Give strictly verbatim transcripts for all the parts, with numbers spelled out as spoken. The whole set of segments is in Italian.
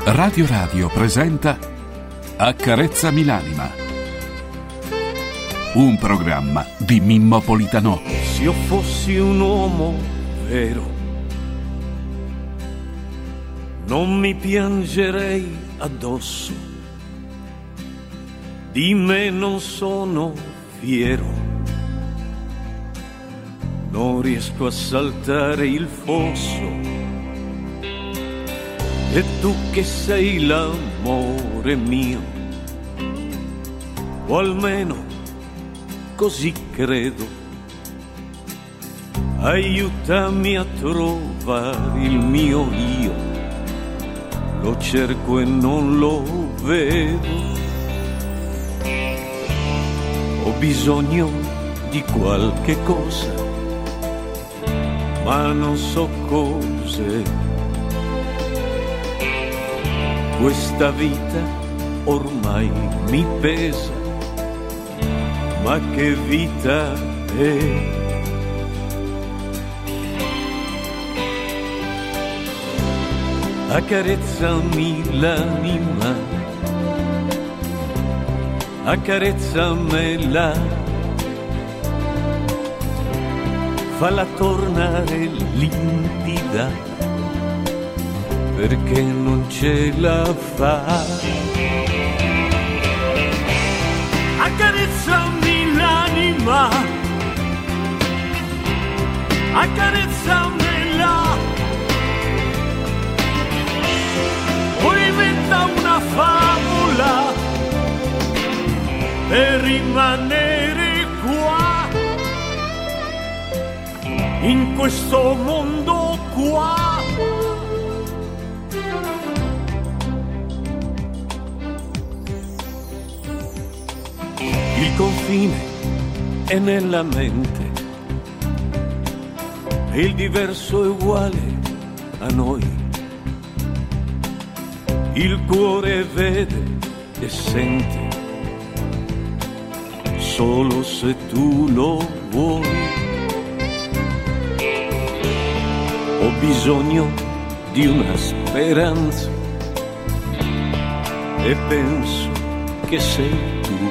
Radio Radio presenta Accarezzami l'anima, un programma di Mimmo Politano. Se io fossi un uomo vero, non mi piangerei addosso, di me non sono fiero, non riesco a saltare il fosso. E tu che sei l'amore mio, o almeno così credo, aiutami a trovare il mio io, lo cerco e non lo vedo. Ho bisogno di qualche cosa, ma non so cos'è. Questa vita ormai mi pesa, ma che vita è? Accarezzami l'anima, accarezzamela, falla tornare limpida, perché non ce la fa. Accarezzami l'anima, accarezzamela, poi inventa una favola per rimanere qua, in questo mondo qua. Il confine è nella mente e il diverso è uguale a noi. Il cuore vede e sente solo se tu lo vuoi. Ho bisogno di una speranza e penso che sei tu,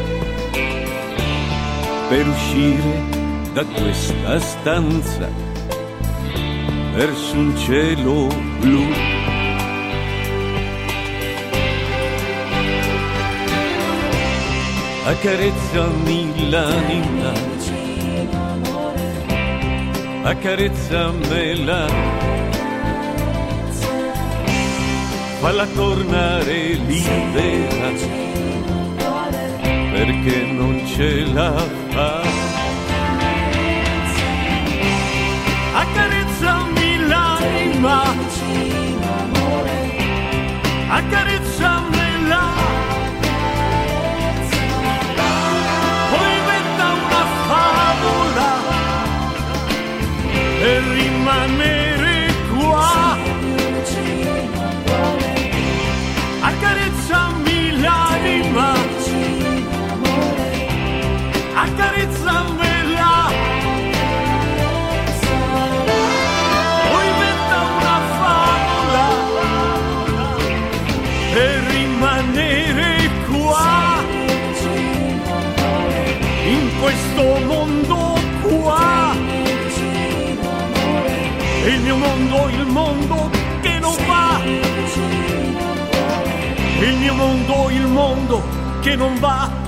per uscire da questa stanza verso un cielo blu. Accarezzami l'anima, accarezzamela, falla tornare libera, perché non ce la fa. Accarezzami l'anima, accarezzamela, poi inventa una favola per rimanere qua. Accarezzami l'anima, accarezzamela, poi inventa una favola per rimanere qua, in questo mondo qua. Il mio mondo, il mondo che non va, il mio mondo, il mondo che non va.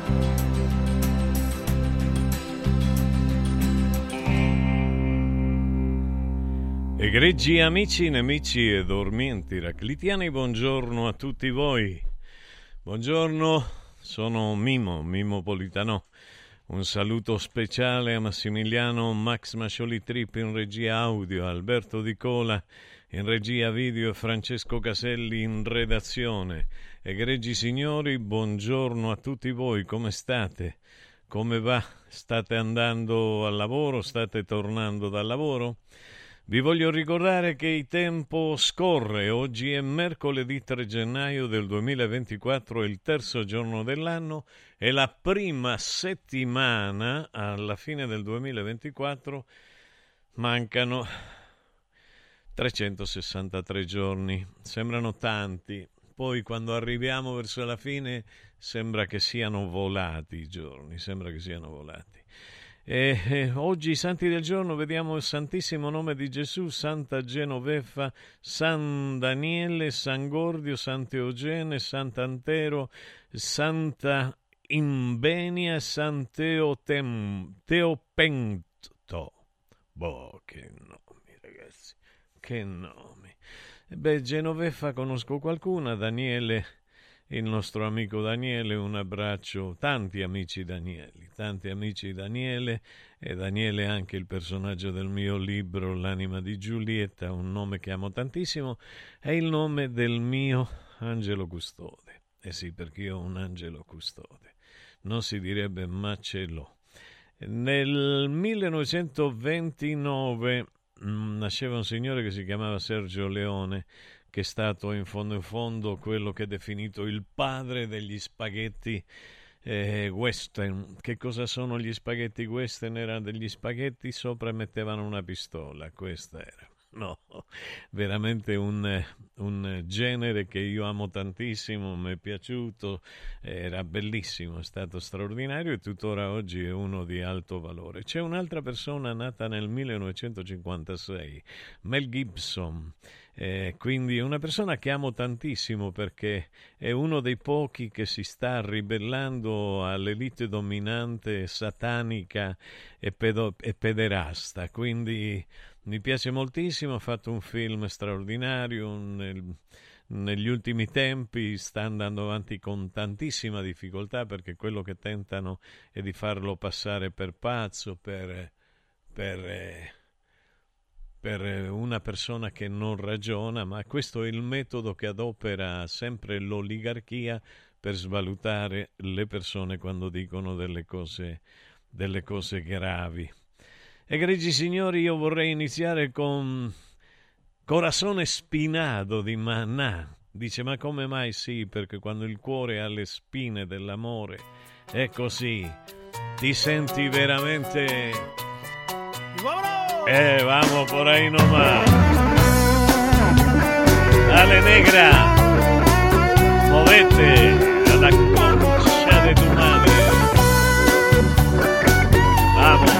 Egregi amici, nemici e dormienti raclitiani, buongiorno a tutti voi. Buongiorno, sono Mimmo, Mimmo Politano. Un saluto speciale a Massimiliano Max Mascioli Trip in regia audio, Alberto Di Cola in regia video e Francesco Caselli in redazione. Egregi signori, buongiorno a tutti voi, come state? Come va? State andando al lavoro? State tornando dal lavoro? Vi voglio ricordare che il tempo scorre, oggi è mercoledì tre gennaio del duemilaventiquattro, il terzo giorno dell'anno e la prima settimana alla fine del duemilaventiquattro. Mancano trecentosessantatré giorni, sembrano tanti, poi quando arriviamo verso la fine sembra che siano volati i giorni, sembra che siano volati. E, e oggi, santi del giorno, vediamo il Santissimo Nome di Gesù, Santa Genoveffa, San Daniele, San Gordio, Sant'Eugene, Sant'Antero, Santa Imbenia, San Teotem, Teopento. Boh, che nomi, ragazzi, che nomi. Beh, Genoveffa conosco qualcuna, Daniele, il nostro amico Daniele, un abbraccio, tanti amici Danieli, tanti amici Daniele, e Daniele è anche il personaggio del mio libro L'anima di Giulietta, un nome che amo tantissimo, è il nome del mio angelo custode. Eh sì, perché io ho un angelo custode, non si direbbe ma ce l'ho. Nel millenovecentoventinove mh, nasceva un signore che si chiamava Sergio Leone, che è stato in fondo in fondo quello che è definito il padre degli spaghetti eh, western. Che cosa sono gli spaghetti western? Erano degli spaghetti sopra mettevano una pistola, questa era. No, veramente un, un genere che io amo tantissimo, mi è piaciuto, era bellissimo, è stato straordinario e tuttora oggi è uno di alto valore. C'è un'altra persona nata nel millenovecentocinquantasei, Mel Gibson, eh, quindi una persona che amo tantissimo perché è uno dei pochi che si sta ribellando all'elite dominante satanica e, pedo- e pederasta, quindi mi piace moltissimo, ha fatto un film straordinario, nel, negli ultimi tempi sta andando avanti con tantissima difficoltà perché quello che tentano è di farlo passare per pazzo, per, per, per una persona che non ragiona, ma questo è il metodo che adopera sempre l'oligarchia per svalutare le persone quando dicono delle cose, delle cose gravi. Egregi signori, io vorrei iniziare con Corazón Espinado di Maná. Dice, ma come mai? Sì, perché quando il cuore ha le spine dell'amore è così, ti senti veramente... Eh, vamos por ahí nomás. Dale, negra, movete a la concha de tu madre. Vamos.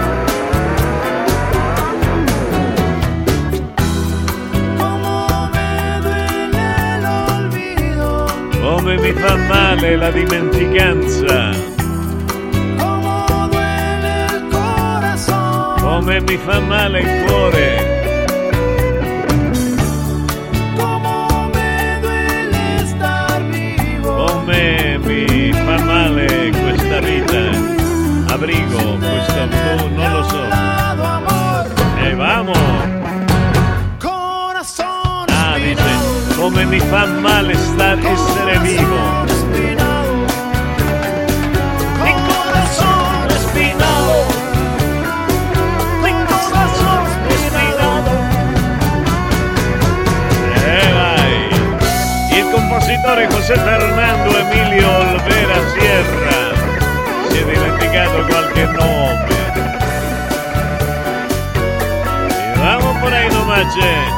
Como mi fa male la dimenticanza, come mi fa male il cuore, come mi fa male questa vita, abrigo, questo blu, non lo so. E vamo! Ah, dice, come mi fa male star, essere vivo. Mi corazón espinado, mi corazón espinado. E vai! Il compositore José Fernando Emilio Olvera Sierra si è dimenticato qualche nome. E vamo por ahí nomás, che.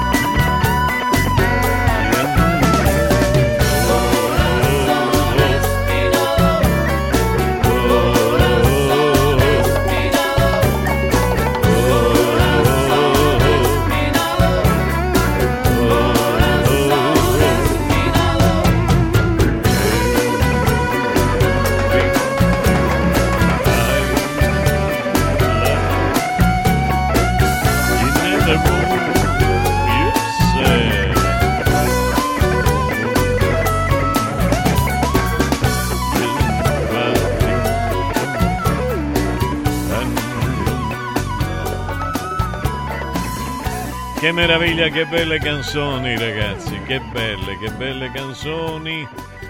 Che meraviglia, che belle canzoni, ragazzi, che belle, che belle canzoni.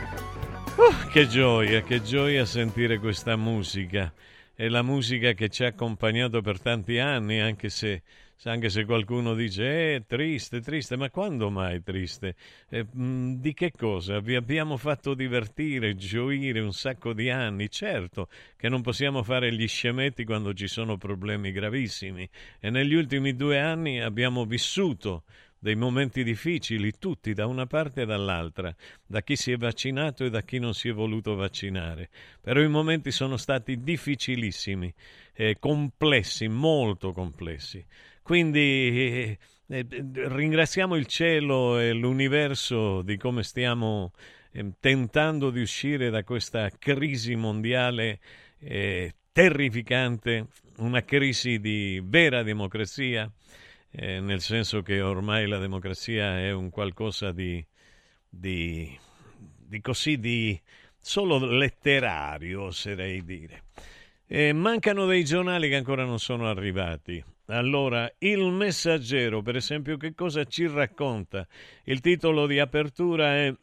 Uh, che gioia, che gioia sentire questa musica. È la musica che ci ha accompagnato per tanti anni, anche se, anche se qualcuno dice, eh, triste, triste, ma quando mai triste? Eh, mh, di che cosa? Vi abbiamo fatto divertire, gioire un sacco di anni. Certo che non possiamo fare gli scemetti quando ci sono problemi gravissimi, e negli ultimi due anni abbiamo vissuto dei momenti difficili, tutti, da una parte e dall'altra, da chi si è vaccinato e da chi non si è voluto vaccinare. Però i momenti sono stati difficilissimi, eh, complessi, molto complessi. Quindi eh, eh, ringraziamo il cielo e l'universo di come stiamo eh, tentando di uscire da questa crisi mondiale eh, terrificante, una crisi di vera democrazia, Eh, nel senso che ormai la democrazia è un qualcosa di, di, di così di solo letterario, oserei dire. Eh, mancano dei giornali che ancora non sono arrivati. Allora, Il Messaggero, per esempio, che cosa ci racconta? Il titolo di apertura è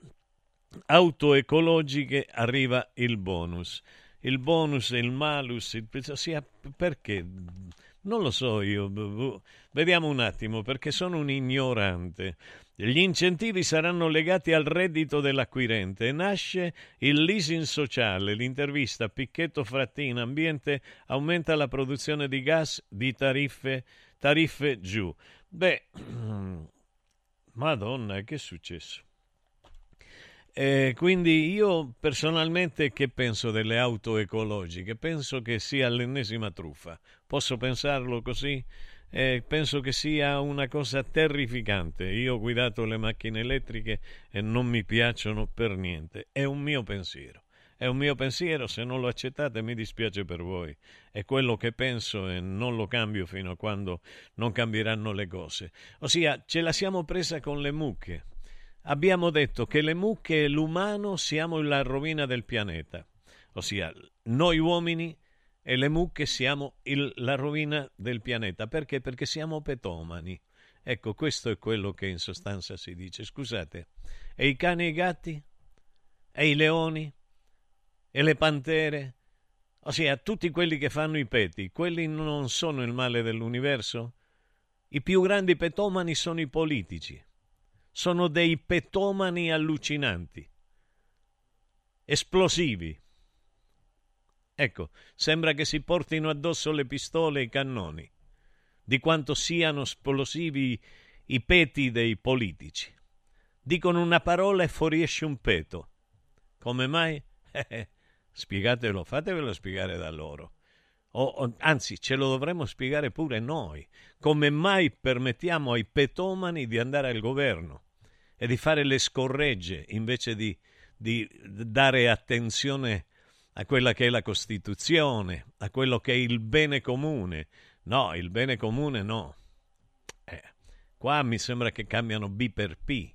Auto ecologiche, arriva il bonus. Il bonus, il malus, il... Sia, perché? Non lo so io, vediamo un attimo, perché sono un ignorante. Gli incentivi saranno legati al reddito dell'acquirente e nasce il leasing sociale. L'intervista a Picchetto Frattina Ambiente, aumenta la produzione di gas, di tariffe, tariffe giù. Beh, Madonna, che è successo? Eh, quindi io personalmente che penso delle auto ecologiche? Penso che sia l'ennesima truffa. Posso pensarlo così? Eh, penso che sia una cosa terrificante. Io ho guidato le macchine elettriche e non mi piacciono per niente. È un mio pensiero. È un mio pensiero, se non lo accettate mi dispiace per voi. È quello che penso e non lo cambio fino a quando non cambieranno le cose. Ossia, ce la siamo presa con le mucche. Abbiamo detto che le mucche e l'umano siamo la rovina del pianeta, ossia noi uomini e le mucche siamo il, la rovina del pianeta. Perché? Perché siamo petomani. Ecco, questo è quello che in sostanza si dice. Scusate, e i cani e i gatti? E i leoni? E le pantere? Ossia, tutti quelli che fanno i peti, quelli non sono il male dell'universo? I più grandi petomani sono i politici. Sono dei petomani allucinanti, esplosivi. Ecco, sembra che si portino addosso le pistole e i cannoni, di quanto siano esplosivi i peti dei politici. Dicono una parola e fuoriesce un peto. Come mai? Spiegatelo, fatevelo spiegare da loro. O, o, anzi, ce lo dovremmo spiegare pure noi. Come mai permettiamo ai petomani di andare al governo e di fare le scorregge invece di, di dare attenzione a quella che è la Costituzione, a quello che è il bene comune. No, il bene comune no. Eh, qua mi sembra che cambiano B per P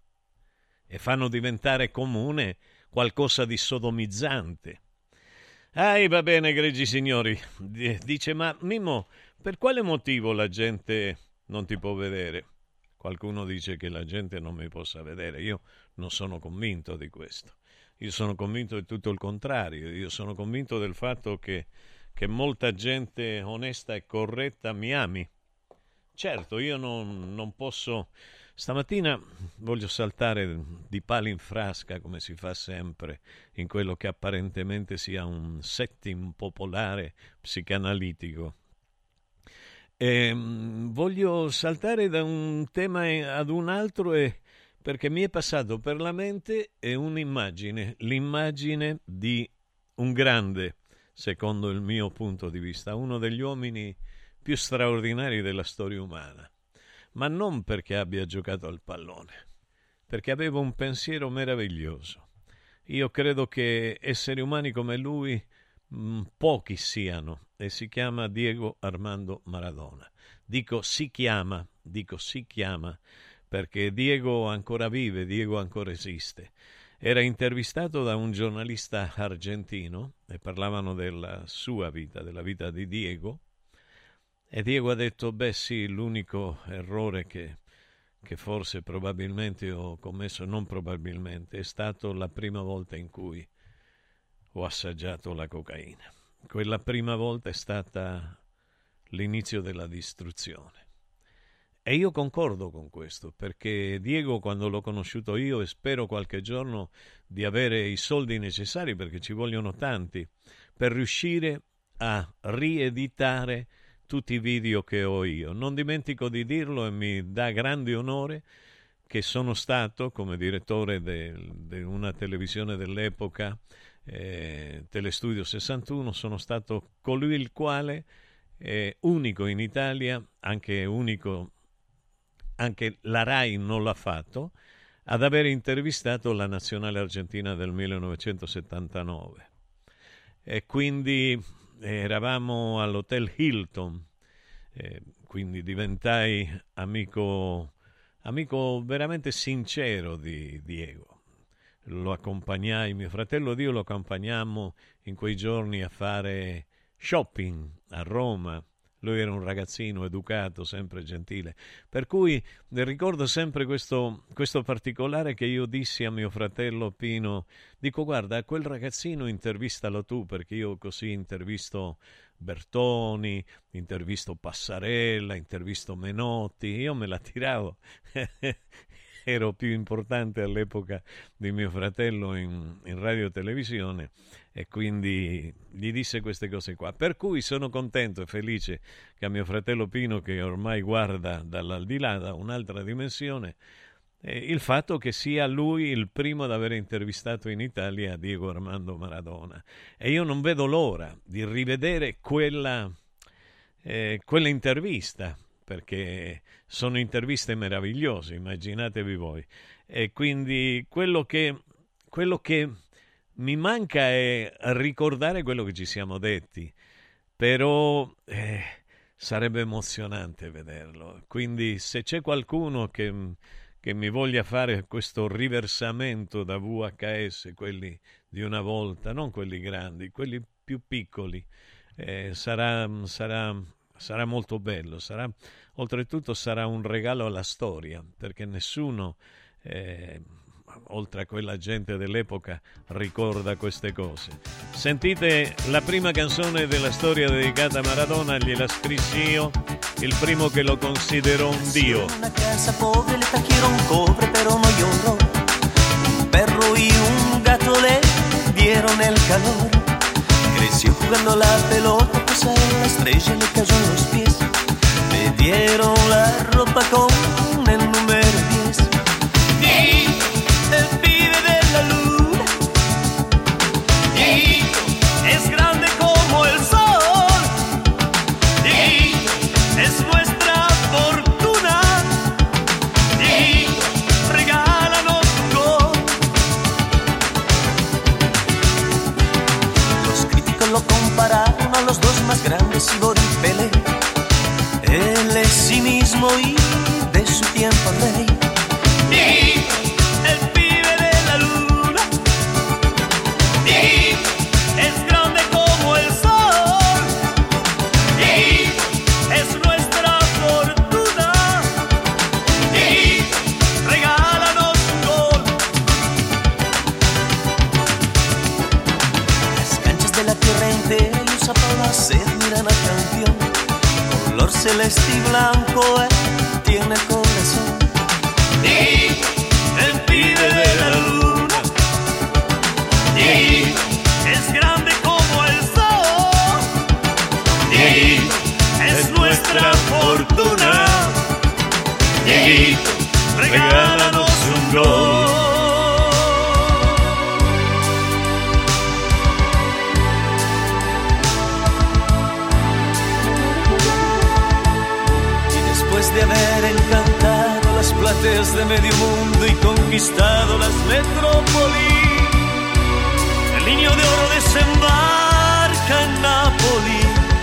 e fanno diventare comune qualcosa di sodomizzante. Ah, va bene, egregi signori. Dice, ma Mimmo, per quale motivo la gente non ti può vedere? Qualcuno dice che la gente non mi possa vedere. Io non sono convinto di questo. Io sono convinto di tutto il contrario. Io sono convinto del fatto che, che molta gente onesta e corretta mi ami. Certo, io non, non posso... Stamattina voglio saltare di palo in frasca, come si fa sempre in quello che apparentemente sia un setting popolare psicanalitico. E, voglio saltare da un tema ad un altro e, perché mi è passato per la mente è un'immagine, l'immagine di un grande, secondo il mio punto di vista, uno degli uomini più straordinari della storia umana. Ma non perché abbia giocato al pallone, perché aveva un pensiero meraviglioso. Io credo che esseri umani come lui mh, pochi siano, e si chiama Diego Armando Maradona. Dico si chiama, dico si chiama, perché Diego ancora vive, Diego ancora esiste. Era intervistato da un giornalista argentino e parlavano della sua vita, della vita di Diego. E Diego ha detto, beh sì, l'unico errore che, che forse probabilmente ho commesso, non probabilmente, è stato la prima volta in cui ho assaggiato la cocaina. Quella prima volta è stata l'inizio della distruzione. E io concordo con questo, perché Diego, quando l'ho conosciuto io, e spero qualche giorno di avere i soldi necessari, perché ci vogliono tanti, per riuscire a rieditare tutti i video che ho io. Non dimentico di dirlo e mi dà grande onore che sono stato, come direttore di una televisione dell'epoca, eh, Telestudio sessantuno, sono stato colui il quale è unico in Italia, anche unico, anche la RAI non l'ha fatto, ad aver intervistato la nazionale argentina del millenovecentosettantanove. E quindi eravamo all'Hotel Hilton, eh, quindi diventai amico, amico veramente sincero di Diego. Lo accompagnai, mio fratello ed io lo accompagnammo in quei giorni a fare shopping a Roma. Lui era un ragazzino educato, sempre gentile, per cui ricordo sempre questo, questo particolare che io dissi a mio fratello Pino. Dico, guarda, a quel ragazzino intervistalo tu, perché io così intervisto Bertoni, intervisto Passarella, intervisto Menotti, io me la tiravo. Ero più importante all'epoca di mio fratello in, in radio e televisione, e quindi gli disse queste cose qua. Per cui sono contento e felice che a mio fratello Pino, che ormai guarda dall'aldilà, da un'altra dimensione, eh, il fatto che sia lui il primo ad aver intervistato in Italia Diego Armando Maradona. E io non vedo l'ora di rivedere quella, eh, quella intervista, perché sono interviste meravigliose, immaginatevi voi. E quindi quello che, quello che mi manca è ricordare quello che ci siamo detti, però eh, sarebbe emozionante vederlo. Quindi se c'è qualcuno che, che mi voglia fare questo riversamento da V H S, quelli di una volta, non quelli grandi, quelli più piccoli, eh, sarà... sarà Sarà molto bello, sarà, oltretutto sarà un regalo alla storia, perché nessuno, eh, oltre a quella gente dell'epoca, ricorda queste cose. Sentite la prima canzone della storia dedicata a Maradona, gliela scrissi io, il primo che lo considerò un dio. Una casa pobre le trajeron cobre, pero no lloró. Un perro y un gato le dieron el calor. Creció jugando la pelota, pues a la estrella le cayó en los pies. Le dieron la ropa con el número diez. Dieguito, el pibe de la luna. Dieguito, es grande como el sol. Dieguito, es nuestra fortuna. Dieguito, regálanos un gol. lo compararon a los dos más grandes, Ivor y Pelé. Él es sí mismo y de su tiempo rey. Y el pibe de la luna, y es grande como el sol, y es nuestra fortuna, y regálanos un gol. Las canchas de la tierra entera y usa para hacer miran al campeón. Color celeste y blanco, él tiene el corazón. Y el pibe de la luna, y es grande como el sol, y es nuestra fortuna, y regálanos un gol. De haber encantado las plateas de medio mundo y conquistado las metrópolis, el niño de oro desembarca en Nápoles,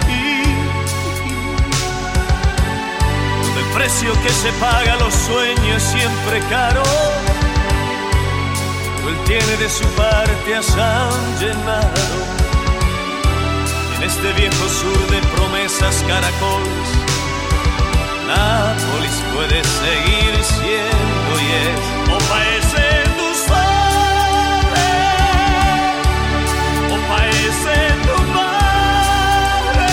donde el precio que se paga a los sueños es siempre caro, pero él tiene de su parte a San Gennaro. En este viejo sur de promesas caracoles, Nápoles puede seguir siendo y es o paese tu sole, o paese tu mare,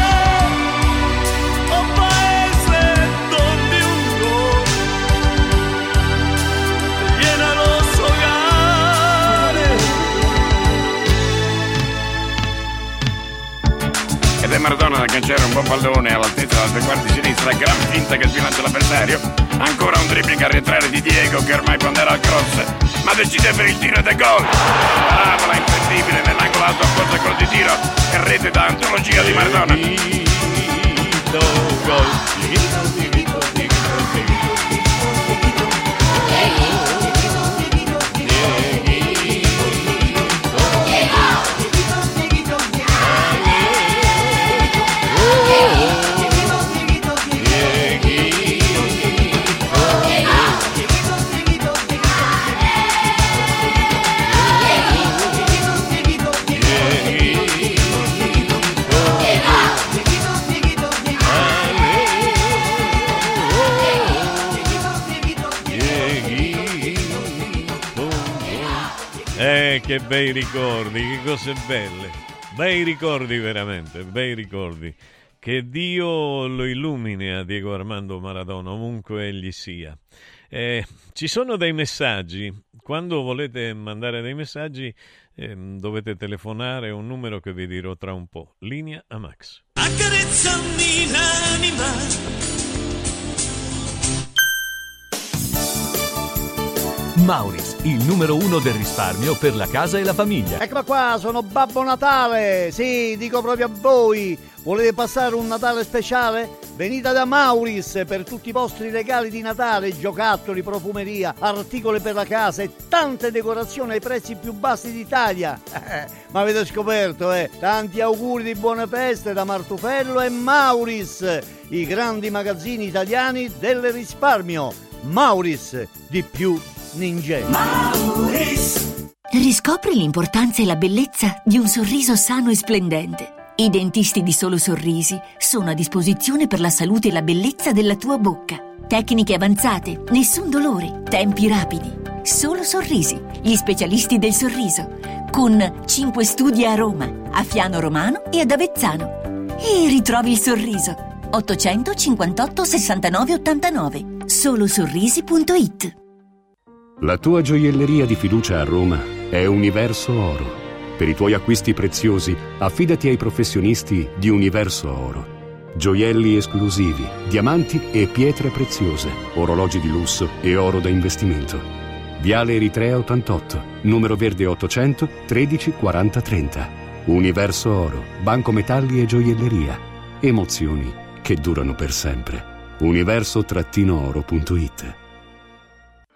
o paese donde un gol llena los hogares. Ed è Maradona da calciare un buon pallone all'altezza della tre quarti sinistra, gran finta che sbilancia l'avversario, ancora un dribbling a rientrare di Diego che ormai pondera al cross, ma decide per il tiro ed è gol. Parabola imperdibile nell'angolo alto apposta col di tiro e rete da antologia di Maradona. Eh, che bei ricordi, che cose belle, bei ricordi veramente, bei ricordi. Che Dio lo illumini a Diego Armando Maradona, ovunque egli sia. Eh, ci sono dei messaggi, quando volete mandare dei messaggi eh, dovete telefonare un numero che vi dirò tra un po'. Linea a Max. Accarezzami l'anima. Mauris, il numero uno del risparmio per la casa e la famiglia. Eccola qua, sono Babbo Natale. Sì, dico proprio a voi. Volete passare un Natale speciale? Venite da Mauris per tutti i vostri regali di Natale, giocattoli, profumeria, articoli per la casa e tante decorazioni ai prezzi più bassi d'Italia. Ma avete scoperto, eh? Tanti auguri di buone feste da Martufello e Mauris, i grandi magazzini italiani del risparmio. Mauris, di più Ninja. Mauris. Riscopri l'importanza e la bellezza di un sorriso sano e splendente. I dentisti di Solo Sorrisi sono a disposizione per la salute e la bellezza della tua bocca. Tecniche avanzate, nessun dolore, tempi rapidi. Solo Sorrisi, gli specialisti del sorriso, con cinque studi a Roma, a Fiano Romano e ad Avezzano. E ritrovi il sorriso. ottocentocinquantotto sessantanove ottantanove. solo sorrisi punto it. La tua gioielleria di fiducia a Roma è Universo Oro. Per i tuoi acquisti preziosi, affidati ai professionisti di Universo Oro. Gioielli esclusivi, diamanti e pietre preziose, orologi di lusso e oro da investimento. Viale Eritrea ottantotto, numero verde ottocento tredici quaranta trenta. Universo Oro, banco metalli e gioielleria. Emozioni che durano per sempre. universo oro punto it.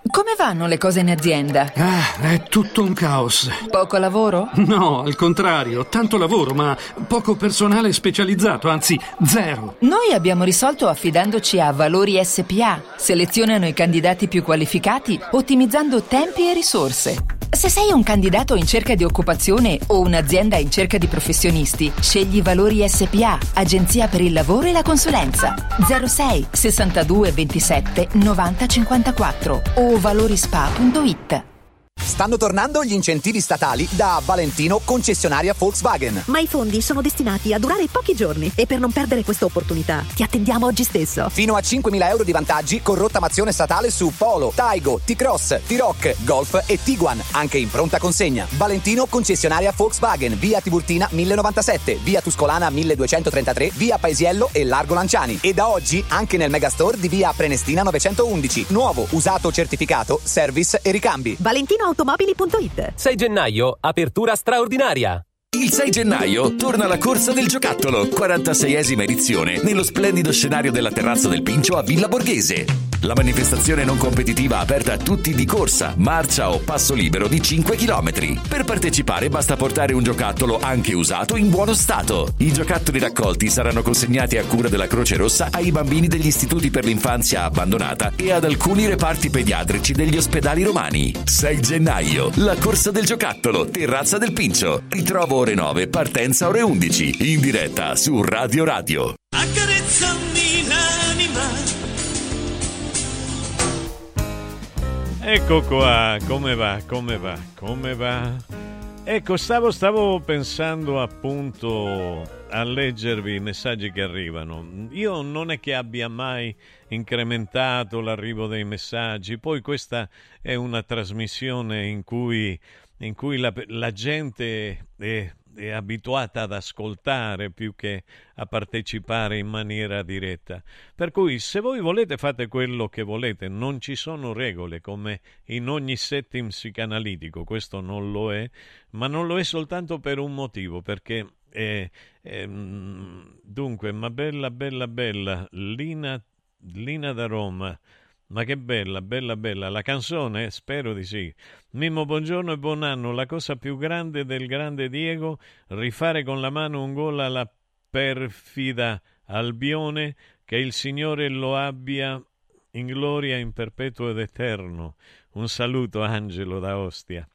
Come vanno le cose in azienda? Ah, è tutto un caos. Poco lavoro? No, al contrario, tanto lavoro, ma poco personale specializzato, anzi zero. Noi abbiamo risolto affidandoci a Valori S P A. Selezionano i candidati più qualificati, ottimizzando tempi e risorse. Se sei un candidato in cerca di occupazione o un'azienda in cerca di professionisti, scegli Valori S P A, agenzia per il lavoro e la consulenza. zero sei sessantadue ventisette novanta cinquantaquattro o valorispa punto it. Stanno tornando gli incentivi statali da Valentino, concessionaria Volkswagen. Ma i fondi sono destinati a durare pochi giorni e per non perdere questa opportunità ti attendiamo oggi stesso. Fino a cinquemila euro di vantaggi con rottamazione statale su Polo, Taigo, T-Cross, T-Roc, Golf e Tiguan, anche in pronta consegna. Valentino, concessionaria Volkswagen, via Tiburtina mille novantasette, via Tuscolana milleduecentotrentatré, via Paesiello e Largo Lanciani. E da oggi anche nel megastore di via Prenestina novecentoundici. Nuovo, usato, certificato, service e ricambi. Valentino automobili punto it. sei gennaio, apertura straordinaria. Il sei gennaio torna la Corsa del Giocattolo, quarantaseiesima edizione, nello splendido scenario della Terrazza del Pincio a Villa Borghese. La manifestazione non competitiva aperta a tutti di corsa, marcia o passo libero di cinque chilometri. Per partecipare basta portare un giocattolo anche usato in buono stato. I giocattoli raccolti saranno consegnati a cura della Croce Rossa ai bambini degli istituti per l'infanzia abbandonata e ad alcuni reparti pediatrici degli ospedali romani. sei gennaio, la Corsa del Giocattolo, Terrazza del Pincio. Ritrovo ore nove, partenza ore undici, in diretta su Radio Radio. Accarezzami l'anima. Ecco qua, come va, come va, come va? Ecco, stavo, stavo pensando appunto a leggervi i messaggi che arrivano. Io non è che abbia mai incrementato l'arrivo dei messaggi, poi questa è una trasmissione in cui, in cui la, la gente è, è abituata ad ascoltare più che a partecipare in maniera diretta. Per cui se voi volete fate quello che volete, non ci sono regole come in ogni setting psicanalitico, questo non lo è, ma non lo è soltanto per un motivo, perché è, è, dunque, ma bella bella bella Lina, Lina da Roma. Ma che bella, bella, bella. La canzone? Spero di sì. Mimmo, buongiorno e buon anno. La cosa più grande del grande Diego, rifare con la mano un gol alla perfida Albione, che il Signore lo abbia in gloria in perpetuo ed eterno. Un saluto, Angelo da Ostia.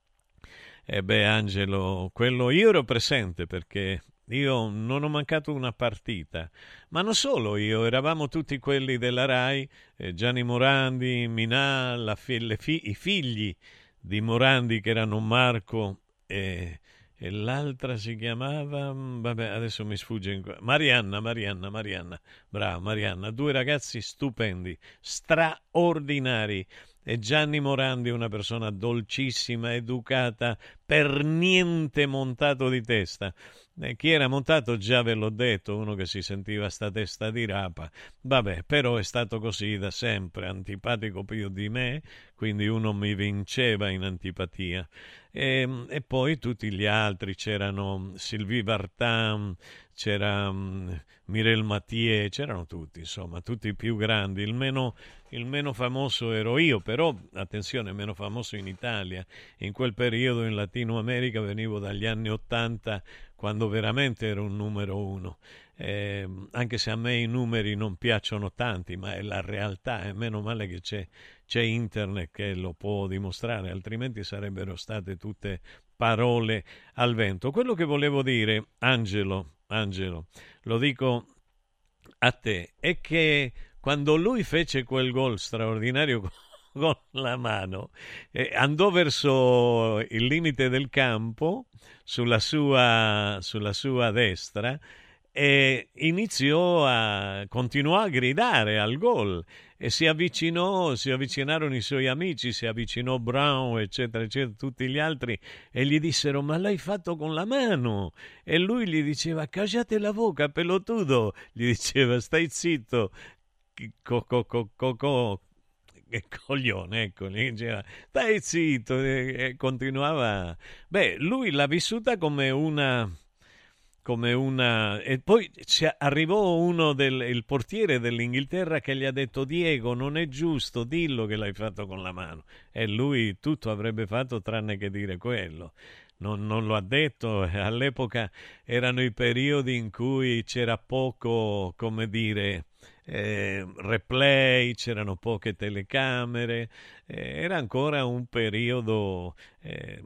E beh, Angelo, quello io ero presente perché io non ho mancato una partita, ma non solo io, eravamo tutti quelli della Rai, eh, Gianni Morandi, Minà, la fi- le fi- i figli di Morandi che erano Marco e, e l'altra si chiamava, vabbè adesso mi sfugge, in... Marianna, Marianna, Marianna, bravo Marianna, due ragazzi stupendi, straordinari. E Gianni Morandi è una persona dolcissima, educata, per niente montato di testa. Eh, chi era montato già ve l'ho detto, uno che si sentiva sta testa di rapa. Vabbè, però è stato così da sempre, antipatico più di me, quindi uno mi vinceva in antipatia. E, e poi tutti gli altri, c'erano Sylvie Vartan, c'era um, Mireille Mathieu, c'erano tutti, insomma, tutti i più grandi. Il meno, il meno famoso ero io, però, attenzione, meno famoso in Italia. In quel periodo in Latino America venivo dagli anni Ottanta, quando veramente ero un numero uno. Eh, anche se a me i numeri non piacciono tanti, ma è la realtà, è meno male che c'è, c'è internet che lo può dimostrare, altrimenti sarebbero state tutte parole al vento. Quello che volevo dire, Angelo, Angelo, lo dico a te, è che quando lui fece quel gol straordinario con la mano, eh, andò verso il limite del campo sulla sua, sulla sua destra e iniziò a continuò a gridare al gol e si avvicinò, si avvicinarono i suoi amici, si avvicinò Brown, eccetera, eccetera, tutti gli altri, e gli dissero: ma l'hai fatto con la mano? E lui gli diceva: cállate la boca, pelotudo, gli diceva, stai zitto, co, co, co, co, co. Che coglione, ecco, gli diceva stai zitto, e continuava. Beh, lui l'ha vissuta come una come una... E poi arrivò uno del il portiere dell'Inghilterra che gli ha detto: Diego, non è giusto, dillo che l'hai fatto con la mano. E lui tutto avrebbe fatto tranne che dire quello. Non, non lo ha detto. All'epoca erano i periodi in cui c'era poco, come dire, eh, replay, c'erano poche telecamere, eh, era ancora un periodo eh,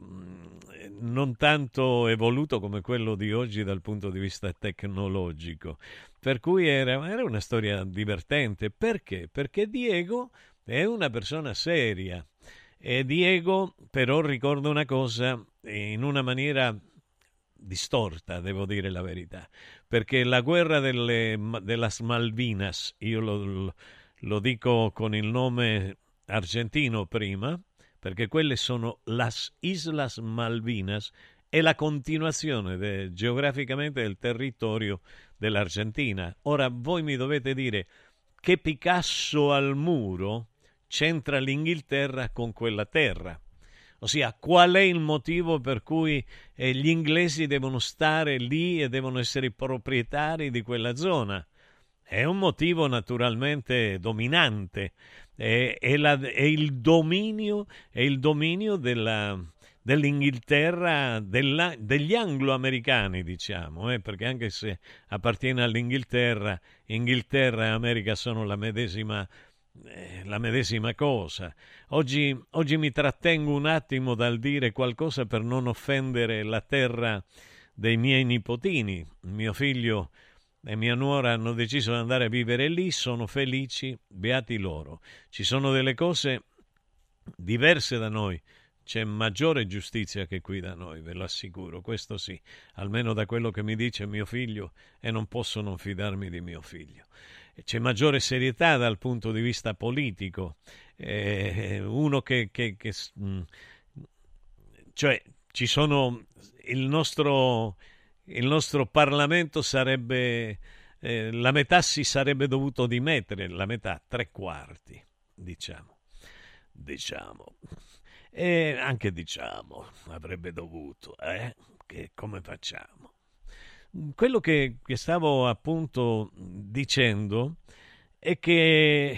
non tanto evoluto come quello di oggi dal punto di vista tecnologico, per cui era, era una storia divertente. Perché? Perché Diego è una persona seria. E Diego però ricorda una cosa in una maniera distorta, devo dire la verità, perché la guerra delle, delle Malvinas, io lo, lo dico con il nome argentino prima, perché quelle sono las Islas Malvinas, è la continuazione de, geograficamente del territorio dell'Argentina. Ora voi mi dovete dire che Picasso al muro c'entra l'Inghilterra con quella terra, ossia qual è il motivo per cui eh, gli inglesi devono stare lì e devono essere i proprietari di quella zona. È un motivo naturalmente dominante, è, è, la, è il dominio, è il dominio della, dell'Inghilterra, della, degli anglo-americani, diciamo, eh, perché anche se appartiene all'Inghilterra, Inghilterra e America sono la medesima la medesima cosa. Oggi, oggi mi trattengo un attimo dal dire qualcosa per non offendere la terra dei miei nipotini. Mio figlio e mia nuora hanno deciso di andare a vivere lì, sono felici, beati loro. Ci sono delle cose diverse da noi, c'è maggiore giustizia che qui da noi, ve lo assicuro, questo sì, almeno da quello che mi dice mio figlio, e non posso non fidarmi di mio figlio. C'è maggiore serietà dal punto di vista politico, eh, uno che, che, che cioè ci sono il nostro il nostro Parlamento sarebbe eh, la metà si sarebbe dovuto dimettere, la metà, tre quarti, diciamo diciamo e anche diciamo avrebbe dovuto, eh? Che come facciamo? Quello che, che stavo appunto dicendo è che,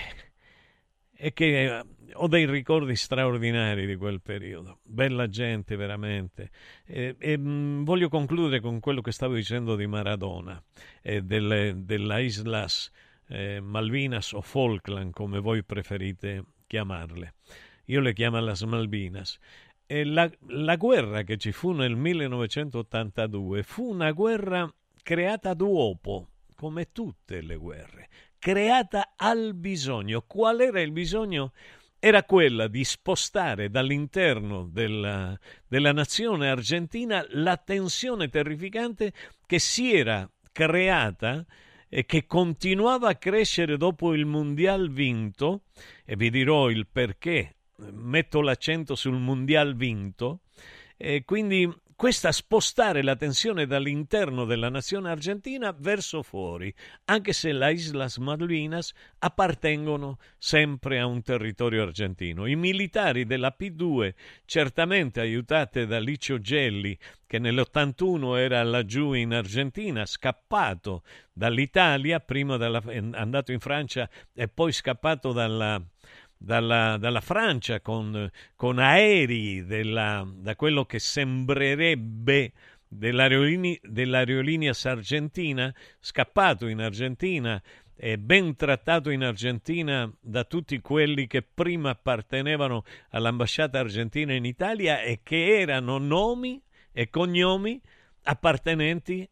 è che ho dei ricordi straordinari di quel periodo, bella gente veramente, e, e mh, voglio concludere con quello che stavo dicendo di Maradona e delle, della Islas eh, Malvinas o Falkland, come voi preferite chiamarle. Io le chiamo las Malvinas. E la, la guerra che ci fu nel millenovecentottantadue fu una guerra creata dopo, come tutte le guerre, creata al bisogno. Qual era il bisogno? Era quella di spostare dall'interno della, della nazione argentina la tensione terrificante che si era creata e che continuava a crescere dopo il Mondial vinto, e vi dirò il perché. Metto l'accento sul mondial vinto, e quindi questa spostare la tensione dall'interno della nazione argentina verso fuori, anche se le Islas Malvinas appartengono sempre a un territorio argentino. I militari della P due, certamente aiutate da Licio Gelli, che nell'ottantuno era laggiù in Argentina, scappato dall'Italia, prima dalla, è andato in Francia e poi scappato dalla Dalla, dalla Francia con, con aerei della, da quello che sembrerebbe dell'aerolinea, dell'aerolinea Sargentina, scappato in Argentina e ben trattato in Argentina da tutti quelli che prima appartenevano all'ambasciata argentina in Italia e che erano nomi e cognomi appartenenti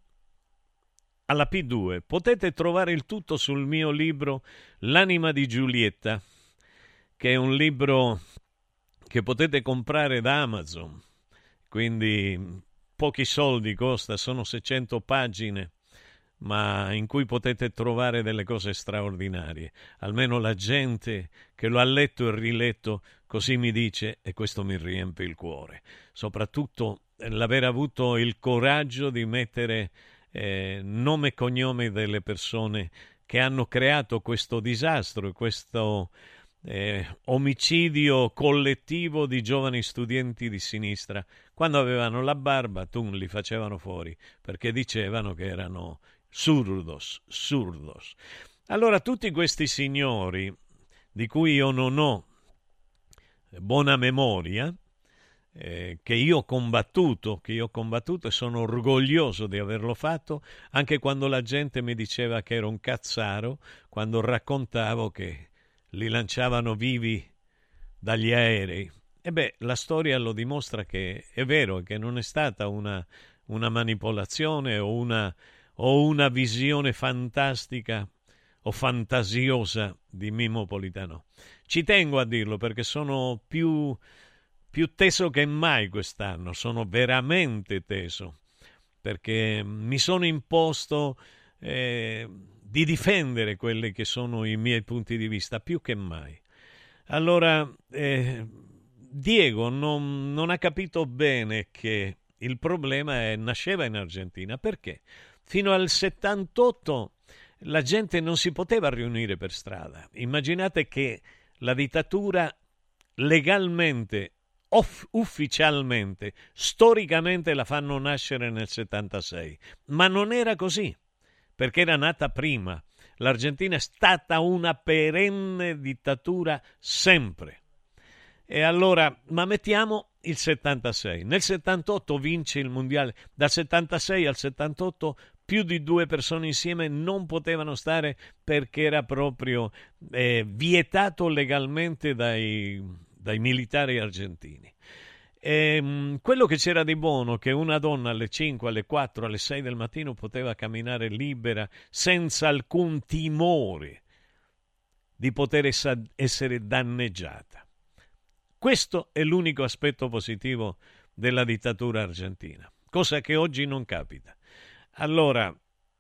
alla P due. Potete trovare il tutto sul mio libro L'anima di Giulietta, che è un libro che potete comprare da Amazon, quindi pochi soldi costa, sono seicento pagine, ma in cui potete trovare delle cose straordinarie. Almeno la gente che lo ha letto e riletto così mi dice, e questo mi riempie il cuore. Soprattutto l'aver avuto il coraggio di mettere eh, nome e cognome delle persone che hanno creato questo disastro, questo Eh, omicidio collettivo di giovani studenti di sinistra Quando avevano la barba, tum, li facevano fuori, perché dicevano che erano surdos, surdos. Allora tutti questi signori, di cui io non ho buona memoria, eh, che io ho combattuto, che io ho combattuto e sono orgoglioso di averlo fatto, anche quando la gente mi diceva che ero un cazzaro, quando raccontavo che li lanciavano vivi dagli aerei. E beh, la storia lo dimostra che è vero, che non è stata una, una manipolazione o una, o una visione fantastica o fantasiosa di Mimmo Politano. Ci tengo a dirlo perché sono più, più teso che mai quest'anno, sono veramente teso, perché mi sono imposto eh, di difendere quelli che sono i miei punti di vista, più che mai. Allora, eh, Diego non, non ha capito bene che il problema è, nasceva in Argentina, perché fino al settantotto la gente non si poteva riunire per strada. Immaginate che la dittatura legalmente, off- ufficialmente, storicamente la fanno nascere nel settantasei, ma non era così, perché era nata prima. L'Argentina è stata una perenne dittatura sempre. E allora, ma mettiamo il settantasei. Nel settantotto vince il mondiale. Dal settantasei al settantotto più di due persone insieme non potevano stare, perché era proprio eh, vietato legalmente dai, dai militari argentini. E, mh, quello che c'era di buono, che una donna alle cinque, alle quattro, alle sei del mattino poteva camminare libera senza alcun timore di poter essa- essere danneggiata. Questo è l'unico aspetto positivo della dittatura argentina, cosa che oggi non capita. Allora,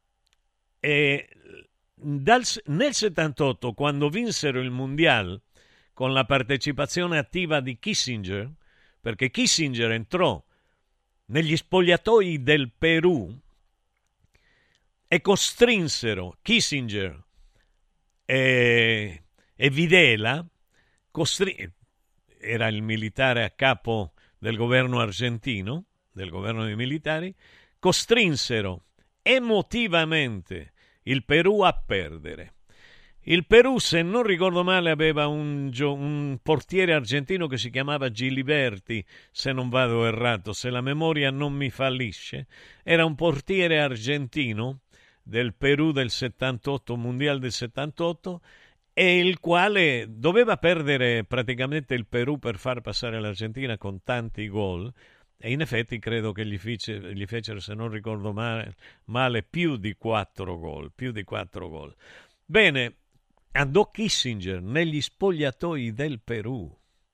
eh, dal, nel settantotto, quando vinsero il Mondiale con la partecipazione attiva di Kissinger, perché Kissinger entrò negli spogliatoi del Perù e costrinsero Kissinger e, e Videla, costri- era il militare a capo del governo argentino, del governo dei militari, costrinsero emotivamente il Perù a perdere. Il Perù, se non ricordo male, aveva un, gio- un portiere argentino che si chiamava Giliberti, se non vado errato, se la memoria non mi fallisce. Era un portiere argentino del Perù del settantotto, mondiale del settantotto, e il quale doveva perdere praticamente il Perù per far passare l'Argentina con tanti gol, e in effetti credo che gli, fece, gli fecero, se non ricordo male, male, più di quattro gol, più di quattro gol. Bene, andò Kissinger negli spogliatoi del Perù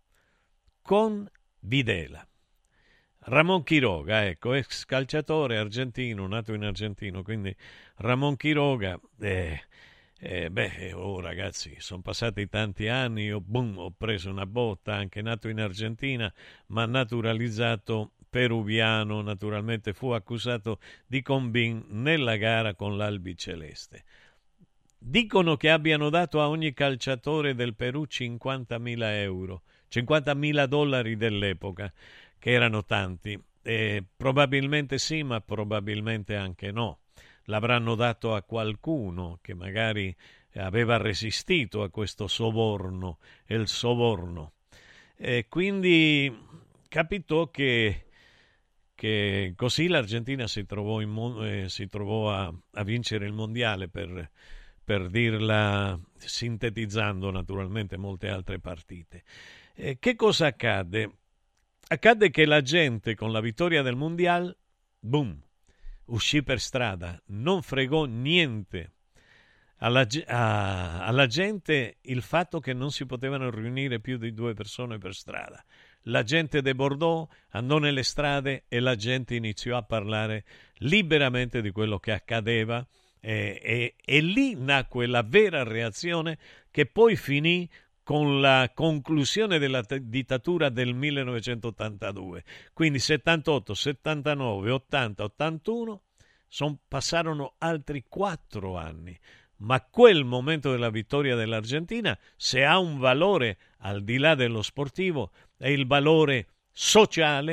con Videla. Ramon Quiroga, ecco, ex calciatore argentino, nato in Argentina, quindi Ramon Quiroga, eh, eh, beh, oh ragazzi, sono passati tanti anni, io boom, ho preso una botta, anche nato in Argentina, ma naturalizzato peruviano, naturalmente fu accusato di combin nella gara con l'Albiceleste. Dicono che abbiano dato a ogni calciatore del Perù cinquantamila euro, cinquantamila dollari dell'epoca, che erano tanti. E probabilmente sì, ma probabilmente anche no. L'avranno dato a qualcuno che magari aveva resistito a questo soborno, e il soborno. E quindi capitò che, che così l'Argentina si trovò, in, eh, si trovò a, a vincere il mondiale, per... per dirla sintetizzando naturalmente molte altre partite. Eh, che cosa accadde? Accadde che la gente con la vittoria del Mondiale, boom, uscì per strada, non fregò niente alla, a, alla gente il fatto che non si potevano riunire più di due persone per strada. La gente debordò, andò nelle strade e la gente iniziò a parlare liberamente di quello che accadeva. E, e, e lì nacque la vera reazione, che poi finì con la conclusione della t- dittatura del millenovecentottantadue. Quindi settantotto, settantanove, ottanta, ottantuno, son, passarono altri quattro anni. Ma quel momento della vittoria dell'Argentina, se ha un valore al di là dello sportivo, è il valore sociale,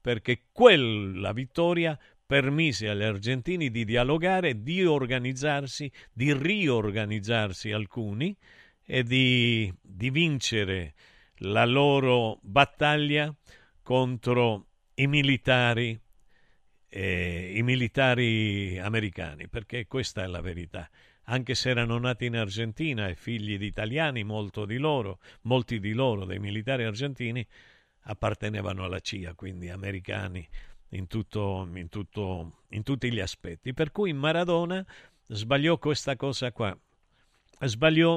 perché quella vittoria permise agli argentini di dialogare, di organizzarsi, di riorganizzarsi alcuni e di, di vincere la loro battaglia contro i militari, eh, i militari americani, perché questa è la verità. Anche se erano nati in Argentina e figli di italiani, molto di loro, molti di loro, dei militari argentini, appartenevano alla C I A, quindi americani in, tutto, in, tutto, in tutti gli aspetti. Per cui Maradona sbagliò questa cosa qua, sbagliò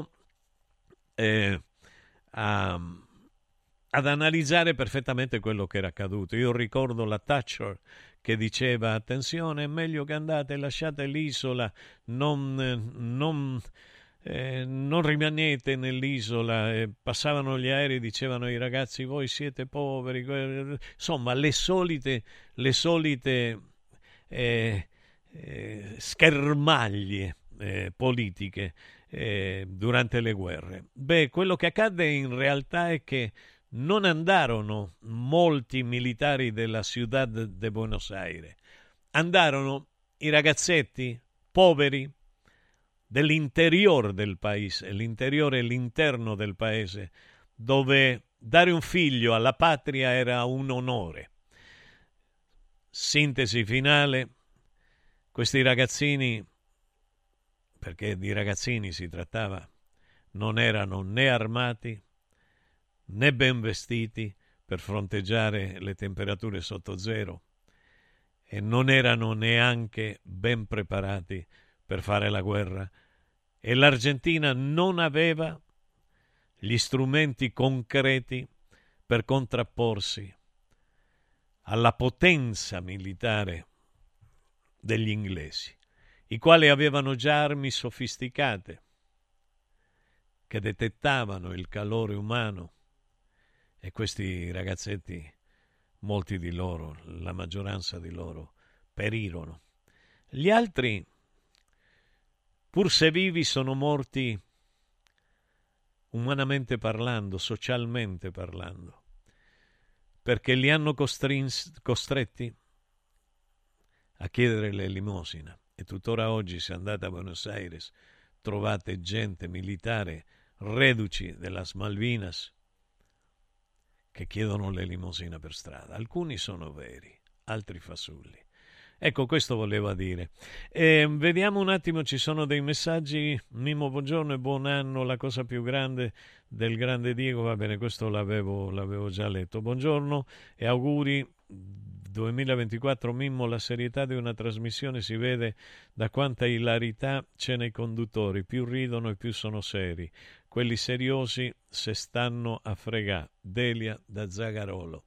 eh, a, ad analizzare perfettamente quello che era accaduto. Io ricordo la Thatcher che diceva: attenzione, è meglio che andate, lasciate l'isola, non, non, eh, non rimanete nell'isola. Eh, passavano gli aerei, dicevano ai ragazzi: voi siete poveri. Insomma, le solite, le solite eh, eh, schermaglie eh, politiche eh, durante le guerre. Beh, quello che accadde in realtà è che non andarono molti militari della Ciudad de Buenos Aires, andarono i ragazzetti poveri dell'interior del paese, l'interiore e l'interno del paese, dove dare un figlio alla patria era un onore. Sintesi finale: questi ragazzini, perché di ragazzini si trattava, non erano né armati né ben vestiti per fronteggiare le temperature sotto zero e non erano neanche ben preparati per fare la guerra, e l'Argentina non aveva gli strumenti concreti per contrapporsi alla potenza militare degli inglesi, i quali avevano già armi sofisticate che detettavano il calore umano. E questi ragazzetti, molti di loro, la maggioranza di loro, perirono. Gli altri, pur se vivi, sono morti umanamente parlando, socialmente parlando, perché li hanno costrin- costretti a chiedere l'elemosina. E tuttora oggi, se andate a Buenos Aires, trovate gente militare, reduci della Malvinas, che chiedono l'elemosina per strada. Alcuni sono veri, altri fasulli. Ecco, questo voleva dire. E vediamo un attimo, ci sono dei messaggi. Mimmo, buongiorno e buon anno, la cosa più grande del grande Diego. Va bene, questo l'avevo, l'avevo già letto. Buongiorno e auguri. duemilaventiquattro. Mimmo, la serietà di una trasmissione si vede da quanta ilarità c'è nei conduttori. Più ridono e più sono seri. Quelli seriosi se stanno a fregà. Delia da Zagarolo.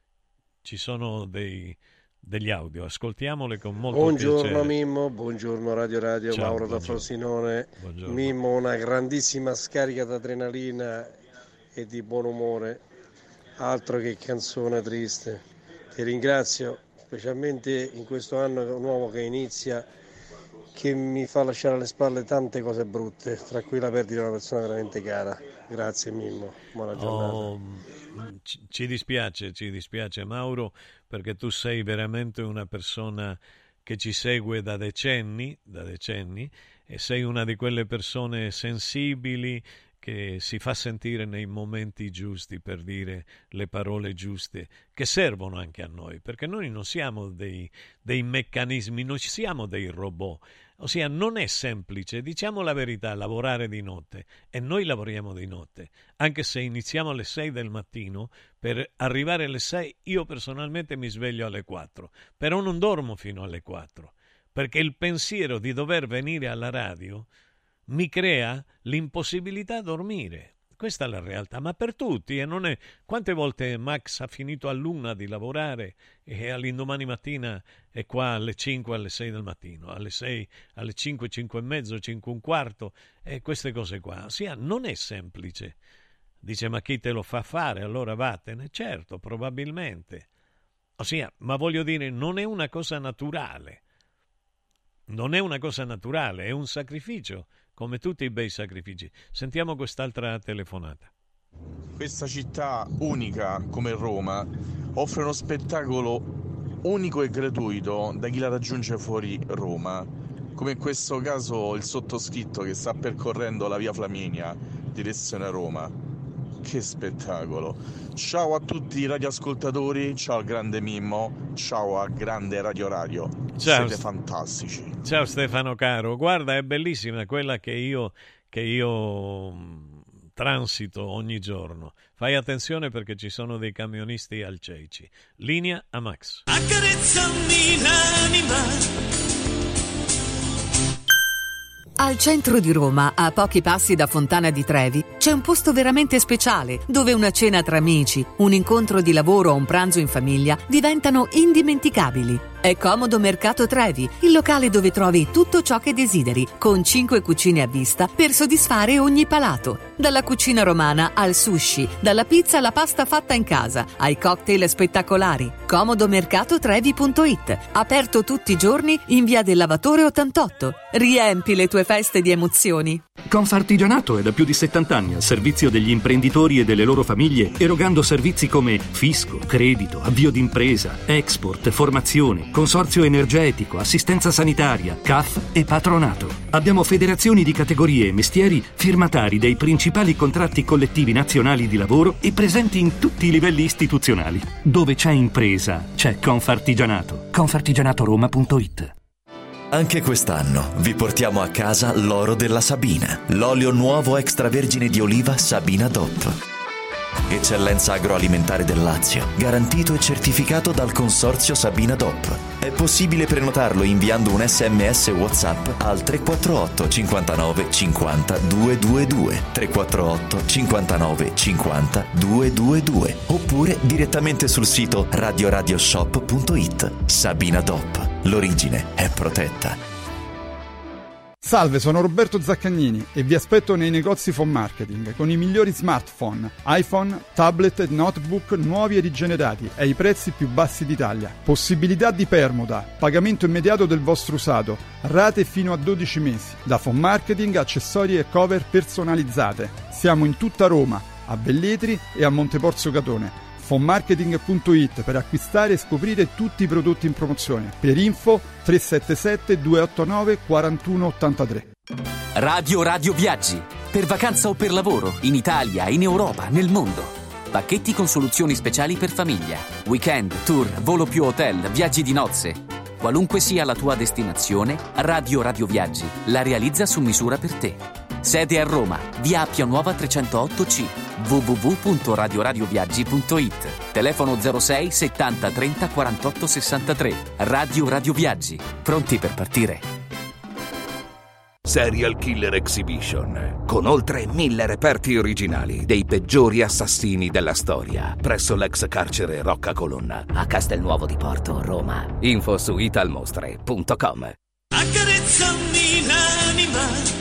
Ci sono dei, degli audio, ascoltiamole con molto buongiorno, piacere. Buongiorno Mimmo, buongiorno Radio Radio. Ciao, Mauro buongiorno. da Frosinone. Buongiorno. Mimmo, una grandissima scarica d'adrenalina e di buon umore, altro che canzone triste. Ti ringrazio, specialmente in questo anno nuovo che inizia, che mi fa lasciare alle spalle tante cose brutte, tra cui la perdita di una persona veramente cara. Grazie Mimmo, buona giornata. Oh, ci, ci dispiace, ci dispiace Mauro, perché tu sei veramente una persona che ci segue da decenni, da decenni, e sei una di quelle persone sensibili che si fa sentire nei momenti giusti per dire le parole giuste che servono anche a noi, perché noi non siamo dei, dei meccanismi, non siamo dei robot. Ossia, non è semplice, diciamo la verità, lavorare di notte, e noi lavoriamo di notte, anche se iniziamo alle sei del mattino. Per arrivare alle sei io personalmente mi sveglio alle quattro, però non dormo fino alle quattro, perché il pensiero di dover venire alla radio mi crea l'impossibilità a dormire. Questa è la realtà, ma per tutti. E non è... Quante volte Max ha finito all'una di lavorare e all'indomani mattina è qua alle cinque, alle sei del mattino, alle sei, alle cinque, cinque e mezzo, cinque e un quarto, e queste cose qua. Ossia, non è semplice. Dice, ma chi te lo fa fare? Allora vattene. Certo, probabilmente. Ossia, ma voglio dire, non è una cosa naturale. Non è una cosa naturale, è un sacrificio, come tutti i bei sacrifici. Sentiamo quest'altra telefonata. Questa città unica come Roma offre uno spettacolo unico e gratuito da chi la raggiunge fuori Roma, come in questo caso il sottoscritto che sta percorrendo la via Flaminia, direzione Roma. Che spettacolo! Ciao a tutti i radioascoltatori, ciao al grande Mimmo, ciao a grande Radio Radio. Ciao. Siete fantastici. Ciao Stefano caro, guarda, è bellissima quella che io che io transito ogni giorno. Fai attenzione perché ci sono dei camionisti al Ceici. Linea a Max. Accarezzami l'anima. Al centro di Roma, a pochi passi da Fontana di Trevi, c'è un posto veramente speciale dove una cena tra amici, un incontro di lavoro o un pranzo in famiglia diventano indimenticabili. È Comodo Mercato Trevi, il locale dove trovi tutto ciò che desideri, con cinque cucine a vista per soddisfare ogni palato. Dalla cucina romana al sushi, dalla pizza alla pasta fatta in casa, ai cocktail spettacolari. comodomercatotrevi punto it, aperto tutti i giorni in via del Lavatore ottantotto. Riempi le tue feste di emozioni. Confartigianato è da più di settanta anni al servizio degli imprenditori e delle loro famiglie, erogando servizi come fisco, credito, avvio d'impresa, export, formazione, consorzio energetico, assistenza sanitaria, C A F e patronato. Abbiamo federazioni di categorie e mestieri firmatari dei principali contratti collettivi nazionali di lavoro e presenti in tutti i livelli istituzionali. Dove c'è impresa, c'è Confartigianato. confartigianatoroma punto it. Anche quest'anno vi portiamo a casa l'oro della Sabina, l'olio nuovo extravergine di oliva Sabina D O P. Eccellenza agroalimentare del Lazio, garantito e certificato dal consorzio Sabina D O P. È possibile prenotarlo inviando un sms WhatsApp al tre quattro otto cinquantanove cinquanta duecentoventidue, tre quattro otto cinquantanove cinquanta duecentoventidue, oppure direttamente sul sito radioradioshop punto it. Sabina D O P. L'origine è protetta. Salve, sono Roberto Zaccagnini e vi aspetto nei negozi Phone Marketing con i migliori smartphone, iPhone, tablet e notebook nuovi e rigenerati ai prezzi più bassi d'Italia. Possibilità di permuta, pagamento immediato del vostro usato, rate fino a dodici mesi. Da Phone Marketing, accessori e cover personalizzate. Siamo in tutta Roma, a Velletri e a Monteporzio Catone. phone marketing punto it per acquistare e scoprire tutti i prodotti in promozione. Per info tre sette sette due otto nove quattro uno otto tre. Radio Radio Viaggi. Per vacanza o per lavoro, in Italia, in Europa, nel mondo. Pacchetti con soluzioni speciali per famiglia. Weekend, tour, volo più hotel, viaggi di nozze. Qualunque sia la tua destinazione, Radio Radio Viaggi la realizza su misura per te. Sede a Roma, via Appia Nuova trecentootto C, w w w punto radio radio viaggi punto it. Telefono zero sei settanta trenta quarantotto sessantatré. Radio Radio Viaggi, pronti per partire. Serial Killer Exhibition, con oltre mille reperti originali dei peggiori assassini della storia, presso l'ex carcere Rocca Colonna, a Castelnuovo di Porto, Roma. Info su italmostre punto com. Accarezzami l'anima.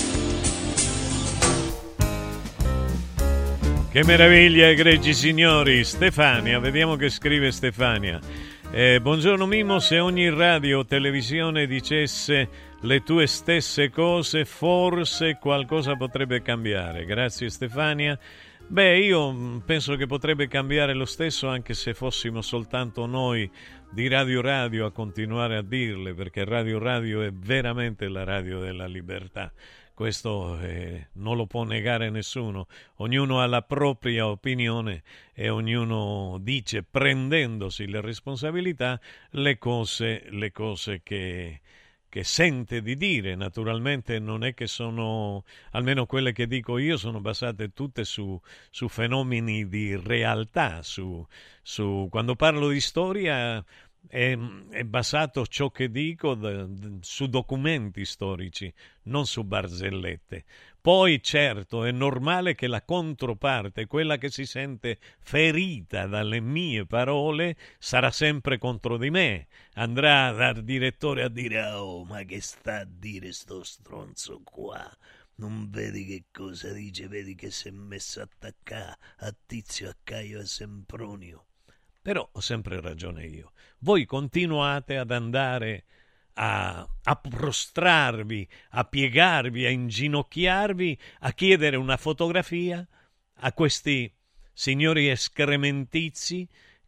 Che meraviglia, egregi signori. Stefania, vediamo che scrive Stefania. Eh, buongiorno Mimmo, se ogni radio o televisione dicesse le tue stesse cose, forse qualcosa potrebbe cambiare. Grazie Stefania. Beh, io penso che potrebbe cambiare lo stesso anche se fossimo soltanto noi di Radio Radio a continuare a dirle, perché Radio Radio è veramente la radio della libertà. Questo eh, non lo può negare nessuno. Ognuno ha la propria opinione e ognuno dice, prendendosi le responsabilità, le cose, le cose che, che sente di dire. Naturalmente non è che sono, almeno quelle che dico io, sono basate tutte su, su fenomeni di realtà. Su, su, quando parlo di storia È, è basato ciò che dico d- d- su documenti storici, non su barzellette. Poi certo è normale che la controparte, quella che si sente ferita dalle mie parole, sarà sempre contro di me, andrà dal direttore a dire oh ma che sta a dire sto stronzo qua, non vedi che cosa dice, vedi che si è messo a attaccare a Tizio, a Caio e a Sempronio. Però ho sempre ragione io. Voi continuate ad andare a, a prostrarvi, a piegarvi, a inginocchiarvi, a chiedere una fotografia a questi signori escrementizi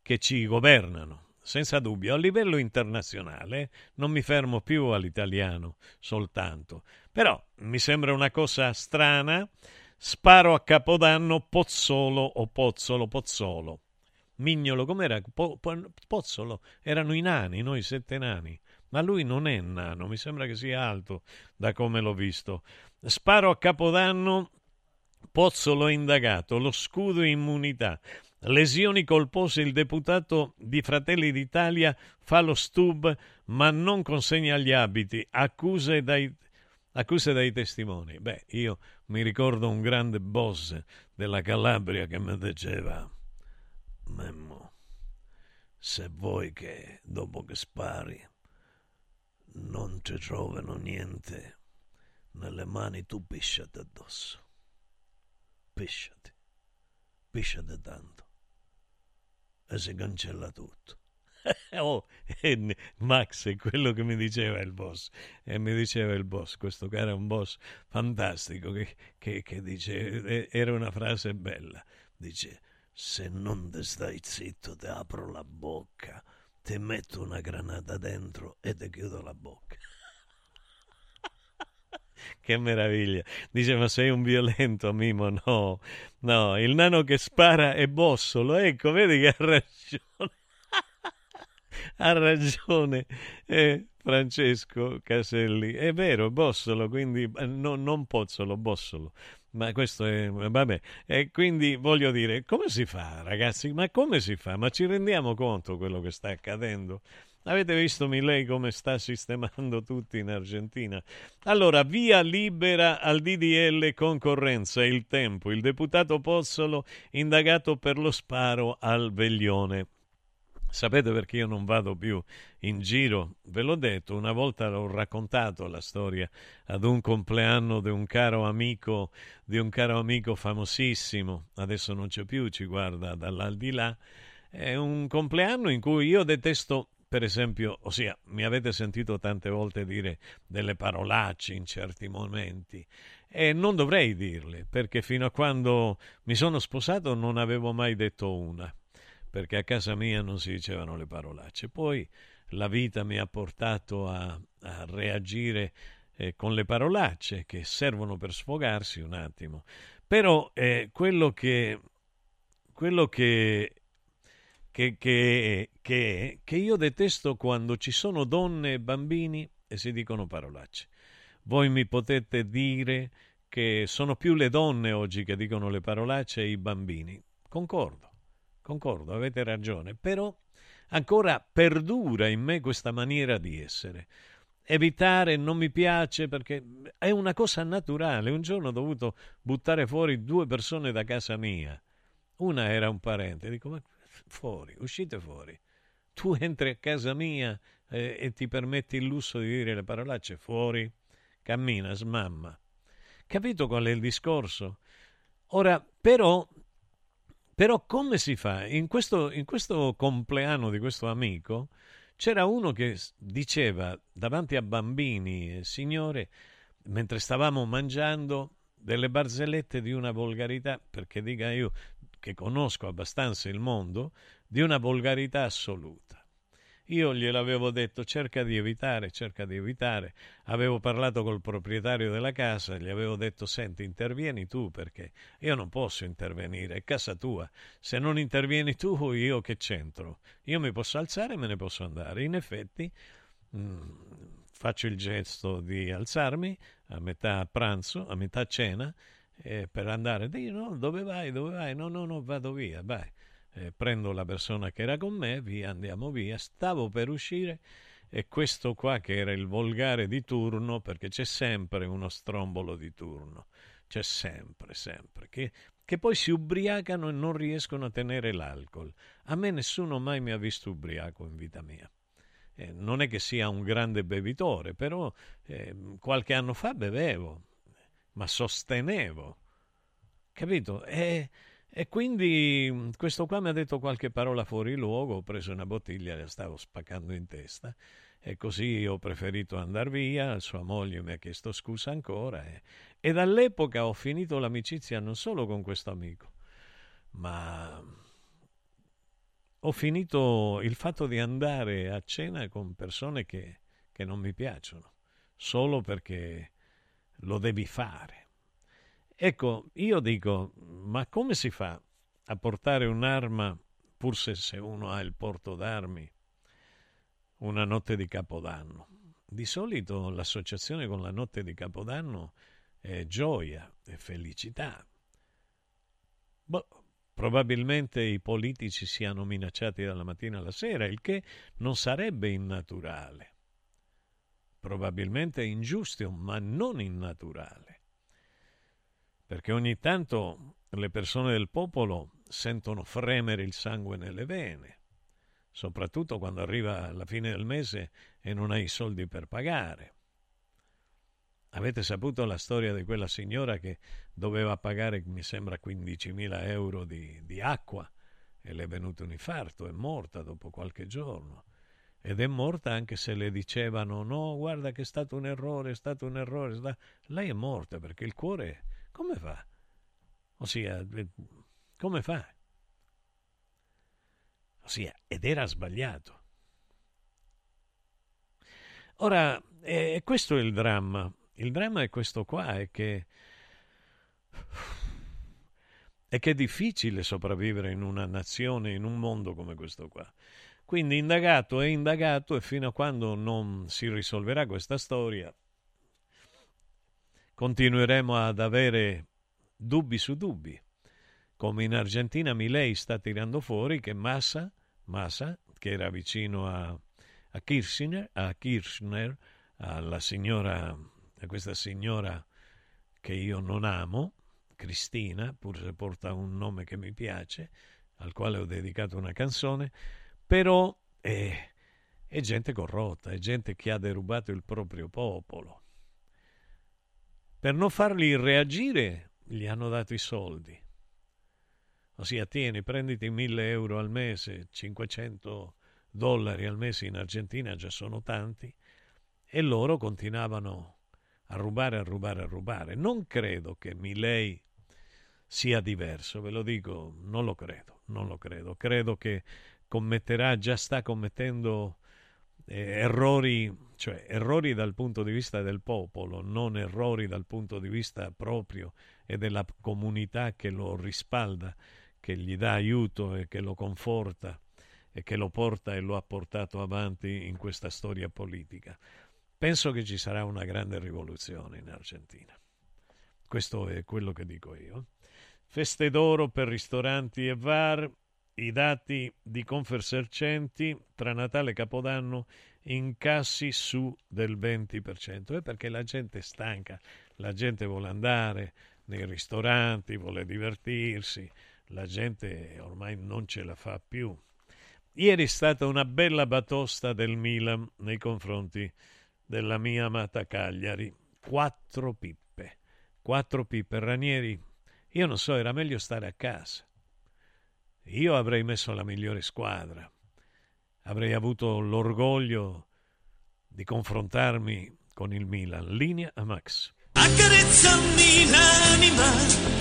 che ci governano, senza dubbio. A livello internazionale non mi fermo più all'italiano soltanto, però mi sembra una cosa strana. Sparo a Capodanno, Pozzolo o Pozzolo, Pozzolo. Mignolo, com'era? Po, po, Pozzolo, erano i nani, noi sette nani. Ma lui non è nano, mi sembra che sia alto da come l'ho visto. Sparo a Capodanno, Pozzolo indagato, lo scudo immunità. Lesioni colpose, il deputato di Fratelli d'Italia fa lo stub ma non consegna gli abiti, accuse dai, accuse dai testimoni. Beh, io mi ricordo un grande boss della Calabria che mi diceva: Memmo, se vuoi che dopo che spari non ti trovano niente nelle mani, tu pisciati addosso, pisciati, pisciati tanto e si cancella tutto. Oh, e Max è quello che mi diceva il boss, e mi diceva il boss, questo cara è un boss fantastico che, che, che dice, era una frase bella, dice: se non te stai zitto ti apro la bocca, ti metto una granata dentro e ti chiudo la bocca. Che meraviglia. Dice: ma sei un violento, Mimo? No, no, il nano che spara è Bossolo. Ecco, vedi che ha ragione. Ha ragione eh, Francesco Caselli. È vero, Bossolo, quindi no, non Pozzolo, Bossolo. Ma questo è, vabbè, e quindi voglio dire, come si fa, ragazzi? Ma come si fa? Ma ci rendiamo conto quello che sta accadendo? Avete visto Milei come sta sistemando tutti in Argentina? Allora, via libera al D D L concorrenza, il tempo. Il deputato Pozzolo indagato per lo sparo al veglione. Sapete perché io non vado più in giro? Ve l'ho detto, una volta l'ho raccontato la storia ad un compleanno di un caro amico, di un caro amico famosissimo, adesso non c'è più, ci guarda dall'aldilà. È un compleanno in cui io detesto, per esempio, ossia, mi avete sentito tante volte dire delle parolacce in certi momenti e non dovrei dirle, perché fino a quando mi sono sposato non avevo mai detto una, perché a casa mia non si dicevano le parolacce. Poi la vita mi ha portato a, a reagire eh, con le parolacce che servono per sfogarsi un attimo. Però eh, quello che quello che Che, che, che, che io detesto quando ci sono donne e bambini e si dicono parolacce. Voi mi potete dire che sono più le donne oggi che dicono le parolacce e i bambini. Concordo, concordo, avete ragione, però ancora perdura in me questa maniera di essere. Evitare non mi piace perché è una cosa naturale. Un giorno ho dovuto buttare fuori due persone da casa mia. Una era un parente, dico: ma fuori, uscite fuori. Tu entri a casa mia eh, e ti permetti il lusso di dire le parolacce? Fuori, cammina, smamma. Capito qual è il discorso? Ora, però, però come si fa? In questo, in questo compleanno di questo amico c'era uno che diceva davanti a bambini, signore, mentre stavamo mangiando, delle barzellette di una volgarità, perché dica io che conosco abbastanza il mondo, di una volgarità assoluta. Io gliel'avevo detto: cerca di evitare, cerca di evitare. Avevo parlato col proprietario della casa, gli avevo detto: senti, intervieni tu, perché io non posso intervenire, è casa tua. Se non intervieni tu, io che c'entro? Io mi posso alzare e me ne posso andare. In effetti mh, faccio il gesto di alzarmi a metà pranzo, a metà cena, Eh, per andare. Dico: no, dove vai, dove vai? No, no, no, vado via, vai. Eh, prendo la persona che era con me, via, andiamo via. Stavo per uscire e questo qua, che era il volgare di turno, perché c'è sempre uno strombolo di turno, c'è sempre, sempre, che, che poi si ubriacano e non riescono a tenere l'alcol. A me nessuno mai mi ha visto ubriaco in vita mia. Eh, non è che sia un grande bevitore, però eh, qualche anno fa bevevo, ma sostenevo, capito? E, e quindi questo qua mi ha detto qualche parola fuori luogo, ho preso una bottiglia e la stavo spaccando in testa, e così ho preferito andare via. Sua moglie mi ha chiesto scusa ancora, e, e dall'epoca ho finito l'amicizia non solo con questo amico, ma ho finito il fatto di andare a cena con persone che, che non mi piacciono, solo perché lo devi fare. Ecco, io dico, ma come si fa a portare un'arma, pur se, se uno ha il porto d'armi, una notte di Capodanno? Di solito l'associazione con la notte di Capodanno è gioia, è felicità. Boh, probabilmente i politici siano minacciati dalla mattina alla sera, il che non sarebbe innaturale. Probabilmente ingiusto, ma non innaturale. Perché ogni tanto le persone del popolo sentono fremere il sangue nelle vene, soprattutto quando arriva la fine del mese e non hai i soldi per pagare. Avete saputo la storia di quella signora che doveva pagare, mi sembra, quindicimila euro di, di acqua e le è venuto un infarto, è morta dopo qualche giorno. Ed è morta anche se le dicevano no, guarda che è stato un errore, è stato un errore. Sta... Lei è morta perché il cuore, come fa? Ossia, come fa? Ossia, ed era sbagliato. Ora, eh, questo è il dramma. Il dramma è questo qua, è che è che è difficile sopravvivere in una nazione, in un mondo come questo qua. Quindi indagato è indagato, e fino a quando non si risolverà questa storia continueremo ad avere dubbi su dubbi. Come in Argentina Milei sta tirando fuori che Massa, Massa che era vicino a, a Kirchner, a Kirchner, alla signora, a questa signora che io non amo, Cristina, pur se porta un nome che mi piace, al quale ho dedicato una canzone, però è, è gente corrotta, è gente che ha derubato il proprio popolo. Per non farli reagire gli hanno dato i soldi. Ossia, tieni, prenditi mille euro al mese, cinquecento dollari al mese in Argentina già sono tanti, e loro continuavano a rubare, a rubare, a rubare. Non credo che Milei sia diverso, ve lo dico, non lo credo, non lo credo. Credo che commetterà, già sta commettendo eh, errori, cioè errori dal punto di vista del popolo, non errori dal punto di vista proprio e della comunità che lo rispalda, che gli dà aiuto e che lo conforta e che lo porta e lo ha portato avanti in questa storia politica. Penso che ci sarà una grande rivoluzione in Argentina. Questo è quello che dico io. Feste d'oro per ristoranti e bar, i dati di Confesercenti tra Natale e Capodanno, incassi su del venti per cento. È perché la gente è stanca, la gente vuole andare nei ristoranti, vuole divertirsi, la gente ormai non ce la fa più. Ieri è stata una bella batosta del Milan nei confronti della mia amata Cagliari. Quattro pippe. Quattro pippe. Ranieri, io non so, era meglio stare a casa. Io avrei messo la migliore squadra. Avrei avuto l'orgoglio di confrontarmi con il Milan. Linea a Max. Accarezzami l'anima.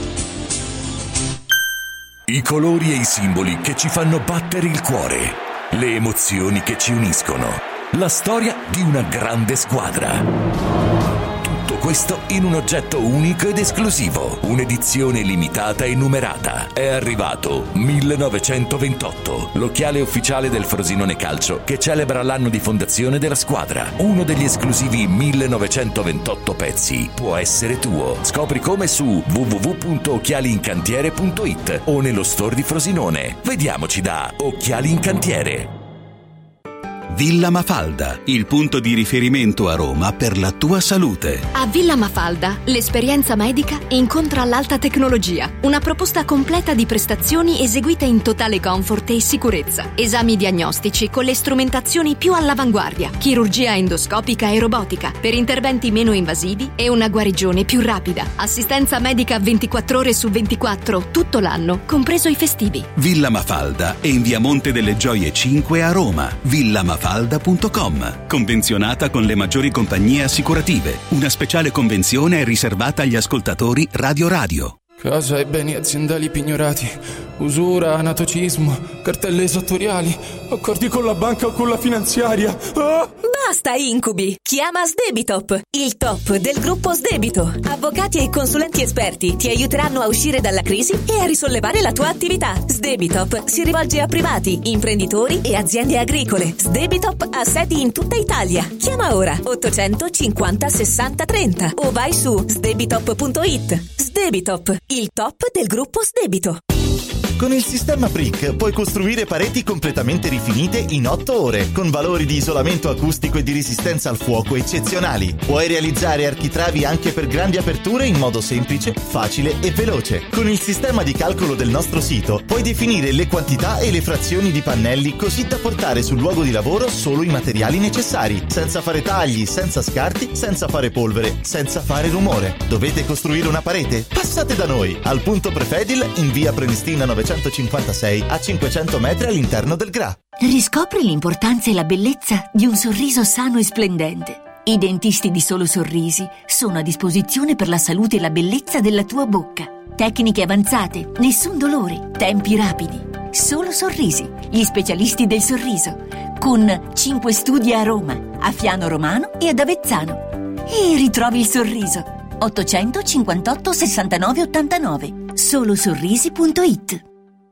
I colori e i simboli che ci fanno battere il cuore. Le emozioni che ci uniscono. La storia di una grande squadra. Tutto questo in un oggetto unico ed esclusivo. Un'edizione limitata e numerata. È arrivato millenovecentoventotto, l'occhiale ufficiale del Frosinone Calcio che celebra l'anno di fondazione della squadra. Uno degli esclusivi millenovecentoventotto pezzi può essere tuo. Scopri come su w w w punto occhiali in cantiere punto i t o nello store di Frosinone. Vediamoci da Occhiali in Cantiere. Villa Mafalda, il punto di riferimento a Roma per la tua salute. A Villa Mafalda, l'esperienza medica incontra l'alta tecnologia. Una proposta completa di prestazioni eseguite in totale comfort e sicurezza. Esami diagnostici con le strumentazioni più all'avanguardia. Chirurgia endoscopica e robotica per interventi meno invasivi e una guarigione più rapida. Assistenza medica ventiquattro ore su ventiquattro tutto l'anno, compreso i festivi. Villa Mafalda è in via Monte delle Gioie cinque a Roma. Villa Mafalda punto com. Convenzionata con le maggiori compagnie assicurative. Una speciale convenzione è riservata agli ascoltatori Radio Radio. Casa e beni aziendali pignorati, usura, anatocismo, cartelle esattoriali, accordi con la banca o con la finanziaria. Ah! Basta incubi! Chiama Sdebitop, il top del gruppo Sdebito. Avvocati e consulenti esperti ti aiuteranno a uscire dalla crisi e a risollevare la tua attività. Sdebitop si rivolge a privati, imprenditori e aziende agricole. Sdebitop ha sedi in tutta Italia. Chiama ora ottocentocinquanta sessanta trenta o vai su sdebitop punto it. Sdebitop, il top del gruppo Sdebito. Con il sistema Brick puoi costruire pareti completamente rifinite in otto ore, con valori di isolamento acustico e di resistenza al fuoco eccezionali. Puoi realizzare architravi anche per grandi aperture in modo semplice, facile e veloce. Con il sistema di calcolo del nostro sito puoi definire le quantità e le frazioni di pannelli così da portare sul luogo di lavoro solo i materiali necessari, senza fare tagli, senza scarti, senza fare polvere, senza fare rumore. Dovete costruire una parete? Passate da noi, al punto Prefedil in via Prenestina novecentocinquantasei a cinquecento metri all'interno del Gra. Riscopri l'importanza e la bellezza di un sorriso sano e splendente. I dentisti di Solo Sorrisi sono a disposizione per la salute e la bellezza della tua bocca. Tecniche avanzate, nessun dolore, tempi rapidi. Solo Sorrisi, gli specialisti del sorriso, con cinque studi a Roma, a Fiano Romano e ad Avezzano. E ritrovi il sorriso. ottocentocinquantotto sessantanove ottantanove. solo sorrisi punto it.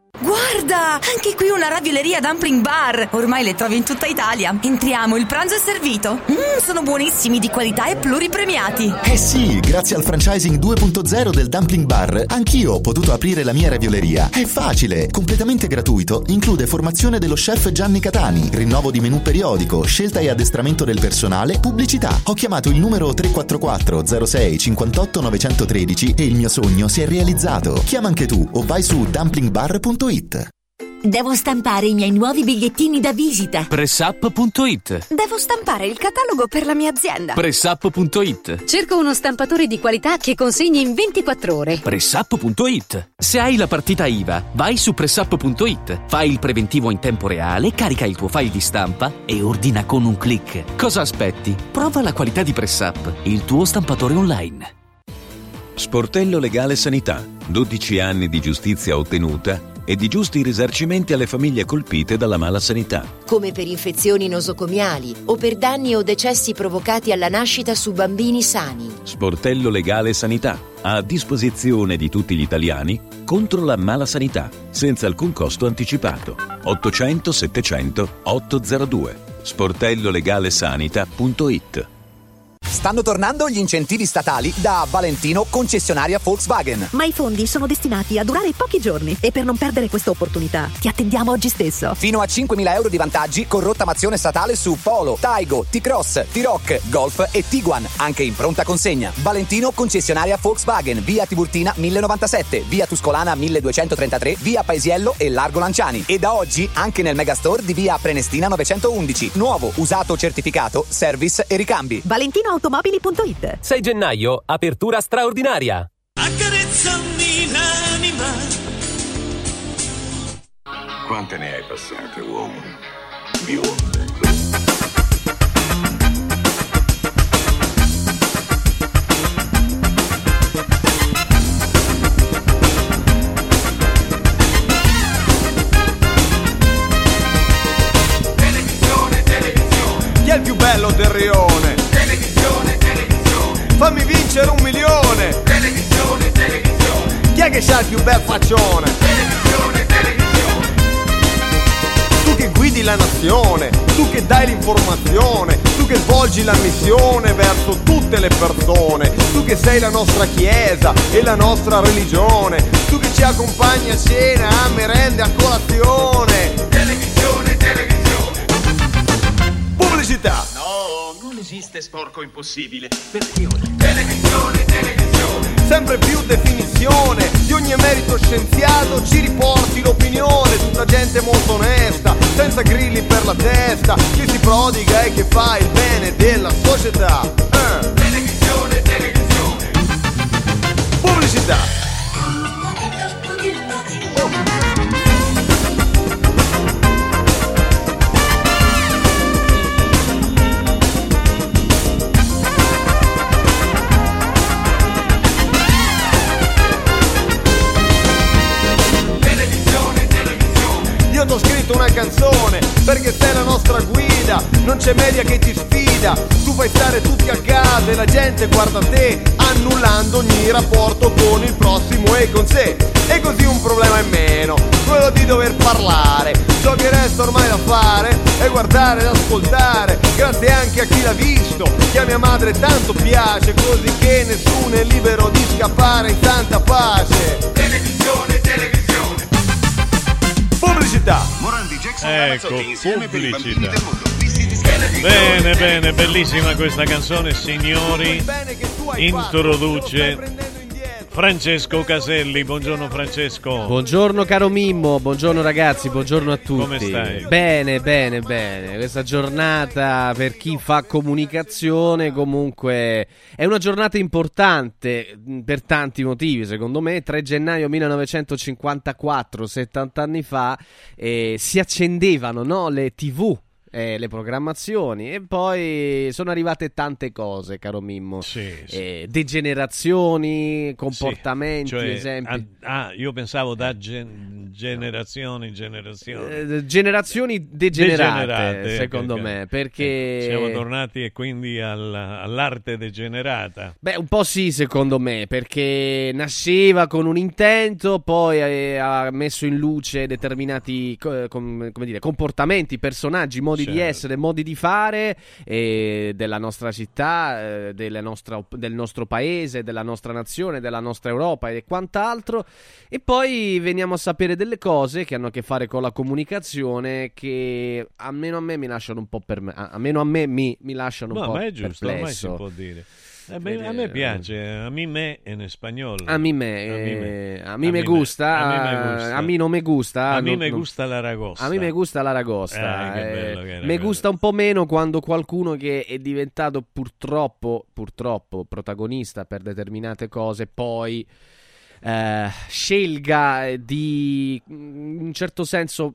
Guarda, anche qui una ravioleria Dumpling Bar. Ormai le trovi in tutta Italia. Entriamo, il pranzo è servito. Mmm, sono buonissimi, di qualità e pluripremiati. Eh sì, grazie al franchising due punto zero del Dumpling Bar, anch'io ho potuto aprire la mia ravioleria. È facile, completamente gratuito, include formazione dello chef Gianni Catani, rinnovo di menù periodico, scelta e addestramento del personale, pubblicità. Ho chiamato il numero tre quattro quattro zero sei cinquantotto novecentotredici e il mio sogno si è realizzato. Chiama anche tu o vai su dumpling bar punto it. Devo stampare i miei nuovi bigliettini da visita. pressup punto it. Devo stampare il catalogo per la mia azienda. pressup punto it. Cerco uno stampatore di qualità che consegni in ventiquattro ore. pressup punto it. Se hai la partita I V A, vai su pressup punto it. Fai il preventivo in tempo reale, carica il tuo file di stampa e ordina con un click. Cosa aspetti? Prova la qualità di Pressup, il tuo stampatore online. Sportello Legale Sanità. dodici anni di giustizia ottenuta e di giusti risarcimenti alle famiglie colpite dalla mala sanità. Come per infezioni nosocomiali o per danni o decessi provocati alla nascita su bambini sani. Sportello Legale Sanità. A disposizione di tutti gli italiani contro la mala sanità, senza alcun costo anticipato. ottocento settecento ottocentodue. sportello legale sanita punto it. Stanno tornando gli incentivi statali da Valentino concessionaria Volkswagen. Ma i fondi sono destinati a durare pochi giorni e per non perdere questa opportunità ti attendiamo oggi stesso. Fino a cinquemila euro di vantaggi con rottamazione statale su Polo, Taigo, T-Cross, T-Roc, Golf e Tiguan, anche in pronta consegna. Valentino concessionaria Volkswagen, via Tiburtina mille novantasette, via Tuscolana milleduecentotrentatré, via Paesiello e Largo Lanciani. E da oggi anche nel megastore di via Prenestina novecentoundici. Nuovo, usato, certificato, service e ricambi. Valentino automobili punto it. sei gennaio, apertura straordinaria. Accarezzami l'anima. Quante ne hai passate, uomo? Bionde. Televisione, televisione. Chi è il più bello del rione? Televisione, televisione. Fammi vincere un milione. Televisione, televisione. Chi è che c'ha il più bel faccione? Televisione, televisione. Tu che guidi la nazione, tu che dai l'informazione, tu che svolgi la missione verso tutte le persone, tu che sei la nostra chiesa e la nostra religione, tu che ci accompagni a cena, a merende, a colazione. Televisione, televisione. Pubblicità. Non esiste sporco impossibile, perché oggi televisione, televisione. Sempre più definizione di ogni emerito scienziato, ci riporti l'opinione, tutta gente molto onesta, senza grilli per la testa, che si prodiga e che fa il bene della società. Eh. Televisione, televisione. Pubblicità. Televisione, classe media che ti sfida, tu fai stare tutti a casa e la gente guarda te, annullando ogni rapporto con il prossimo e con sé. E così un problema in meno, quello di dover parlare. Ciò che resta ormai da fare è guardare ed ascoltare, grazie anche a chi l'ha visto, che a mia madre tanto piace, così che nessuno è libero di scappare in santa pace. Televisione, televisione. Pubblicità. Morandi, Jackson, ecco, pubblicità. Bene, bene, bellissima questa canzone, signori. Introduce Francesco Caselli. Buongiorno Francesco. Buongiorno caro Mimmo, buongiorno ragazzi, buongiorno a tutti. Come stai? Bene, bene, bene. Questa giornata per chi fa comunicazione comunque è una giornata importante per tanti motivi, secondo me. tre gennaio millenovecentocinquantaquattro, settanta anni fa, eh, si accendevano, no, le tivù. Eh, le programmazioni e poi sono arrivate tante cose, caro Mimmo. Sì, sì. Eh, degenerazioni, comportamenti, sì, cioè, esempi. Ah, ah, io pensavo da gen- generazioni, generazioni. Eh, generazioni degenerate, degenerate secondo perché, me, perché eh, siamo tornati e quindi alla, all'arte degenerata. Beh, un po' sì, secondo me, perché nasceva con un intento, poi eh, ha messo in luce determinati co- com- come dire, comportamenti, personaggi, modi di essere, modi di fare eh, della nostra città, eh, della nostra, del nostro paese, della nostra nazione, della nostra Europa e quant'altro. E poi veniamo a sapere delle cose che hanno a che fare con la comunicazione che almeno a me mi lasciano un po' per me, almeno a me mi, mi lasciano un no, po' ma è giusto, perplesso. ormai si può dire. Eh beh, a me piace, a mí me en español. A mí me, eh, a mí me gusta, a mí me gusta, a mí no me gusta. A mí no, me no. gusta l'aragosta. A mí me gusta l'aragosta. Eh, che bello eh, che era me quello. gusta un po' meno quando qualcuno che è diventato purtroppo, purtroppo protagonista per determinate cose poi Uh, scelga di in un certo senso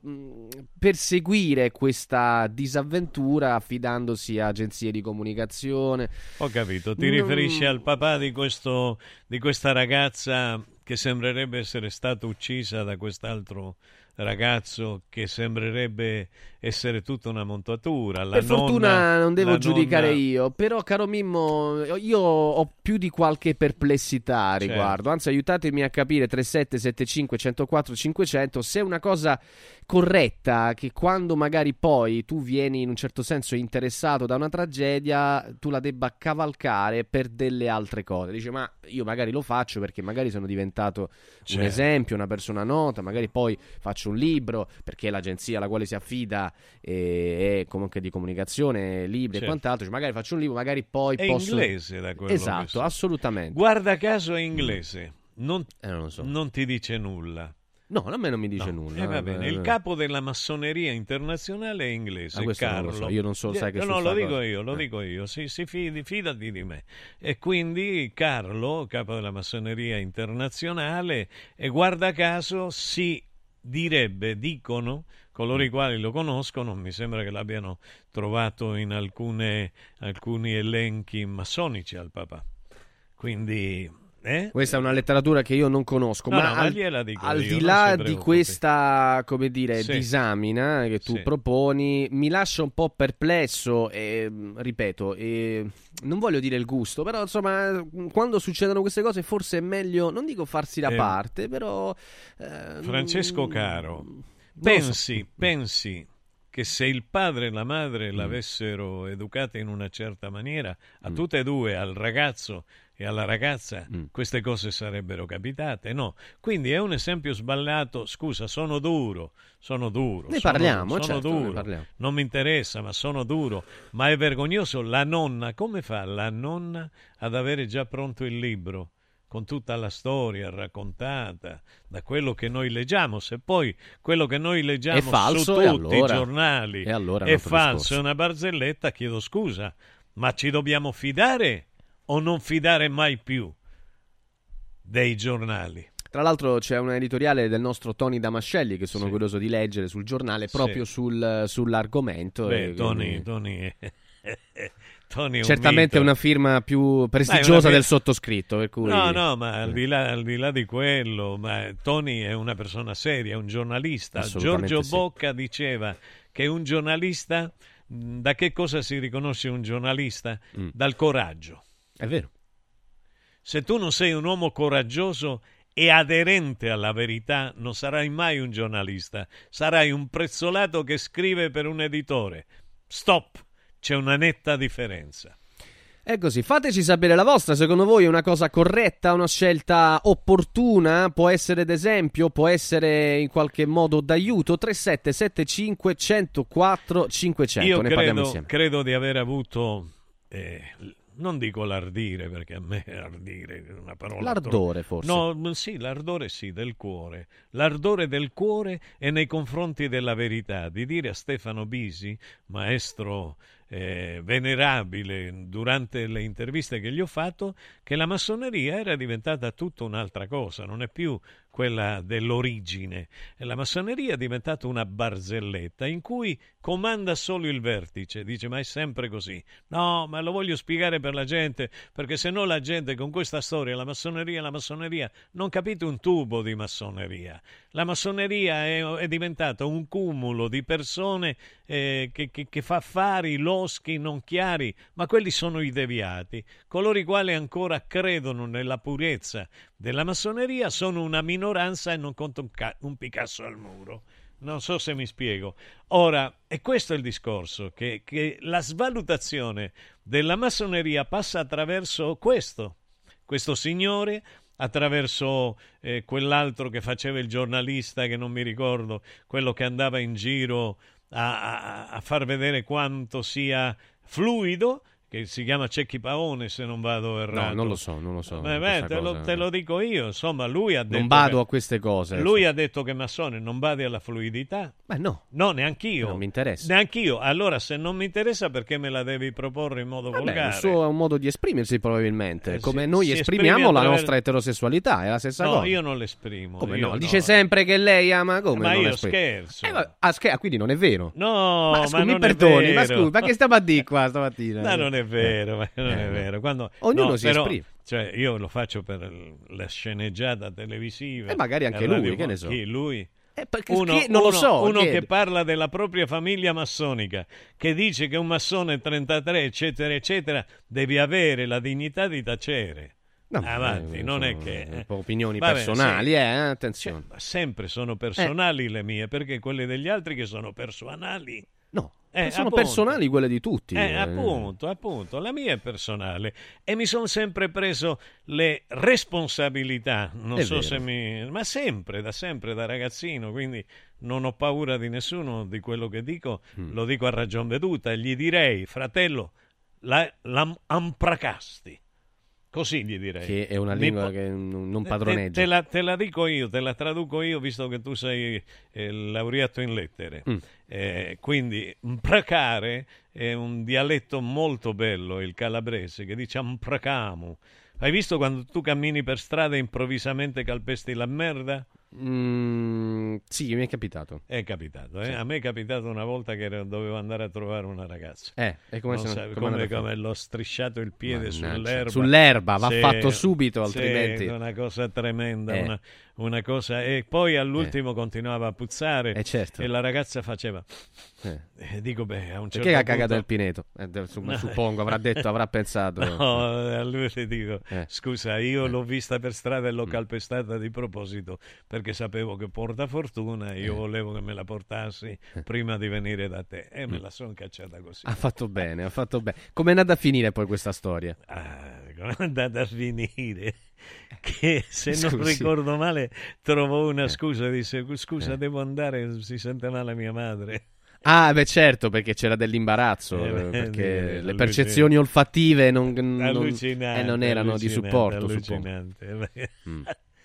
perseguire questa disavventura affidandosi a agenzie di comunicazione. Ho capito, ti Mm. riferisci al papà di questo di questa ragazza che sembrerebbe essere stata uccisa da quest'altro ragazzo che sembrerebbe essere tutta una montatura. La Per fortuna nonna, non devo la giudicare nonna... io, però caro Mimmo, io ho più di qualche perplessità a riguardo, Certo. anzi aiutatemi a capire tre sette sette cinque uno zero quattro cinquecento se è una cosa corretta che quando magari poi tu vieni in un certo senso interessato da una tragedia tu la debba cavalcare per delle altre cose. Dice ma io magari lo faccio perché magari sono diventato Certo. un esempio, una persona nota, magari poi faccio un libro perché l'agenzia alla quale si affida eh, è comunque di comunicazione, libri Certo. e quant'altro, cioè, magari faccio un libro, magari poi È posso... inglese da quello che Esatto, so. assolutamente. Guarda caso è inglese, non, Eh, non lo so. non ti dice nulla. No, a me non mi dice No. nulla. Eh, va bene. Eh, Il capo della massoneria internazionale è inglese, Ah, questo non Carlo. lo so, io non so, sai che no, su no, sta lo dico cosa. io, lo Eh. dico io. Sì, sì, fidi, fidati di me. E quindi Carlo, capo della massoneria internazionale, e guarda caso si direbbe, dicono coloro i quali lo conoscono, mi sembra che l'abbiano trovato in alcune, alcuni elenchi massonici al papà. Quindi, eh? Questa è una letteratura che io non conosco, No, ma no, ma al, gliela dico al io, di non là si di preoccupi. questa, come dire, Sì. disamina che tu Sì. proponi, mi lascia un po' perplesso e, ripeto, e, non voglio dire il gusto, però insomma, quando succedono queste cose forse è meglio, non dico farsi da Eh, parte, però... eh, Francesco mm, caro, non lo pensi, so. pensi che se il padre e la madre l'avessero educata in una certa maniera, a Mm. tutte e due, al ragazzo e alla ragazza, Mm. queste cose sarebbero capitate? No. Quindi è un esempio sbagliato. Scusa, sono duro, sono duro. Ne sono- parliamo, sono certo, ne duro. parliamo. Non mi interessa, ma sono duro. Ma è vergognoso. La nonna, come fa la nonna ad avere già pronto il libro? Con tutta la storia raccontata da quello che noi leggiamo, se poi quello che noi leggiamo È falso, su e tutti allora- i giornali e allora è è un altro falso, discorso. è una barzelletta, chiedo scusa, ma ci dobbiamo fidare o non fidare mai più dei giornali? Tra l'altro c'è un editoriale del nostro Tony Damascelli che sono Sì. curioso di leggere sul giornale Sì. proprio sul, sull'argomento. Beh, e Tony, quindi- Tony, è- Tony è un certamente è mito. una firma più Dai, prestigiosa una- del sottoscritto, per cui... No, no, ma al di, là, al di là di quello, ma Tony è una persona seria, è un giornalista. Assolutamente Giorgio sì. Bocca diceva che un giornalista da che cosa si riconosce un giornalista? Mm. Dal coraggio. È vero. Se tu non sei un uomo coraggioso e aderente alla verità, non sarai mai un giornalista, sarai un prezzolato che scrive per un editore. Stop, c'è una netta differenza. È così, fateci sapere la vostra, secondo voi è una cosa corretta, una scelta opportuna, può essere d'esempio, può essere in qualche modo d'aiuto. Tre sette sette cinque uno zero quattro cinquecento. Io ne credo, parliamo insieme. credo di aver avuto, eh, non dico l'ardire, perché a me ardire è una parola... L'ardore troppo... forse. No, sì, l'ardore sì, del cuore. L'ardore del cuore è nei confronti della verità, di dire a Stefano Bisi, maestro... Eh, venerabile, durante le interviste che gli ho fatto, che la massoneria era diventata tutta un'altra cosa, non è più quella dell'origine, e la massoneria è diventata una barzelletta in cui comanda solo il vertice. Dice: ma è sempre così. No, ma lo voglio spiegare per la gente, perché se no la gente con questa storia, la massoneria, la massoneria, non capite un tubo di massoneria. La massoneria è, è diventata un cumulo di persone eh, che, che, che fa affari loschi, non chiari, ma quelli sono i deviati. Coloro i quali ancora credono nella purezza della massoneria sono una minoranza e non conta un, ca- un Picasso al muro. Non so se mi spiego. Ora, e questo è il discorso, che, che la svalutazione della massoneria passa attraverso questo. Questo signore, attraverso eh, quell'altro che faceva il giornalista, che non mi ricordo, quello che andava in giro a, a, a far vedere quanto sia fluido, che si chiama Cecchi Paone, se non vado errato. No, non lo so, non lo so. Beh, beh, te, lo, te lo dico io, insomma, lui ha detto... Non bado che, a queste cose. Lui so. ha detto che Massone non badi alla fluidità. Beh, no. No, neanch'io. Non mi interessa. Neanch'io. Allora, se non mi interessa, perché me la devi proporre in modo Vabbè, volgare? Il suo è un modo di esprimersi, probabilmente. Eh, Come si, noi si esprimiamo la attraver... nostra eterosessualità, è la stessa no, cosa. No, io non l'esprimo. Come io no? no. Dice sempre che lei ama, come ma non io esprime? scherzo. Eh, ma, ah, scher- quindi non è vero? No, ma, ma scusi, non mi perdoni, è ma vero. scusi, ma che stiamo a dire qua stamattina? Ma non è vero, ma non eh, è vero. Quando Ognuno no, si però, esprime. Cioè, io lo faccio per la sceneggiata televisiva. E magari anche radio, lui, che ne so. Chi? Lui? Eh, perché, uno, chi? Non uno, lo so. Uno chiede. che parla della propria famiglia massonica, che dice che un massone trentatré, eccetera, eccetera, deve avere la dignità di tacere. No, avanti, eh, non è sono che... Eh. opinioni Vabbè, personali, sì. eh, attenzione. Cioè, sempre sono personali eh. le mie, perché quelle degli altri che sono personali... No, Eh, sono appunto. personali quelle di tutti. Eh, appunto, appunto, la mia è personale e mi sono sempre preso le responsabilità, non È so vero. se mi... ma sempre, da sempre, da ragazzino, quindi non ho paura di nessuno, di quello che dico, mm. lo dico a ragion veduta, e gli direi, fratello, la, la ampracasti. Così gli direi. Che è una lingua po- che non padroneggia. Te, te, la, te la dico io, te la traduco io, visto che tu sei eh, laureato in lettere. Mm. Eh, quindi, impracare è un dialetto molto bello, il calabrese, che dice ampracamu. Hai visto quando tu cammini per strada e improvvisamente calpesti la merda? Mm, sì, mi è capitato. È capitato, eh? Sì. A me è capitato una volta che era, dovevo andare a trovare una ragazza. Eh, e come, Non se, sape- come, come, come l'ho strisciato il piede Mannaggia. sull'erba. Sull'erba, va Sì, fatto subito, sì, altrimenti... una cosa tremenda, Eh. una, una cosa... E poi all'ultimo continuava a puzzare Eh, certo. e la ragazza faceva... Eh. E dico, beh, a un certo Perché ha punto... cagato il pineto? Eh, de- su- No. Suppongo, avrà detto, avrà pensato. No, a lui le dico, Eh. scusa, io l'ho vista per strada e l'ho calpestata di proposito, perché sapevo che porta fortuna e io Eh. volevo che me la portassi prima di venire da te. E me Mm. la sono cacciata così. Ha fatto bene, ha fatto bene. Com'è andata a finire poi questa storia? Ah, come è andata a finire? Che se non Scusi. ricordo male trovò una scusa, disse scusa Eh. devo andare, si sente male mia madre. Ah, beh, certo, perché c'era dell'imbarazzo, Eh, eh, beh, perché eh, le allucinante. percezioni olfattive non, non- Allucinante, eh, non erano di allucinante, supporto, suppongo. allucinante. Mm.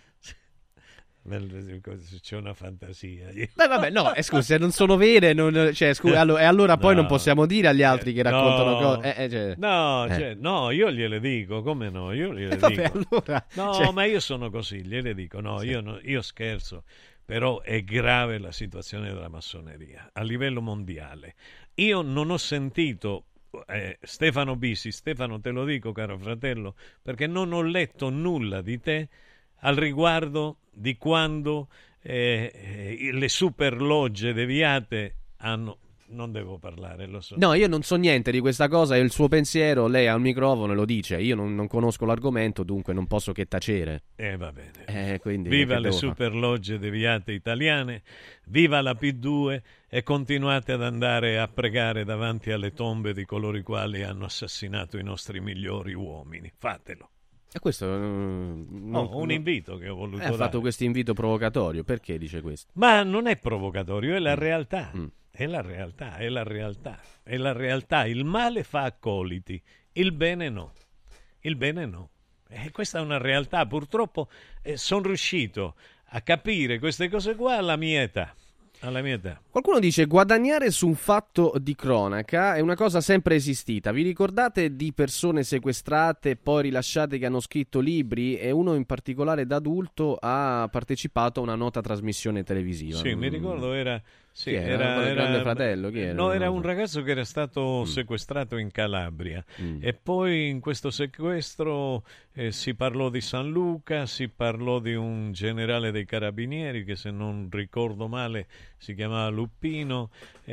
C'è una fantasia. Beh, vabbè, no, eh, scusi, se non sono vere, non, cioè, scusi, allo- e allora poi No. non possiamo dire agli altri che No. raccontano cose. Eh, eh, cioè- No, eh. cioè, no, io gliele dico, come no? Io gliele Eh, vabbè, dico. allora, No, cioè- ma io sono così, gliele dico. No, Sì. io, no, io scherzo, però è grave la situazione della massoneria a livello mondiale. Io non ho sentito eh, Stefano Bisi, Stefano, te lo dico, caro fratello, perché non ho letto nulla di te al riguardo di quando eh, eh, le super logge deviate hanno non devo parlare, lo so. No, io non so niente di questa cosa, è il suo pensiero, lei ha il microfono e lo dice, io non, non conosco l'argomento, dunque non posso che tacere. Eh, va bene. Eh, quindi, viva le superlogge deviate italiane, viva la P due e continuate ad andare a pregare davanti alle tombe di coloro i quali hanno assassinato i nostri migliori uomini. Fatelo. E questo uh, non, oh, un invito che ho voluto eh, dare. Ha fatto questo invito provocatorio, perché dice questo? Ma non è provocatorio, è la mm. realtà. Mm. È la realtà, è la realtà, è la realtà. Il male fa accoliti, il bene no. Il bene no. E questa è una realtà. Purtroppo eh, sono riuscito a capire queste cose qua alla mia età. Alla mia età. Qualcuno dice: guadagnare su un fatto di cronaca è una cosa sempre esistita. Vi ricordate di persone sequestrate poi rilasciate che hanno scritto libri? E uno in particolare da adulto ha partecipato a una nota trasmissione televisiva. Sì, mm. mi ricordo era... Sì, Chi era, era, era Grande Fratello? Chi era? No, era un ragazzo che era stato mm. sequestrato in Calabria mm. e poi in questo sequestro eh, si parlò di San Luca, si parlò di un generale dei carabinieri che, se non ricordo male, si chiamava Luppino,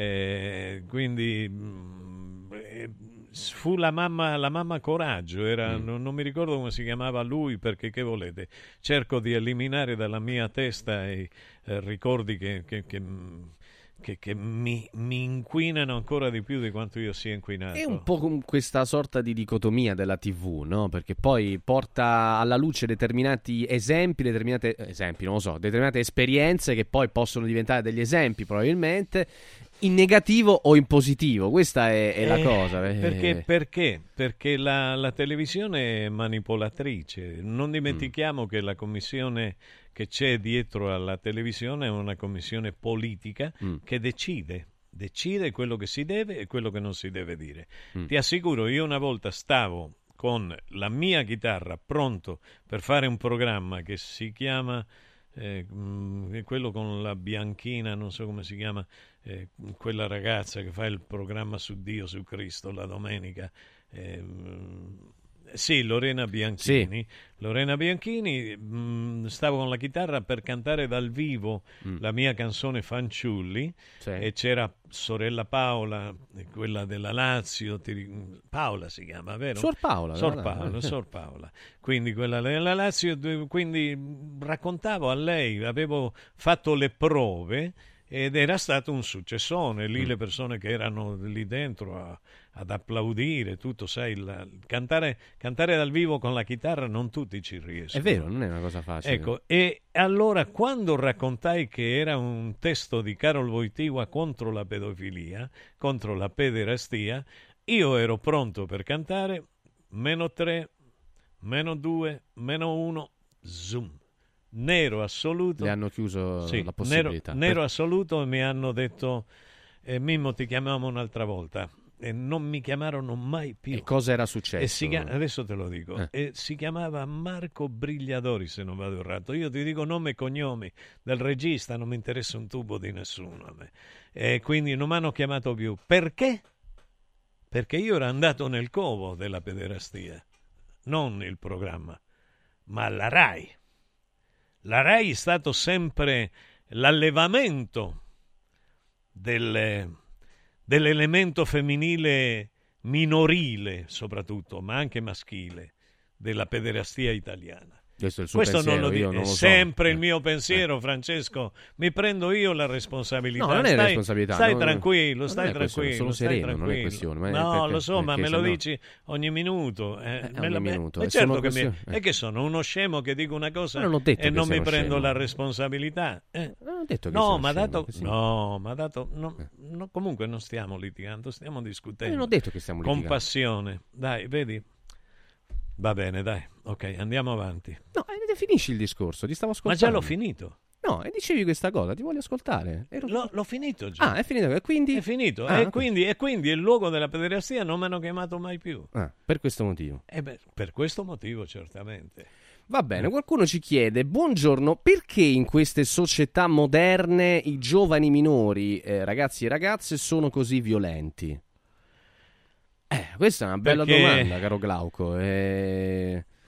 eh, quindi mh, eh, fu la mamma, la mamma Coraggio, era, mm. non, non mi ricordo come si chiamava lui, perché che volete, cerco di eliminare dalla mia testa i eh, ricordi che... che, che Che, che mi, mi inquinano ancora di più di quanto io sia inquinato. È un po' con questa sorta di dicotomia della tivù, no? Perché poi porta alla luce determinati esempi, determinate esempi, non lo so, determinate esperienze che poi possono diventare degli esempi probabilmente in negativo o in positivo. Questa è, è la eh, cosa. Perché? Perché? Perché la, la televisione è manipolatrice. Non dimentichiamo mm. che la commissione che c'è dietro alla televisione è una commissione politica mm. che decide, decide quello che si deve e quello che non si deve dire. Mm. Ti assicuro, io una volta stavo con la mia chitarra pronto per fare un programma che si chiama, eh, quello con la bianchina, non so come si chiama, eh, quella ragazza che fa il programma su Dio, su Cristo, la domenica, eh, Sì, Lorena Bianchini. Sì. Lorena Bianchini, mh, stavo con la chitarra per cantare dal vivo mm. la mia canzone Fanciulli, sì. e c'era sorella Paola, quella della Lazio, ti... Paola si chiama, vero? Sor Paola. Sor Paola, Sor Paola. Quindi quella della Lazio, quindi raccontavo a lei, avevo fatto le prove ed era stato un successone, lì mm. le persone che erano lì dentro a, ad applaudire, tutto, sai, la, cantare, cantare dal vivo con la chitarra non tutti ci riescono. È vero, non è una cosa facile. Ecco, e allora quando raccontai che era un testo di Karol Wojtyła contro la pedofilia, contro la pederastia, io ero pronto per cantare, meno tre, meno due, meno uno, zoom. Nero assoluto. Le hanno chiuso sì, la possibilità. Nero, nero assoluto, e mi hanno detto eh, Mimmo, ti chiamiamo un'altra volta. E non mi chiamarono mai più. E cosa era successo? E si, adesso te lo dico. Eh. E si chiamava Marco Brigliadori, se non vado errato. Io ti dico nome e cognomi del regista, non mi interessa un tubo di nessuno a me. E quindi non mi hanno chiamato più. Perché? Perché io ero andato nel covo della pederastia, non il programma, ma la Rai. La Rai è stato sempre l'allevamento del, dell'elemento femminile minorile, soprattutto, ma anche maschile, della pederastia italiana. Questo è il suo Questo pensiero, non lo dico, io non è lo so. sempre eh. il mio pensiero, eh. Francesco. Mi prendo io la responsabilità. No, non è stai, responsabilità. Stai non, tranquillo, stai non tranquillo. Sono stai sereno, tranquillo. non è questione. Ma no, è perché, lo so, ma me lo no. dici ogni minuto. Eh, Eh, me ogni lo, minuto. Eh, È certo solo che mi, questione- è che sono uno scemo che dico una cosa Ma non ho detto e che non sei mi uno prendo scemo. la responsabilità. Eh. Non ho detto che no, sei uno ma scemo, dato, che sì. no, ma dato, no, no, comunque non stiamo litigando, stiamo discutendo. Io non ho detto che stiamo litigando. Con passione. Dai, vedi? Va bene, dai. Ok, andiamo avanti. No, eh, finisci il discorso, ti stavo Ma ascoltando. già l'ho finito. No, e dicevi questa cosa, ti voglio ascoltare. Ero... L'ho, l'ho finito già. Ah, è finito, e quindi? È finito. Ah, e, okay. quindi, e quindi il luogo della pederastia non mi hanno chiamato mai più. Ah, per questo motivo. Eh beh, per questo motivo, certamente. Va bene, qualcuno ci chiede: buongiorno, perché in queste società moderne i giovani minori, eh, ragazzi e ragazze, sono così violenti? Eh, questa è una bella Perché... domanda, caro Glauco. Eh...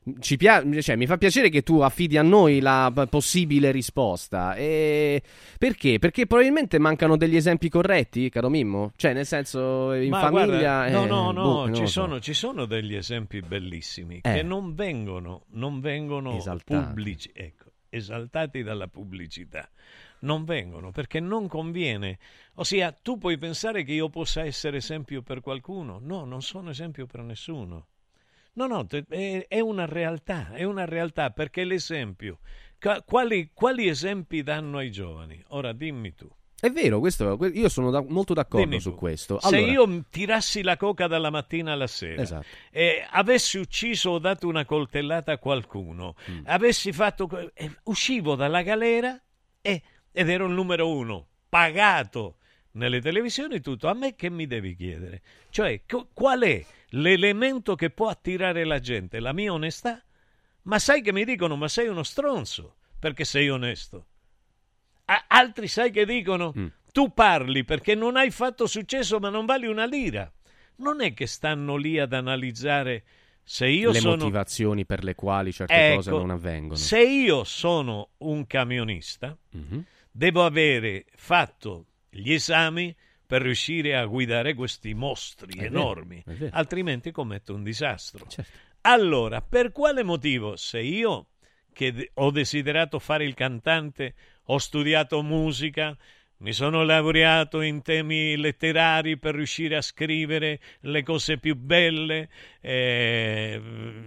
ci pia- cioè, mi fa piacere che tu affidi a noi la p- possibile risposta. E perché? Perché probabilmente mancano degli esempi corretti, caro Mimmo? Cioè, nel senso, in Ma famiglia... guarda, no, eh, no, no, boh, non ci, lo so. sono, ci sono degli esempi bellissimi Eh. che non vengono, non vengono Esaltati. pubblici, ecco, esaltati dalla pubblicità. Non vengono perché non conviene. Ossia, tu puoi pensare che io possa essere esempio per qualcuno? No, non sono esempio per nessuno. No, no, te- è, è una realtà, è una realtà perché l'esempio. Ca- Quali, quali esempi danno ai giovani? Ora dimmi tu. È vero, questo, que- io sono da- molto d'accordo Dimmi su tu. questo. Se Allora, io tirassi la coca dalla mattina alla sera Esatto. e avessi ucciso o dato una coltellata a qualcuno, Mm. avessi fatto que- eh, uscivo dalla galera e, ed ero il numero uno, pagato nelle televisioni, tutto. A me che mi devi chiedere? Cioè, co- qual è l'elemento che può attirare la gente? La mia onestà? Ma sai che mi dicono, ma sei uno stronzo perché sei onesto. A- altri sai che dicono, Mm. tu parli perché non hai fatto successo ma non vali una lira. Non è che stanno lì ad analizzare se io le sono... motivazioni per le quali certe Ecco, cose non avvengono. se io sono un camionista, Mhm. devo avere fatto gli esami per riuscire a guidare questi mostri È vero, enormi, è vero. altrimenti commetto un disastro. Certo. Allora, per quale motivo, se io che de- ho desiderato fare il cantante, ho studiato musica, mi sono laureato in temi letterari per riuscire a scrivere le cose più belle, eh,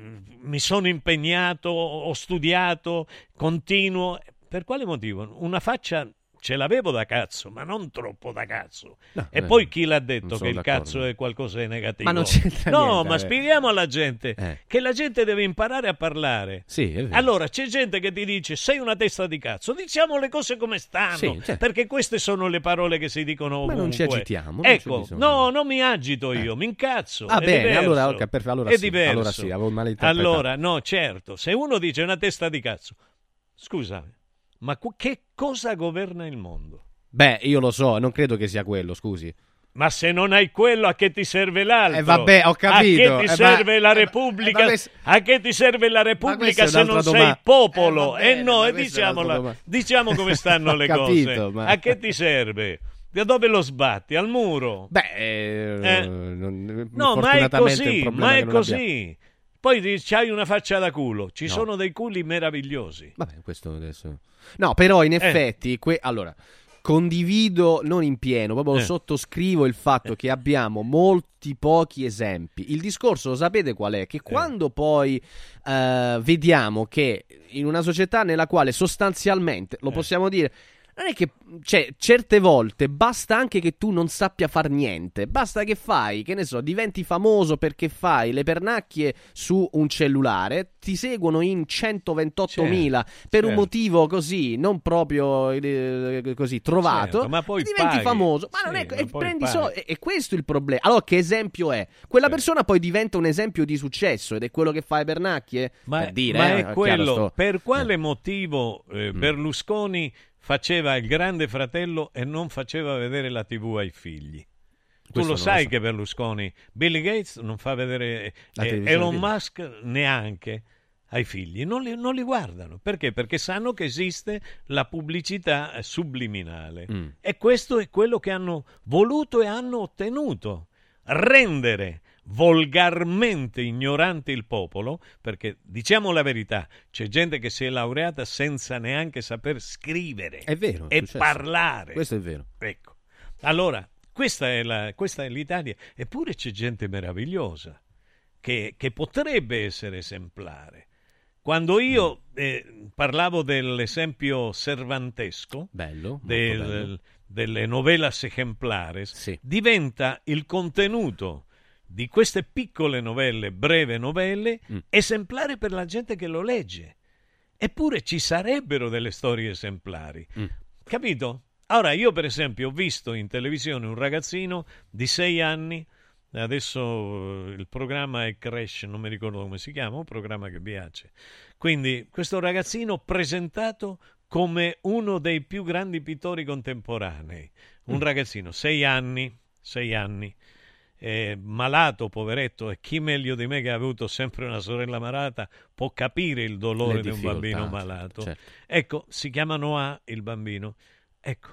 mi sono impegnato, ho studiato, continuo. Per quale motivo? Una faccia ce l'avevo da cazzo, ma non troppo da cazzo. No, e eh, poi chi l'ha non detto sono che il d'accordo. cazzo è qualcosa di negativo? Ma non c'entra no, niente, ma eh. spieghiamo alla gente Eh. che la gente deve imparare a parlare. Sì, è vero. Allora, c'è gente che ti dice sei una testa di cazzo, diciamo le cose come stanno, Sì, certo. perché queste sono le parole che si dicono Ma ovunque. non ci agitiamo, non c'è Ecco, bisogno. no, non mi agito io, mi incazzo. Ah, è bene, diverso. allora, ok, perfetto, allora è sì, diverso. allora sì, avevo malinterpretato. Allora, no, certo, se uno dice una testa di cazzo, scusa, ma qu- che cosa governa il mondo? Beh, io lo so, non credo che sia quello, scusi. Ma se non hai quello, a che ti serve l'altro? Eh, vabbè, ho capito. A che ti Eh, serve ma- la eh, Repubblica? ma questo- A che ti serve la questa Repubblica è se non un'altra sei domanda. popolo? Eh, va Eh bene, no, ma e questa è diciamola, un'altra domanda. diciamo come stanno Ho le capito, cose. ma- A che ti serve? Da dove lo sbatti? Al muro? Beh, eh, Eh. non- No, ma è fortunatamente un così, problema ma che è non così. abbiamo. Poi dici, c'hai una faccia da culo. Ci No. sono dei culi meravigliosi. Vabbè, questo adesso... No, però Eh. in effetti, que- allora, condivido non in pieno, proprio lo Eh. sottoscrivo il fatto che abbiamo molti pochi esempi. Il discorso, lo sapete qual è? Che quando poi eh, vediamo che in una società nella quale sostanzialmente, lo Eh. possiamo dire, non è che, cioè, certe volte basta anche che tu non sappia far niente, basta che fai, che ne so, diventi famoso perché fai le pernacchie su un cellulare, ti seguono in centoventottomila per un certo. motivo così, non proprio eh, così trovato, Certo, ma poi e diventi paghi. famoso, ma Sì, non è, ma e poi prendi paghi. so, e, e questo è il problema. Allora, che esempio è? Quella persona poi diventa un esempio di successo ed è quello che fa le pernacchie? Ma, per dire, ma eh, è chiaro, quello, sto- per quale motivo eh, Mm. Berlusconi faceva il Grande Fratello e non faceva vedere la tivù ai figli? Tu Questo lo non sai lo so. che Berlusconi, Bill Gates non fa vedere, La eh, televisione Elon ai figli. Musk neanche ai figli, non li, non li guardano. Perché? Perché sanno che esiste la pubblicità eh, subliminale. Mm. E questo è quello che hanno voluto e hanno ottenuto. Rendere volgarmente ignorante il popolo, perché diciamo la verità, c'è gente che si è laureata senza neanche saper scrivere È vero, è e successo. parlare. Questo è vero. Ecco. Allora, questa è, la, questa è l'Italia. Eppure c'è gente meravigliosa che, che potrebbe essere esemplare. Quando io eh, parlavo dell'esempio cervantesco, Bello, molto del- bello. delle novelas ejemplares, Sì. diventa il contenuto di queste piccole novelle, breve novelle, Mm. esemplare per la gente che lo legge. Eppure ci sarebbero delle storie esemplari. Mm. Capito? Ora, io per esempio ho visto in televisione un ragazzino di sei anni, adesso eh, il programma è Crash, non mi ricordo come si chiama, un programma che piace. Quindi questo ragazzino presentato come uno dei più grandi pittori contemporanei, un Mm. ragazzino, sei anni, sei anni, è malato, poveretto, e chi meglio di me che ha avuto sempre una sorella malata può capire il dolore di un bambino malato. Certo. Ecco, si chiama Noah il bambino. Ecco,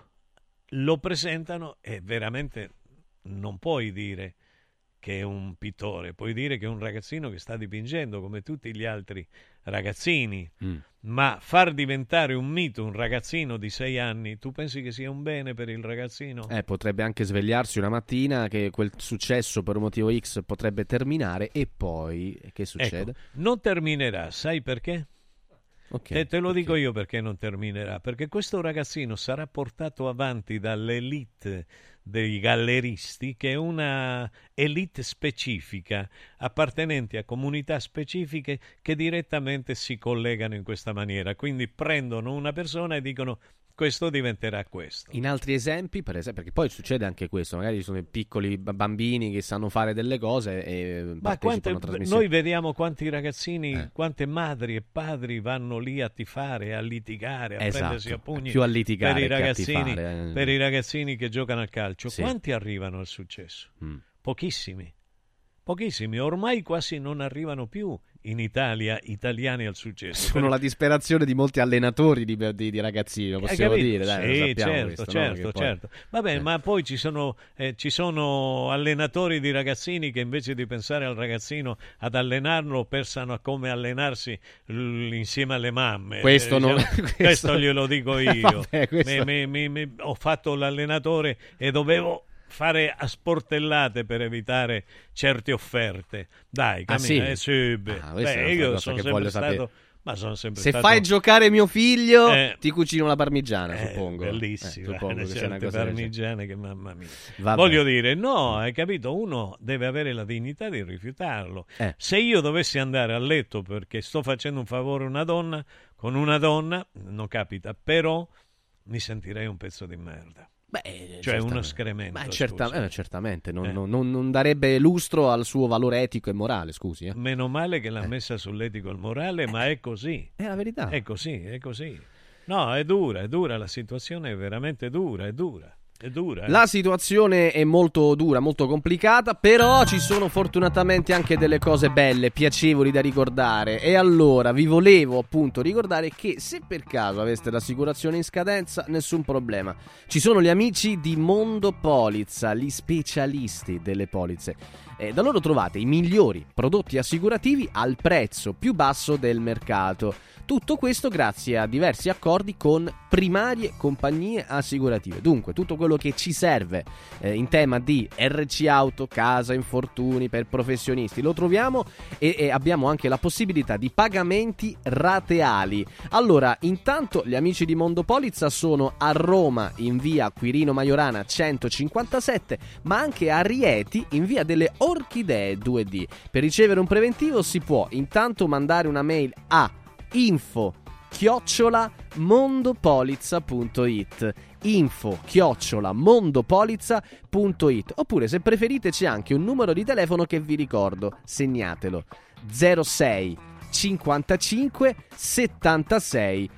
lo presentano e veramente non puoi dire che è un pittore, puoi dire che è un ragazzino che sta dipingendo come tutti gli altri ragazzini, mm. ma far diventare un mito un ragazzino di sei anni, tu pensi che sia un bene per il ragazzino? Eh, potrebbe anche svegliarsi una mattina che quel successo per un motivo X potrebbe terminare e poi che succede? Ecco, non terminerà, sai perché? Okay, te, te lo okay. dico io perché non terminerà, perché questo ragazzino sarà portato avanti dall'elite dei galleristi, che è una elite specifica, appartenenti a comunità specifiche che direttamente si collegano in questa maniera, quindi prendono una persona e dicono questo diventerà questo. In altri esempi, per esempio, perché poi succede anche questo, magari ci sono piccoli bambini che sanno fare delle cose e ma quante, a trasmissioni. Noi vediamo quanti ragazzini, eh. quante madri e padri vanno lì a tifare, a litigare, a esatto. prendersi a pugni più a litigare per i che ragazzini, a tifare, eh. per i ragazzini che giocano a calcio. Sì. Quanti arrivano al successo? Mm. Pochissimi. Pochissimi, ormai quasi non arrivano più in Italia italiani al successo. Sono la disperazione di molti allenatori di, di, di ragazzini, lo possiamo dire. Dai, sì, lo certo, questo, certo, no? certo. Poi... Va bene, eh. ma poi ci sono, eh, ci sono allenatori di ragazzini che invece di pensare al ragazzino ad allenarlo pensano a come allenarsi l- insieme alle mamme. Questo, eh, non... diciamo, questo... questo glielo dico io. Vabbè, questo... mi, mi, mi, ho fatto l'allenatore e dovevo fare a sportellate per evitare certe offerte. Dai, cammina, ah, sì? eh, sì, beh. Ah, beh, io sono sempre stato sapere. ma sono sempre se stato... fai giocare mio figlio eh, ti cucino la parmigiana, eh, suppongo. Bellissima, eh, suppongo eh, che sia una cosa parmigiane che mamma mia. Vabbè. Voglio dire, no, hai capito? Uno deve avere la dignità di rifiutarlo. Eh. Se io dovessi andare a letto perché sto facendo un favore a una donna, con una donna, non capita, però mi sentirei un pezzo di merda. Beh, cioè uno escremento. Beh, certa- eh, certamente non, eh. non, non darebbe lustro al suo valore etico e morale, scusi. Eh. Meno male che l'ha eh. messa sull'etico e il morale, ma è così. È la verità. È così, è così. No, è dura, è dura, la situazione è veramente dura, è dura. È dura. Eh? La situazione è molto dura, molto complicata, però ci sono fortunatamente anche delle cose belle, piacevoli da ricordare. E allora vi volevo appunto ricordare che se per caso aveste l'assicurazione in scadenza, nessun problema. Ci sono gli amici di Mondo Polizza, gli specialisti delle polizze. E da loro trovate i migliori prodotti assicurativi al prezzo più basso del mercato. Tutto questo grazie a diversi accordi con primarie compagnie assicurative. Dunque, tutto quello che ci serve eh, in tema di R C auto, casa, infortuni per professionisti lo troviamo e, e abbiamo anche la possibilità di pagamenti rateali. Allora, intanto gli amici di Mondo Polizza sono a Roma in via Quirino Maiorana centocinquantasette, ma anche a Rieti in via delle Orchidee due D. Per ricevere un preventivo si può intanto mandare una mail a info chiocciola mondopolizza punto it info chiocciola mondopolizza punto it oppure se preferite c'è anche un numero di telefono che vi ricordo, segnatelo: zero sei cinquantacinque settantasei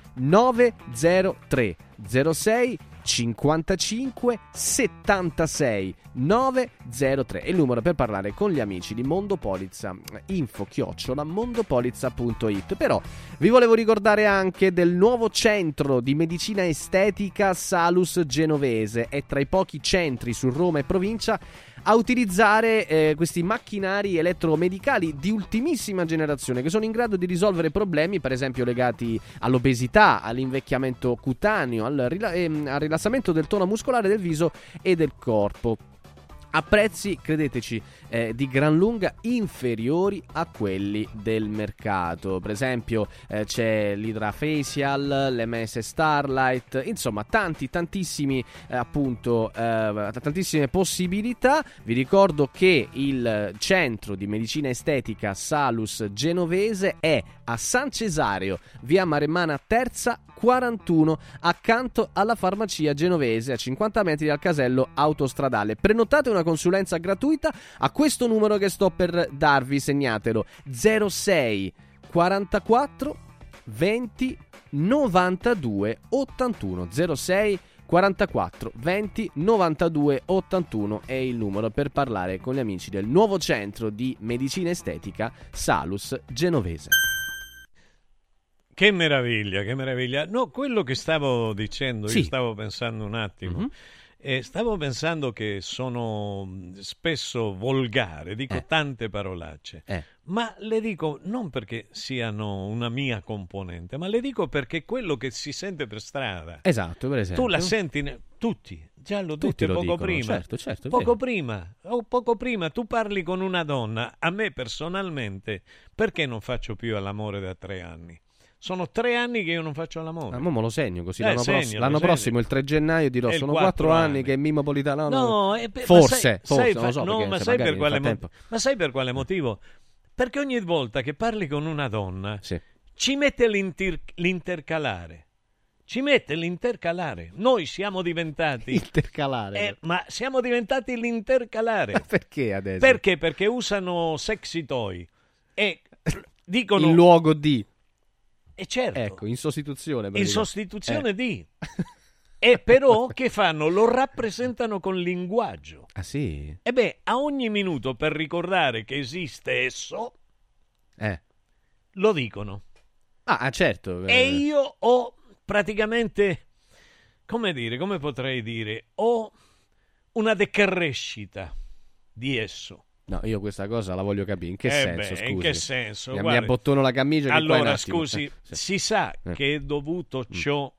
novecentotre zero sei cinquantacinque settantasei novecentotre è il numero per parlare con gli amici di Mondo Polizza, info chiocciola mondopolizza punto it. Però vi volevo ricordare anche del nuovo centro di medicina estetica Salus Genovese. È tra i pochi centri su Roma e provincia a utilizzare eh, questi macchinari elettromedicali di ultimissima generazione che sono in grado di risolvere problemi per esempio legati all'obesità, all'invecchiamento cutaneo, al, rila- ehm, al rilassamento del tono muscolare del viso e del corpo, a prezzi, credeteci, eh, di gran lunga inferiori a quelli del mercato. Per esempio eh, c'è l'Hydra Facial, l'M S Starlight, insomma tanti tantissimi eh, appunto eh, tantissime possibilità. Vi ricordo che il centro di medicina estetica Salus Genovese è a San Cesareo, via Maremmana terza quarantuno, accanto alla farmacia genovese, a cinquanta metri dal casello autostradale. Prenotate una consulenza gratuita a questo numero che sto per darvi, segnatelo: zero sei quarantaquattro venti novantadue ottantuno zero sei quarantaquattro venti novantadue ottantuno è il numero per parlare con gli amici del nuovo centro di medicina estetica Salus Genovese. Che meraviglia, che meraviglia. No, quello che stavo dicendo, Sì. io stavo pensando un attimo, Mhm. e stavo pensando che sono mh, spesso volgare, dico Eh. tante parolacce, Eh. ma le dico non perché siano una mia componente, ma le dico perché quello che si sente per strada. Esatto, per esempio. Tu la senti, ne- tutti, già l'ho Tutti detto lo poco dicono, prima. certo, certo, è poco vero. prima, o poco prima, tu parli con una donna, a me personalmente, perché non faccio più l'amore da tre anni? Sono tre anni che io non faccio l'amore. Ah, mo me lo segno così Eh, l'anno, segnalo, prossimo, l'anno segnalo. prossimo, il tre gennaio, dirò È il sono quattro quattro anni anni. che Mimmo Politano No, eh, beh, ma forse, sai- forse, sai non lo so, fa- no, perché ma se sai magari per quale nel mo- frattempo- ma sai per quale motivo? Perché ogni volta che parli con una donna Sì. ci mette l'inter- l'intercalare. Ci mette l'intercalare. Noi siamo diventati Intercalare. Eh, ma siamo diventati l'intercalare. Perché adesso? Perché? Perché usano sexy toy e dicono In luogo di. E certo. Ecco, in sostituzione. in praticamente. sostituzione Eh. di. E però che fanno? Lo rappresentano con linguaggio. Ah sì? E beh, a ogni minuto per ricordare che esiste esso, Eh. lo dicono. Ah, certo. E io ho praticamente, come dire, come potrei dire, ho una decrescita di esso. No, io questa cosa la voglio capire. In che Eh senso, beh, scusi? in che senso? Mi, mi Guardi, abbottono la camicia. che qua è un allora, attimo. scusi, Eh, sì. si sa Eh. che è dovuto ciò,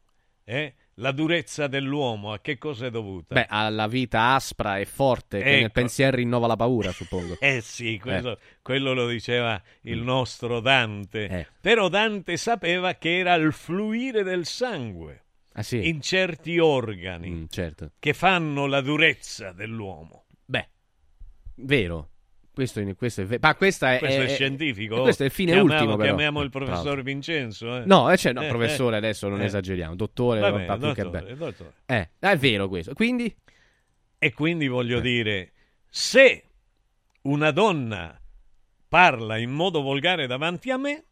eh, la durezza dell'uomo, a che cosa è dovuta? Beh, alla vita aspra e forte che nel Ecco. pensiero rinnova la paura, suppongo. Eh sì, quello, quello lo diceva il nostro Dante. Eh. Però Dante sapeva che era il fluire del sangue Ah sì? in certi organi Mm, certo. che fanno la durezza dell'uomo. Beh, vero. Questo, questo è, ve- ma questa è, Questo è, è- scientifico. Questo è il fine Chiamiamo- ultimo, però. Chiamiamo il Tra professor l'altro. Vincenzo. Eh. No, eh, cioè, no, Eh, professore, eh, adesso non eh. esageriamo. Dottore, Va va bene, più che dottore, bene. dottore. Eh, è vero questo. Quindi? E quindi voglio Eh. dire, se una donna parla in modo volgare davanti a me,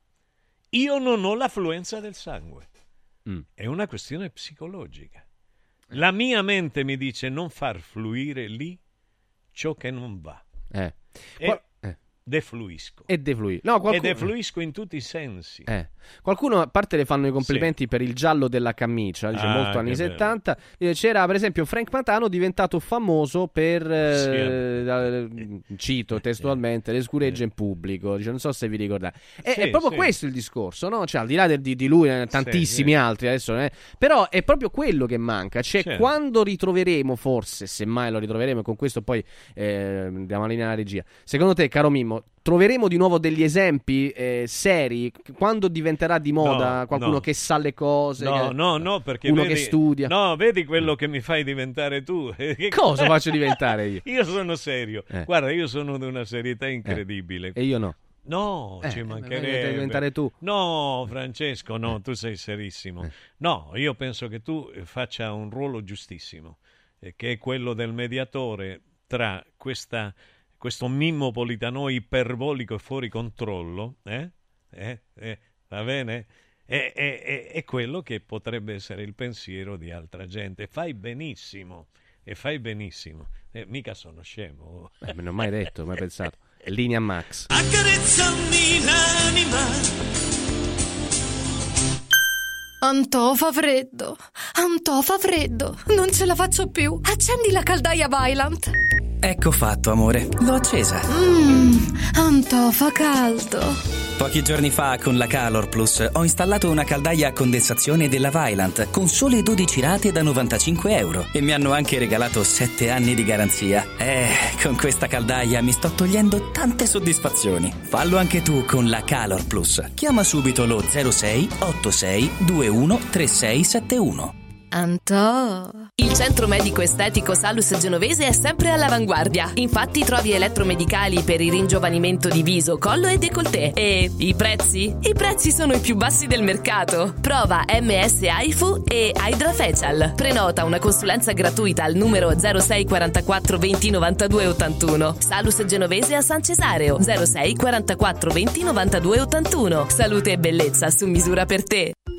io non ho l'affluenza del sangue. Mm. È una questione psicologica. La mia mente mi dice non far fluire lì ciò che non va. Eh. E Qual- eh. defluisco. E defluì. No, E qualcuno... defluisco in tutti i sensi. Eh. Qualcuno, a parte le fanno i complimenti per il giallo della camicia, dice Ah, molto anni che bello. settanta. Eh, C'era per esempio Frank Matano diventato famoso per, eh, Sì. eh, cito testualmente, le scuregge in pubblico. Dice, non so se vi ricordate. È, Sì, è proprio sì. questo il discorso, no? Cioè, al di là del- di, di lui, eh, tantissimi sì. altri adesso, eh. Però è proprio quello che manca. Cioè, Certo. quando ritroveremo, forse, semmai lo ritroveremo, e con questo poi eh, diamo la linea alla regia. Secondo te, caro Mimmo, troveremo di nuovo degli esempi eh, seri? Quando diventerà di moda No, qualcuno no. che sa le cose? No, che- no, no, perché uno vedi, che studia? No, vedi quello che mi fai diventare tu. Che Cosa faccio diventare io? Io sono serio. Eh. Guarda, io sono di una serietà incredibile. E io no. No, Eh, ci eh, mancherebbe. devi diventare tu. No, Francesco, no, tu sei serissimo. Eh. No, io penso che tu eh, faccia un ruolo giustissimo, eh, che è quello del mediatore tra questa, questo Mimmo Politano iperbolico e fuori controllo, eh? Eh? Eh? Va bene? E, e, e, e quello che potrebbe essere il pensiero di altra gente. Fai benissimo, e fai benissimo. Eh, mica sono scemo. Eh, non ho mai detto, mai pensato. Linea Max. Accarezzami l'anima. Antò, fa freddo. Antò, fa freddo. Non ce la faccio più. Accendi la caldaia Vaillant. Ecco fatto, amore. L'ho accesa. Mmm, Antò, fa caldo. Pochi giorni fa, con la Calor Plus, ho installato una caldaia a condensazione della Vaillant con sole dodici rate da novantacinque euro e mi hanno anche regalato sette anni di garanzia. Eh, con questa caldaia mi sto togliendo tante soddisfazioni. Fallo anche tu con la Calor Plus. Chiama subito lo zero sei otto sei due uno tre sei sette uno. Antò. Il centro medico estetico Salus Genovese è sempre all'avanguardia. Infatti trovi elettromedicali per il ringiovanimento di viso, collo e décolleté. E i prezzi? I prezzi sono i più bassi del mercato. Prova M S AIFU e Hydra Facial. Prenota una consulenza gratuita al numero zero sei quarantaquattro venti novantadue ottantuno. Salus Genovese a San Cesareo zero sei quarantaquattro venti novantadue ottantuno. Salute e bellezza su misura per te.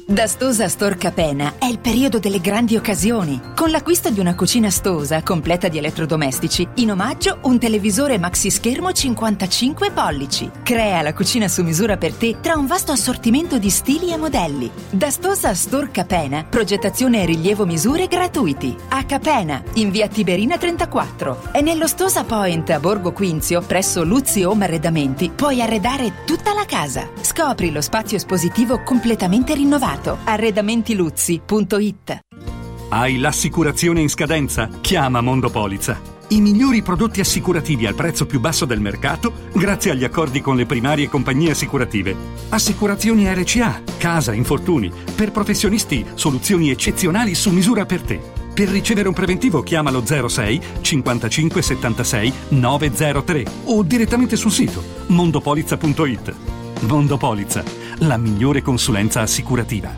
Da Stosa Store Capena è il periodo delle grandi occasioni. Con l'acquisto di una cucina Stosa completa di elettrodomestici, in omaggio un televisore maxi schermo cinquantacinque pollici. Crea la cucina su misura per te tra un vasto assortimento di stili e modelli. Da Stosa Store Capena, progettazione e rilievo misure gratuiti. A Capena, in via Tiberina trentaquattro. E nello Stosa Point a Borgo Quinzio, presso Luzzi Home Arredamenti, puoi arredare tutta la casa. Scopri lo spazio espositivo completamente rinnovato. arredamentiluzzi punto it. Hai l'assicurazione in scadenza? Chiama Mondopolizza. I migliori prodotti assicurativi al prezzo più basso del mercato grazie agli accordi con le primarie compagnie assicurative. Assicurazioni R C A, casa, infortuni. Per professionisti, soluzioni eccezionali su misura per te. Per ricevere un preventivo chiamalo zero sei cinquantacinque settantasei novecentotre o direttamente sul sito mondopolizza punto it. Mondopolizza, la migliore consulenza assicurativa.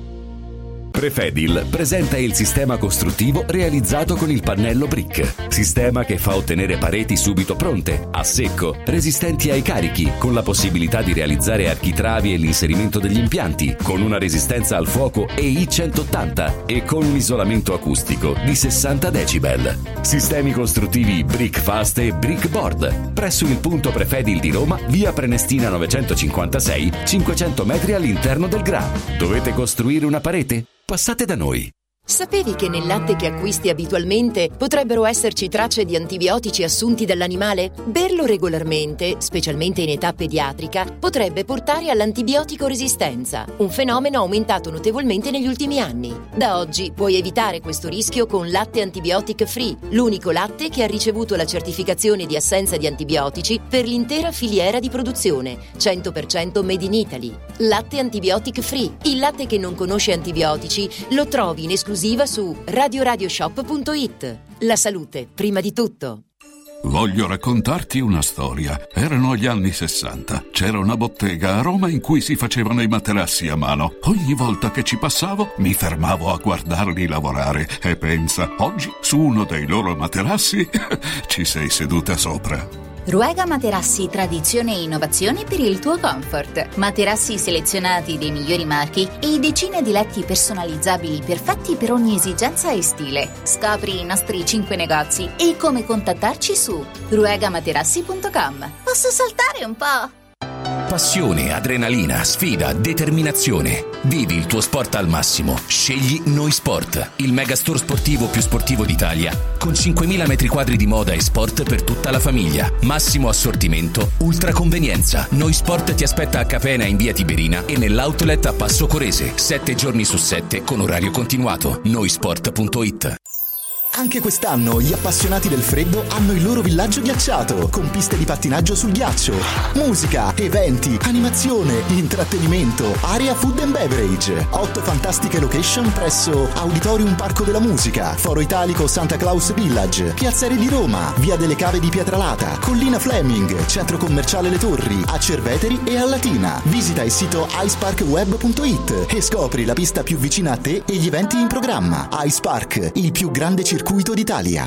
Prefedil presenta il sistema costruttivo realizzato con il pannello brick. Sistema che fa ottenere pareti subito pronte, a secco, resistenti ai carichi, con la possibilità di realizzare architravi e l'inserimento degli impianti, con una resistenza al fuoco E I centottanta e con un isolamento acustico di sessanta decibel. Sistemi costruttivi Brick Fast e Brick Board. Presso il punto Prefedil di Roma, via Prenestina novecentocinquantasei, cinquecento metri all'interno del Gra. Dovete costruire una parete? Passate da noi. Sapevi che nel latte che acquisti abitualmente potrebbero esserci tracce di antibiotici assunti dall'animale? Berlo regolarmente, specialmente in età pediatrica, potrebbe portare all'antibiotico resistenza, un fenomeno aumentato notevolmente negli ultimi anni. Da oggi puoi evitare questo rischio con Latte Antibiotic Free, l'unico latte che ha ricevuto la certificazione di assenza di antibiotici per l'intera filiera di produzione, cento per cento made in Italy. Latte Antibiotic Free, il latte che non conosce antibiotici, lo trovi in esclusiva su radio radio shop punto it. La salute, prima di tutto. Voglio raccontarti una storia. Erano gli anni sessanta. C'era una bottega a Roma in cui si facevano i materassi a mano. Ogni volta che ci passavo mi fermavo a guardarli lavorare e pensa, oggi su uno dei loro materassi ci sei seduta sopra. Ruega Materassi, tradizione e innovazione per il tuo comfort. Materassi selezionati dei migliori marchi e decine di letti personalizzabili perfetti per ogni esigenza e stile. Scopri i nostri cinque negozi e come contattarci su ruega materassi punto com. Posso saltare un po'? Passione, adrenalina, sfida, determinazione. Vivi il tuo sport al massimo. Scegli Noi Sport, il megastore sportivo più sportivo d'Italia, con cinquemila metri quadri di moda e sport per tutta la famiglia. Massimo assortimento, ultra convenienza. Noi Sport ti aspetta a Capena in via Tiberina e nell'outlet a Passo Corese, sette giorni su sette con orario continuato. noi sport punto it. Anche quest'anno gli appassionati del freddo hanno il loro villaggio ghiacciato, con piste di pattinaggio sul ghiaccio, musica, eventi, animazione, intrattenimento, area food and beverage, otto fantastiche location presso Auditorium Parco della Musica, Foro Italico Santa Claus Village, Piazzere di Roma, Via delle Cave di Pietralata, Collina Fleming, Centro Commerciale Le Torri, a Cerveteri e a Latina. Visita il sito ice park web punto it e scopri la pista più vicina a te e gli eventi in programma. Ice Park, il più grande circuito d'Italia.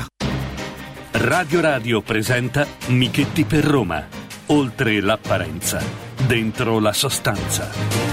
Radio Radio presenta Michetti per Roma. Oltre l'apparenza, dentro la sostanza.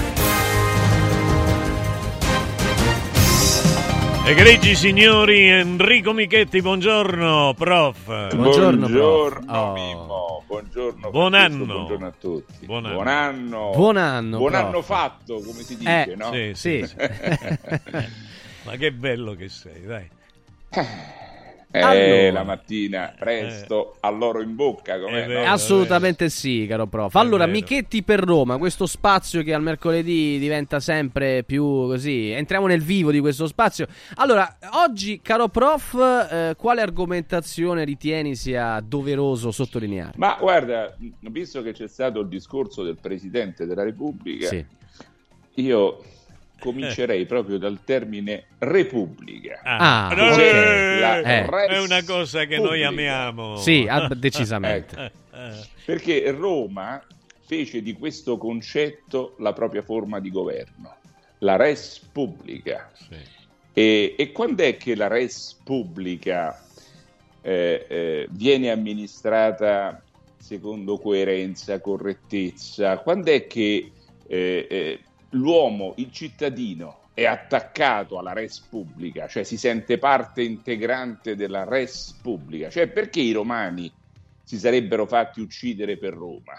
Egregi signori, Enrico Michetti, buongiorno, prof. Buongiorno, buongiorno prof. Oh. Mimmo, buongiorno. Buon anno. Buongiorno a tutti. Buon anno. Buon anno. Buon anno, Buon prof. anno fatto, come si dice, eh, no? Sì, sì. Sì. Ma che bello che sei, dai. Eh, Allora. la mattina presto Eh. all'oro in bocca, com'è, È vero. no? Assolutamente sì, caro prof. Allora, vero. Michetti per Roma, questo spazio che al mercoledì diventa sempre più così. Entriamo nel vivo di questo spazio. Allora, oggi, caro prof, eh, quale argomentazione ritieni sia doveroso sottolineare? Ma guarda, visto che c'è stato il discorso del Presidente della Repubblica, Sì. io comincerei proprio dal termine Repubblica. Ah, Cos'è ok. la Eh. res È una cosa che noi pubblica? amiamo. Sì, ah, decisamente. Ecco. Perché Roma fece di questo concetto la propria forma di governo, la res pubblica. Sì. E, e quando è che la res pubblica eh, eh, viene amministrata secondo coerenza, correttezza? Quando è che eh, eh, l'uomo, il cittadino, è attaccato alla res pubblica, cioè si sente parte integrante della res pubblica. Cioè, perché i romani si sarebbero fatti uccidere per Roma?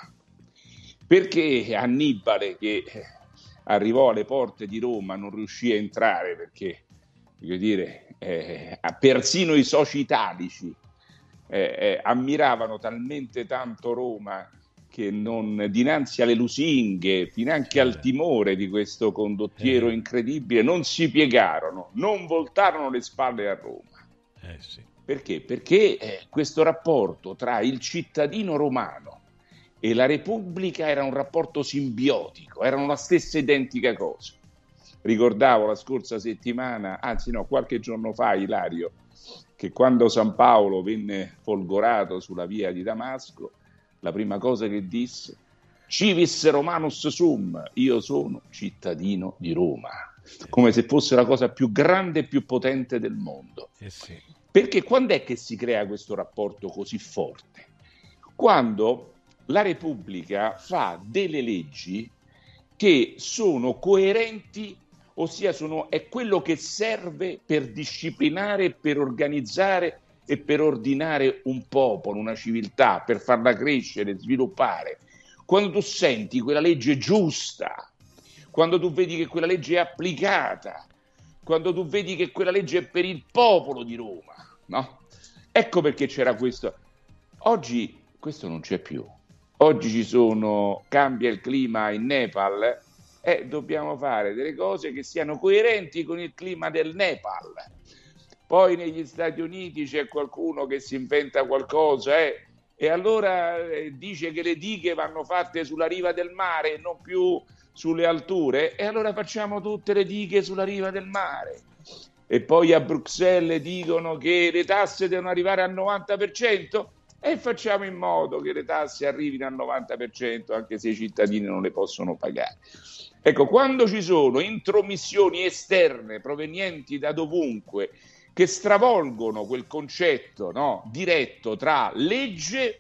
Perché Annibale, che arrivò alle porte di Roma, non riuscì a entrare perché, voglio dire, eh, persino i soci italici eh, eh, ammiravano talmente tanto Roma che non, dinanzi alle lusinghe, finanche al timore di questo condottiero incredibile, non si piegarono, non voltarono le spalle a Roma. Eh sì. Perché? Perché eh, questo rapporto tra il cittadino romano e la Repubblica era un rapporto simbiotico, erano la stessa identica cosa. Ricordavo la scorsa settimana, anzi no, qualche giorno fa, Ilario, che quando San Paolo venne folgorato sulla via di Damasco, la prima cosa che disse: civis Romanus sum, io sono cittadino di Roma, come se fosse la cosa più grande e più potente del mondo. Eh sì. Perché quando è che si crea questo rapporto così forte? Quando la Repubblica fa delle leggi che sono coerenti, ossia sono, è quello che serve per disciplinare, per organizzare e per ordinare un popolo, una civiltà, per farla crescere, sviluppare. Quando tu senti quella legge giusta, quando tu vedi che quella legge è applicata, quando tu vedi che quella legge è per il popolo di Roma, no? Ecco perché c'era questo. Oggi questo non c'è più. Oggi ci sono, cambia il clima in Nepal e dobbiamo fare delle cose che siano coerenti con il clima del Nepal. Poi negli Stati Uniti c'è qualcuno che si inventa qualcosa eh, e allora eh, dice che le dighe vanno fatte sulla riva del mare e non più sulle alture, e allora facciamo tutte le dighe sulla riva del mare. E poi a Bruxelles dicono che le tasse devono arrivare al novanta per cento e facciamo in modo che le tasse arrivino al novanta per cento anche se i cittadini non le possono pagare. Ecco, quando ci sono intromissioni esterne provenienti da dovunque che stravolgono quel concetto, no, diretto tra legge,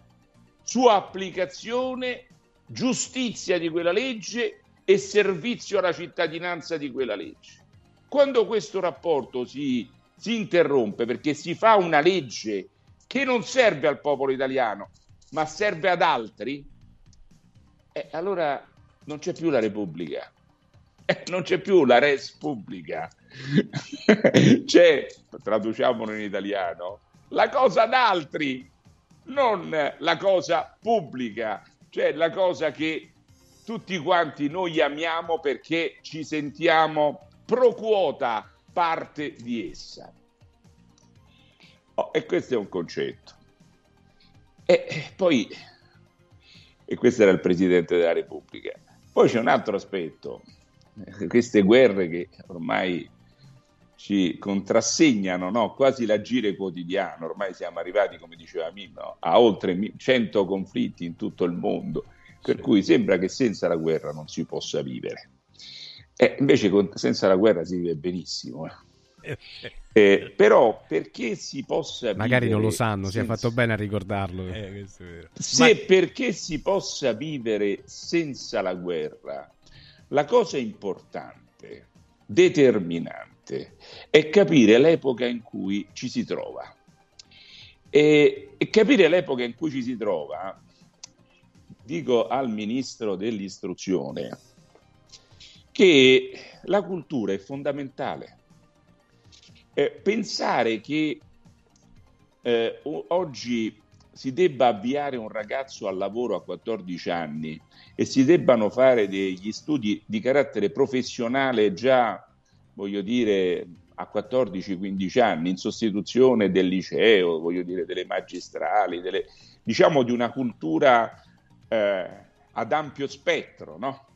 sua applicazione, giustizia di quella legge e servizio alla cittadinanza di quella legge. Quando questo rapporto si, si interrompe perché si fa una legge che non serve al popolo italiano, ma serve ad altri, eh, allora non c'è più la Repubblica, eh, non c'è più la res pubblica. C'è, traduciamolo in italiano, la cosa d'altri, non la cosa pubblica, cioè la cosa che tutti quanti noi amiamo perché ci sentiamo pro quota parte di essa. Oh, e questo è un concetto. E, e poi, e questo era il Presidente della Repubblica. Poi c'è un altro aspetto, queste guerre che ormai ci contrassegnano, no? Quasi l'agire quotidiano. Ormai siamo arrivati, come diceva Mimmo, a oltre cento conflitti in tutto il mondo, per sì. cui sembra che senza la guerra non si possa vivere. E invece con, senza la guerra si vive benissimo. Eh. Eh, però perché si possa vivere... Magari non lo sanno, senza... si è fatto bene a ricordarlo. Eh, questo è vero. Se Ma... perché si possa vivere senza la guerra, la cosa importante, determinante, è capire l'epoca in cui ci si trova. E, e capire l'epoca in cui ci si trova, dico al Ministro dell'Istruzione, che la cultura è fondamentale. Eh, pensare che eh, oggi si debba avviare un ragazzo al lavoro a quattordici anni e si debbano fare degli studi di carattere professionale già, voglio dire, a quattordici quindici anni, in sostituzione del liceo, voglio dire, delle magistrali, delle, diciamo di una cultura eh, ad ampio spettro, no?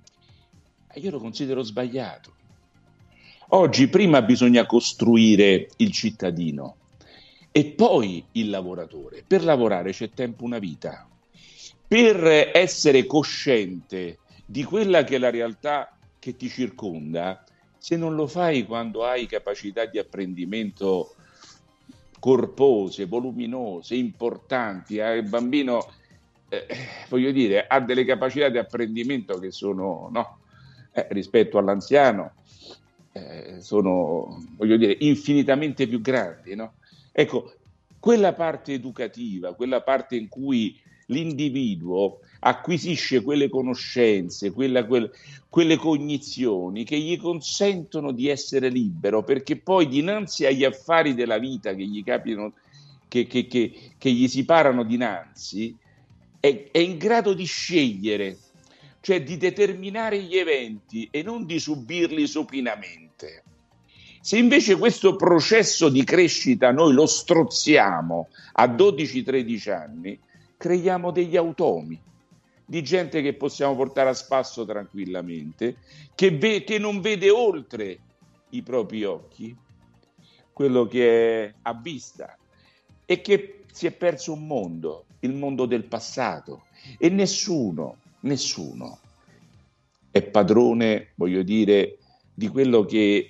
Io lo considero sbagliato. Oggi prima bisogna costruire il cittadino e poi il lavoratore. Per lavorare c'è tempo una vita. Per essere cosciente di quella che è la realtà che ti circonda, se non lo fai quando hai capacità di apprendimento corpose, voluminose, importanti, eh, il bambino, eh, voglio dire, ha delle capacità di apprendimento che sono, no? eh, rispetto all'anziano eh, sono, voglio dire, infinitamente più grandi, no? Ecco, quella parte educativa, quella parte in cui l'individuo acquisisce quelle conoscenze, quella, quelle, quelle cognizioni che gli consentono di essere libero, perché poi dinanzi agli affari della vita che gli capitano, che, che, che, che gli si parano dinanzi, è, è in grado di scegliere, cioè di determinare gli eventi e non di subirli supinamente. Se invece questo processo di crescita noi lo strozziamo a dodici tredici anni, creiamo degli automi, di gente che possiamo portare a spasso tranquillamente, che, ve- che non vede oltre i propri occhi quello che è a vista e che si è perso un mondo, il mondo del passato, e nessuno, nessuno è padrone, voglio dire, di quello che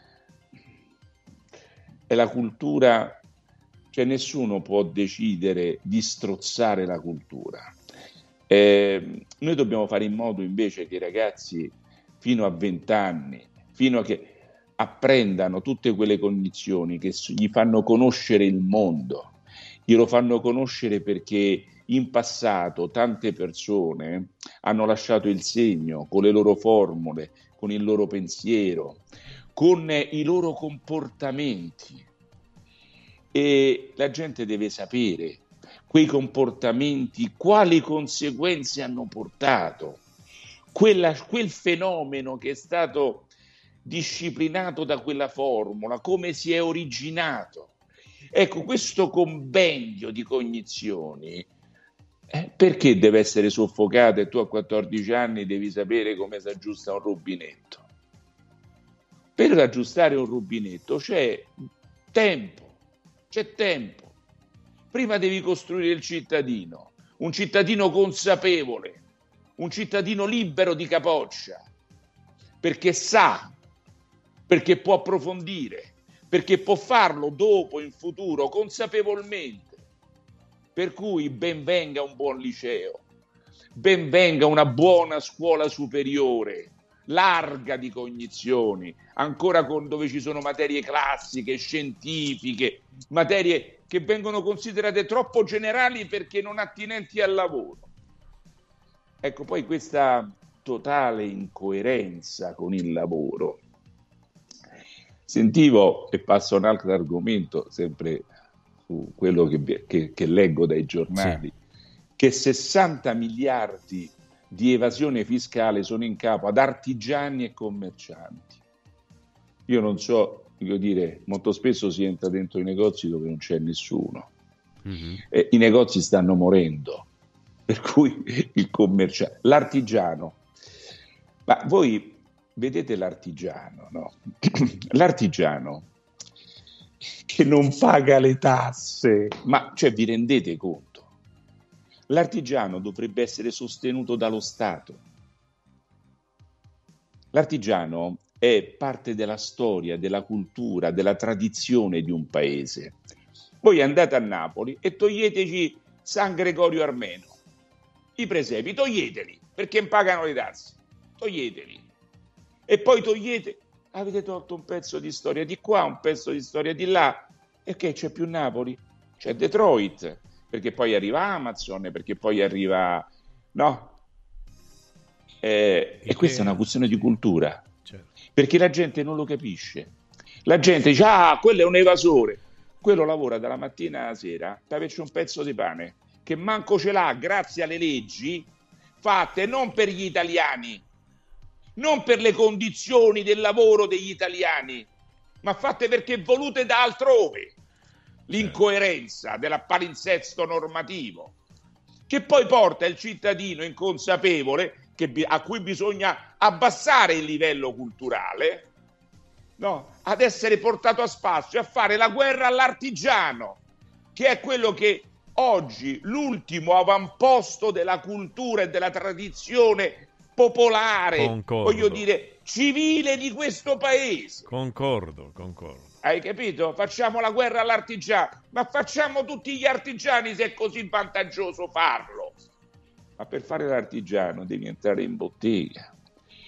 è la cultura, cioè nessuno può decidere di strozzare la cultura. Eh, noi dobbiamo fare in modo invece che i ragazzi fino a venti anni, fino a che apprendano tutte quelle cognizioni che gli fanno conoscere il mondo, glielo fanno conoscere perché in passato tante persone hanno lasciato il segno con le loro formule, con il loro pensiero, con i loro comportamenti, e la gente deve sapere quei comportamenti quali conseguenze hanno portato, quella, quel fenomeno che è stato disciplinato da quella formula, come si è originato. Ecco, questo compendio di cognizioni eh, perché deve essere soffocato e tu a quattordici anni devi sapere come si aggiusta un rubinetto? Per aggiustare un rubinetto c'è tempo, c'è tempo. Prima devi costruire il cittadino, un cittadino consapevole, un cittadino libero di capoccia, perché sa, perché può approfondire, perché può farlo dopo, in futuro, consapevolmente. Per cui ben venga un buon liceo, ben venga una buona scuola superiore, larga di cognizioni, ancora con dove ci sono materie classiche, scientifiche, materie che vengono considerate troppo generali perché non attinenti al lavoro. Ecco, poi questa totale incoerenza con il lavoro. Sentivo, e passo a un altro argomento, sempre su quello che, che, che leggo dai giornali, sì, che sessanta miliardi di evasione fiscale sono in capo ad artigiani e commercianti. Io non so, voglio dire, molto spesso si entra dentro i negozi dove non c'è nessuno. Mm-hmm. E i negozi stanno morendo, per cui il commerciante, l'artigiano, ma voi vedete l'artigiano, no? L'artigiano che non paga le tasse, ma cioè vi rendete conto? L'artigiano dovrebbe essere sostenuto dallo Stato. L'artigiano è parte della storia, della cultura, della tradizione di un paese. Voi andate a Napoli e toglieteci San Gregorio Armeno, i presepi, toglieteli, perché pagano le tasse, toglieteli. E poi togliete, avete tolto un pezzo di storia di qua, un pezzo di storia di là, e che c'è più Napoli? C'è Detroit, perché poi arriva Amazon, perché poi arriva, no? Eh, e, e questa è una questione di cultura, certo, perché la gente non lo capisce. La gente dice, ah, quello è un evasore. Quello lavora dalla mattina alla sera per averci un pezzo di pane, che manco ce l'ha grazie alle leggi fatte non per gli italiani, non per le condizioni del lavoro degli italiani, ma fatte perché volute da altrove. L'incoerenza dell'appalinsesto normativo, che poi porta il cittadino inconsapevole, che, a cui bisogna abbassare il livello culturale, no, ad essere portato a spasso e a fare la guerra all'artigiano, che è quello che oggi l'ultimo avamposto della cultura e della tradizione popolare, concordo, voglio dire, civile di questo paese. Concordo, concordo. Hai capito? Facciamo la guerra all'artigiano, ma facciamo tutti gli artigiani se è così vantaggioso farlo. Ma per fare l'artigiano devi entrare in bottega,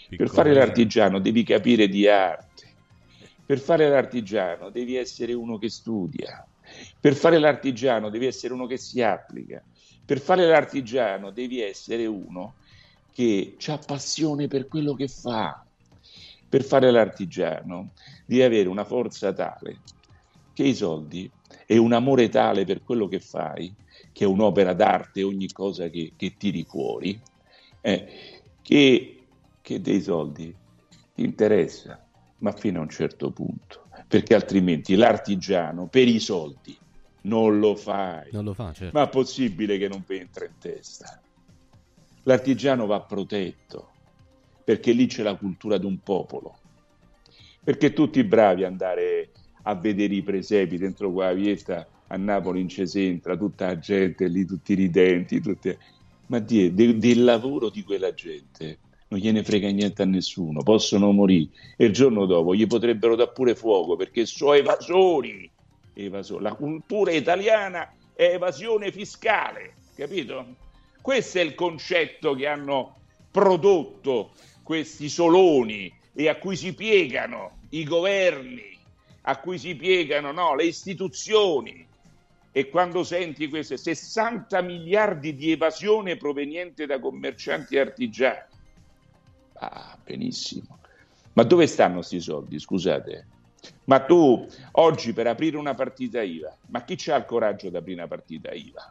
Per fare l'artigiano devi capire di arte, per fare l'artigiano devi essere uno che studia, per fare l'artigiano devi essere uno che si applica, per fare l'artigiano devi essere uno che ha passione per quello che fa. Per fare l'artigiano devi avere una forza tale che i soldi e un amore tale per quello che fai, che è un'opera d'arte, ogni cosa che, che tiri fuori, eh, che, che dei soldi ti interessa, ma fino a un certo punto, perché altrimenti l'artigiano per i soldi non lo fai. Non lo fa, certo. Ma è possibile che non vi entra in testa? L'artigiano va protetto, perché lì c'è la cultura di un popolo, perché tutti bravi ad andare a vedere i presepi dentro quella vietta a Napoli in Cesentra, tutta la gente lì, tutti ridenti, tutti... ma die, de, del lavoro di quella gente non gliene frega niente a nessuno, possono morire e il giorno dopo gli potrebbero dare pure fuoco perché sono evasori. evasori. La cultura italiana è evasione fiscale, capito? Questo è il concetto che hanno prodotto questi soloni e a cui si piegano i governi, a cui si piegano no, le istituzioni. E quando senti queste sessanta miliardi di evasione proveniente da commercianti e artigiani, ah, benissimo. Ma dove stanno questi soldi, scusate? Ma tu oggi per aprire una partita I V A, ma chi c'ha il coraggio di aprire una partita I V A?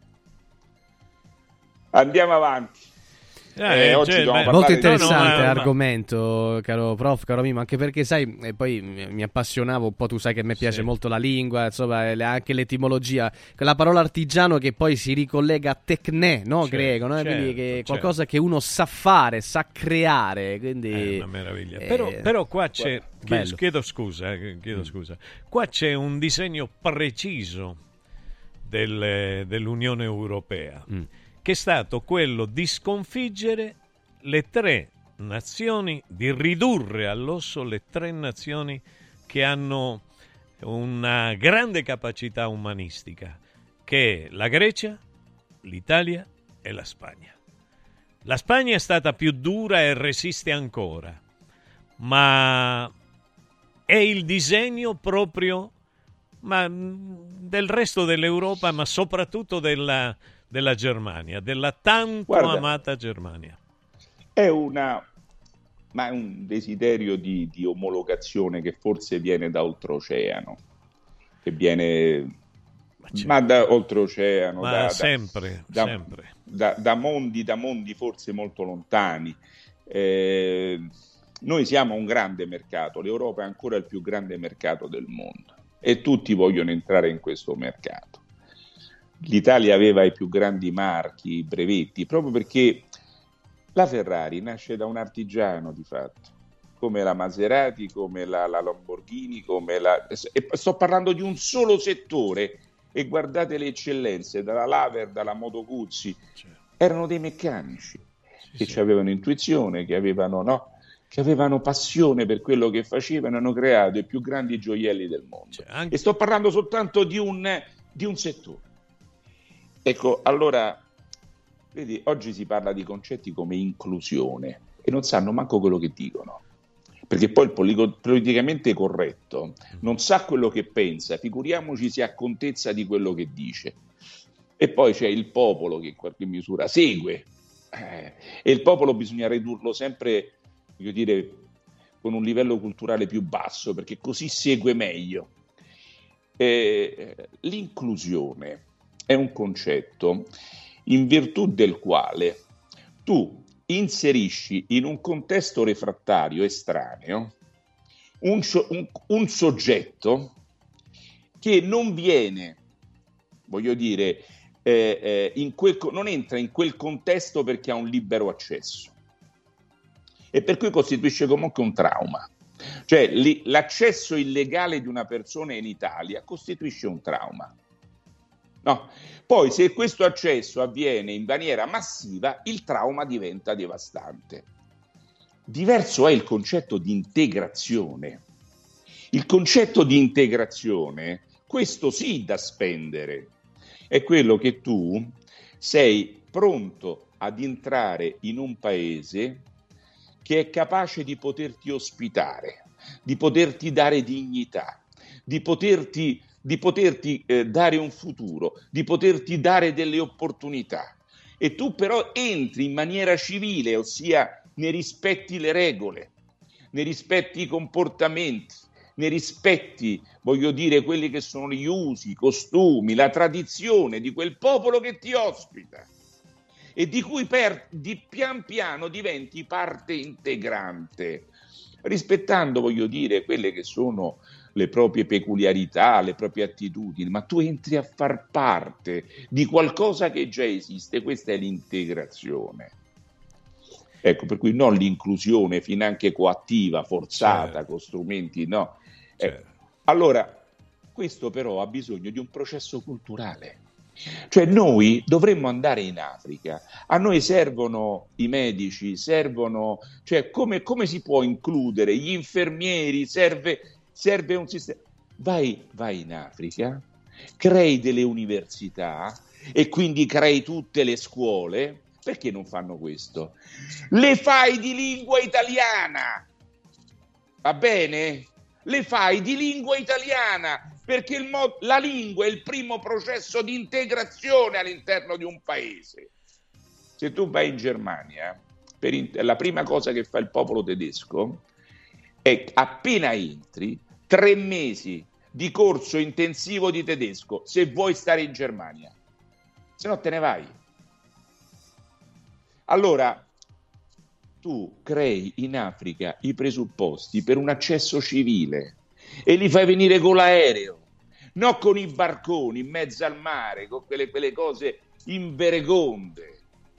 Andiamo avanti. Eh, eh, oggi cioè, dobbiamo beh, Molto parlare di- interessante no, no, ma- argomento, caro prof, caro Mimo, anche perché sai, eh, poi mi mi appassionavo un po', tu sai che a me piace Sì. molto la lingua, insomma, e le- anche l'etimologia, la parola artigiano che poi si ricollega a tecne, no, Certo, greco, no? certo, Quindi che è certo. qualcosa che uno sa fare, sa creare, quindi È una meraviglia. eh, Però, però qua c'è, bello. chiedo, chiedo scusa, eh, chiedo scusa, qua c'è un disegno preciso del- dell'Unione Europea, Mm. che è stato quello di sconfiggere le tre nazioni, di ridurre all'osso le tre nazioni che hanno una grande capacità umanistica, che è la Grecia, l'Italia e la Spagna. La Spagna è stata più dura e resiste ancora, ma è il disegno proprio ma, del resto dell'Europa, ma soprattutto della, della Germania, della tanto Guarda. amata Germania. È una, ma è un desiderio di, di omologazione che forse viene da oltreoceano, che viene Ma, c'è- ma da oltreoceano, ma da, da- sempre, da, sempre. da- da mondi, da mondi forse molto lontani. Eh, noi siamo un grande mercato, l'Europa è ancora il più grande mercato del mondo e tutti vogliono entrare in questo mercato. L'Italia aveva i più grandi marchi, i brevetti, proprio perché la Ferrari nasce da un artigiano di fatto, come la Maserati, come la, la Lamborghini, come la... e sto parlando di un solo settore e guardate le eccellenze, dalla Laver, dalla Moto Guzzi, erano dei meccanici che sì. avevano intuizione, che avevano, no, che avevano passione per quello che facevano e hanno creato i più grandi gioielli del mondo. Cioè, anche- E sto parlando soltanto di un, di un settore. Ecco, allora, vedi, oggi si parla di concetti come inclusione e non sanno manco quello che dicono, perché poi il poligo- politicamente corretto non sa quello che pensa, figuriamoci se ha contezza di quello che dice. E poi c'è il popolo che in qualche misura segue, eh, e il popolo bisogna ridurlo sempre, voglio dire, con un livello culturale più basso, perché così segue meglio. Eh, l'inclusione è un concetto in virtù del quale tu inserisci in un contesto refrattario estraneo un, un, un soggetto che non viene, voglio dire, eh, eh, in quel, non entra in quel contesto perché ha un libero accesso e per cui costituisce comunque un trauma. Cioè li, l'accesso illegale di una persona in Italia costituisce un trauma. No. Poi se questo accesso avviene in maniera massiva, il trauma diventa devastante. Diverso è il concetto di integrazione. Il concetto di integrazione, questo sì da spendere, è quello che tu sei pronto ad entrare in un paese che è capace di poterti ospitare, di poterti dare dignità, di poterti, di poterti eh, dare un futuro, di poterti dare delle opportunità. E tu però entri in maniera civile, ossia ne rispetti le regole, ne rispetti i comportamenti, ne rispetti, voglio dire, quelli che sono gli usi, i costumi, la tradizione di quel popolo che ti ospita e di cui per, di pian piano diventi parte integrante, rispettando, voglio dire, quelle che sono le proprie peculiarità, le proprie attitudini, ma tu entri a far parte di qualcosa che già esiste. Questa è l'integrazione. Ecco, per cui non l'inclusione finanche coattiva, forzata, certo, con strumenti, no. Certo. Ecco. Allora, questo però ha bisogno di un processo culturale. Cioè noi dovremmo andare in Africa, a noi servono i medici, servono, cioè come, come si può includere gli infermieri, serve, serve un sistema. Vai, vai in Africa, crei delle università e quindi crei tutte le scuole. Perché non fanno questo? Le fai di lingua italiana, va bene? Le fai di lingua italiana, perché il mo- la lingua è il primo processo di integrazione all'interno di un paese. Se tu vai in Germania, per in- la prima cosa che fa il popolo tedesco è, appena entri, tre mesi di corso intensivo di tedesco, se vuoi stare in Germania, se no te ne vai. Allora, tu crei in Africa i presupposti per un accesso civile e li fai venire con l'aereo, non con i barconi in mezzo al mare, con quelle, quelle cose inveregonde.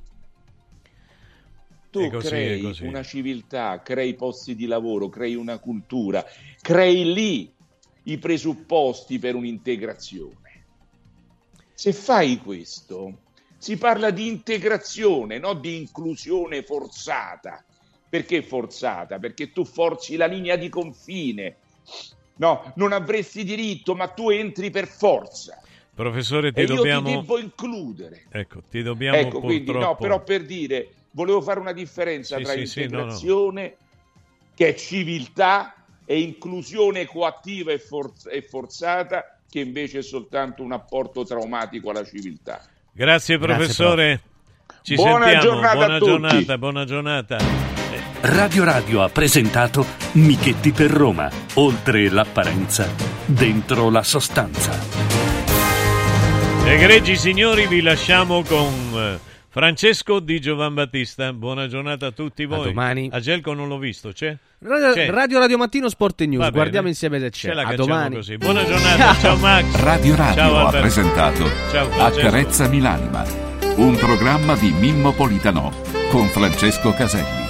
Tu così, crei una civiltà, crei posti di lavoro, crei una cultura, crei lì i presupposti per un'integrazione. Se fai questo, si parla di integrazione, non di inclusione forzata. Perché forzata? Perché tu forzi la linea di confine. No, non avresti diritto, ma tu entri per forza. Professore, ti e dobbiamo... io ti devo includere. Ecco, ti dobbiamo ecco, purtroppo... quindi, no, però per dire, volevo fare una differenza sì, tra sì, integrazione, sì, no, no. che è civiltà, e inclusione coattiva e, forz- e forzata, che invece è soltanto un apporto traumatico alla civiltà. Grazie professore, Grazie, ci buona sentiamo, giornata buona a tutti. giornata, buona giornata. Radio Radio ha presentato Michetti per Roma, oltre l'apparenza, dentro la sostanza. Egregi signori, vi lasciamo con Francesco di Giovan Battista. Buona giornata a tutti voi. A domani. A Gelco non l'ho visto, c'è? Radio c'è. Radio, Radio Mattino Sport e News, Va guardiamo bene. insieme se c'è. Ce la a domani. così. Buona giornata, ciao Max. Radio Radio ciao, ha presentato ciao, Accarezzami l'anima, un programma di Mimmo Politano con Francesco Caselli.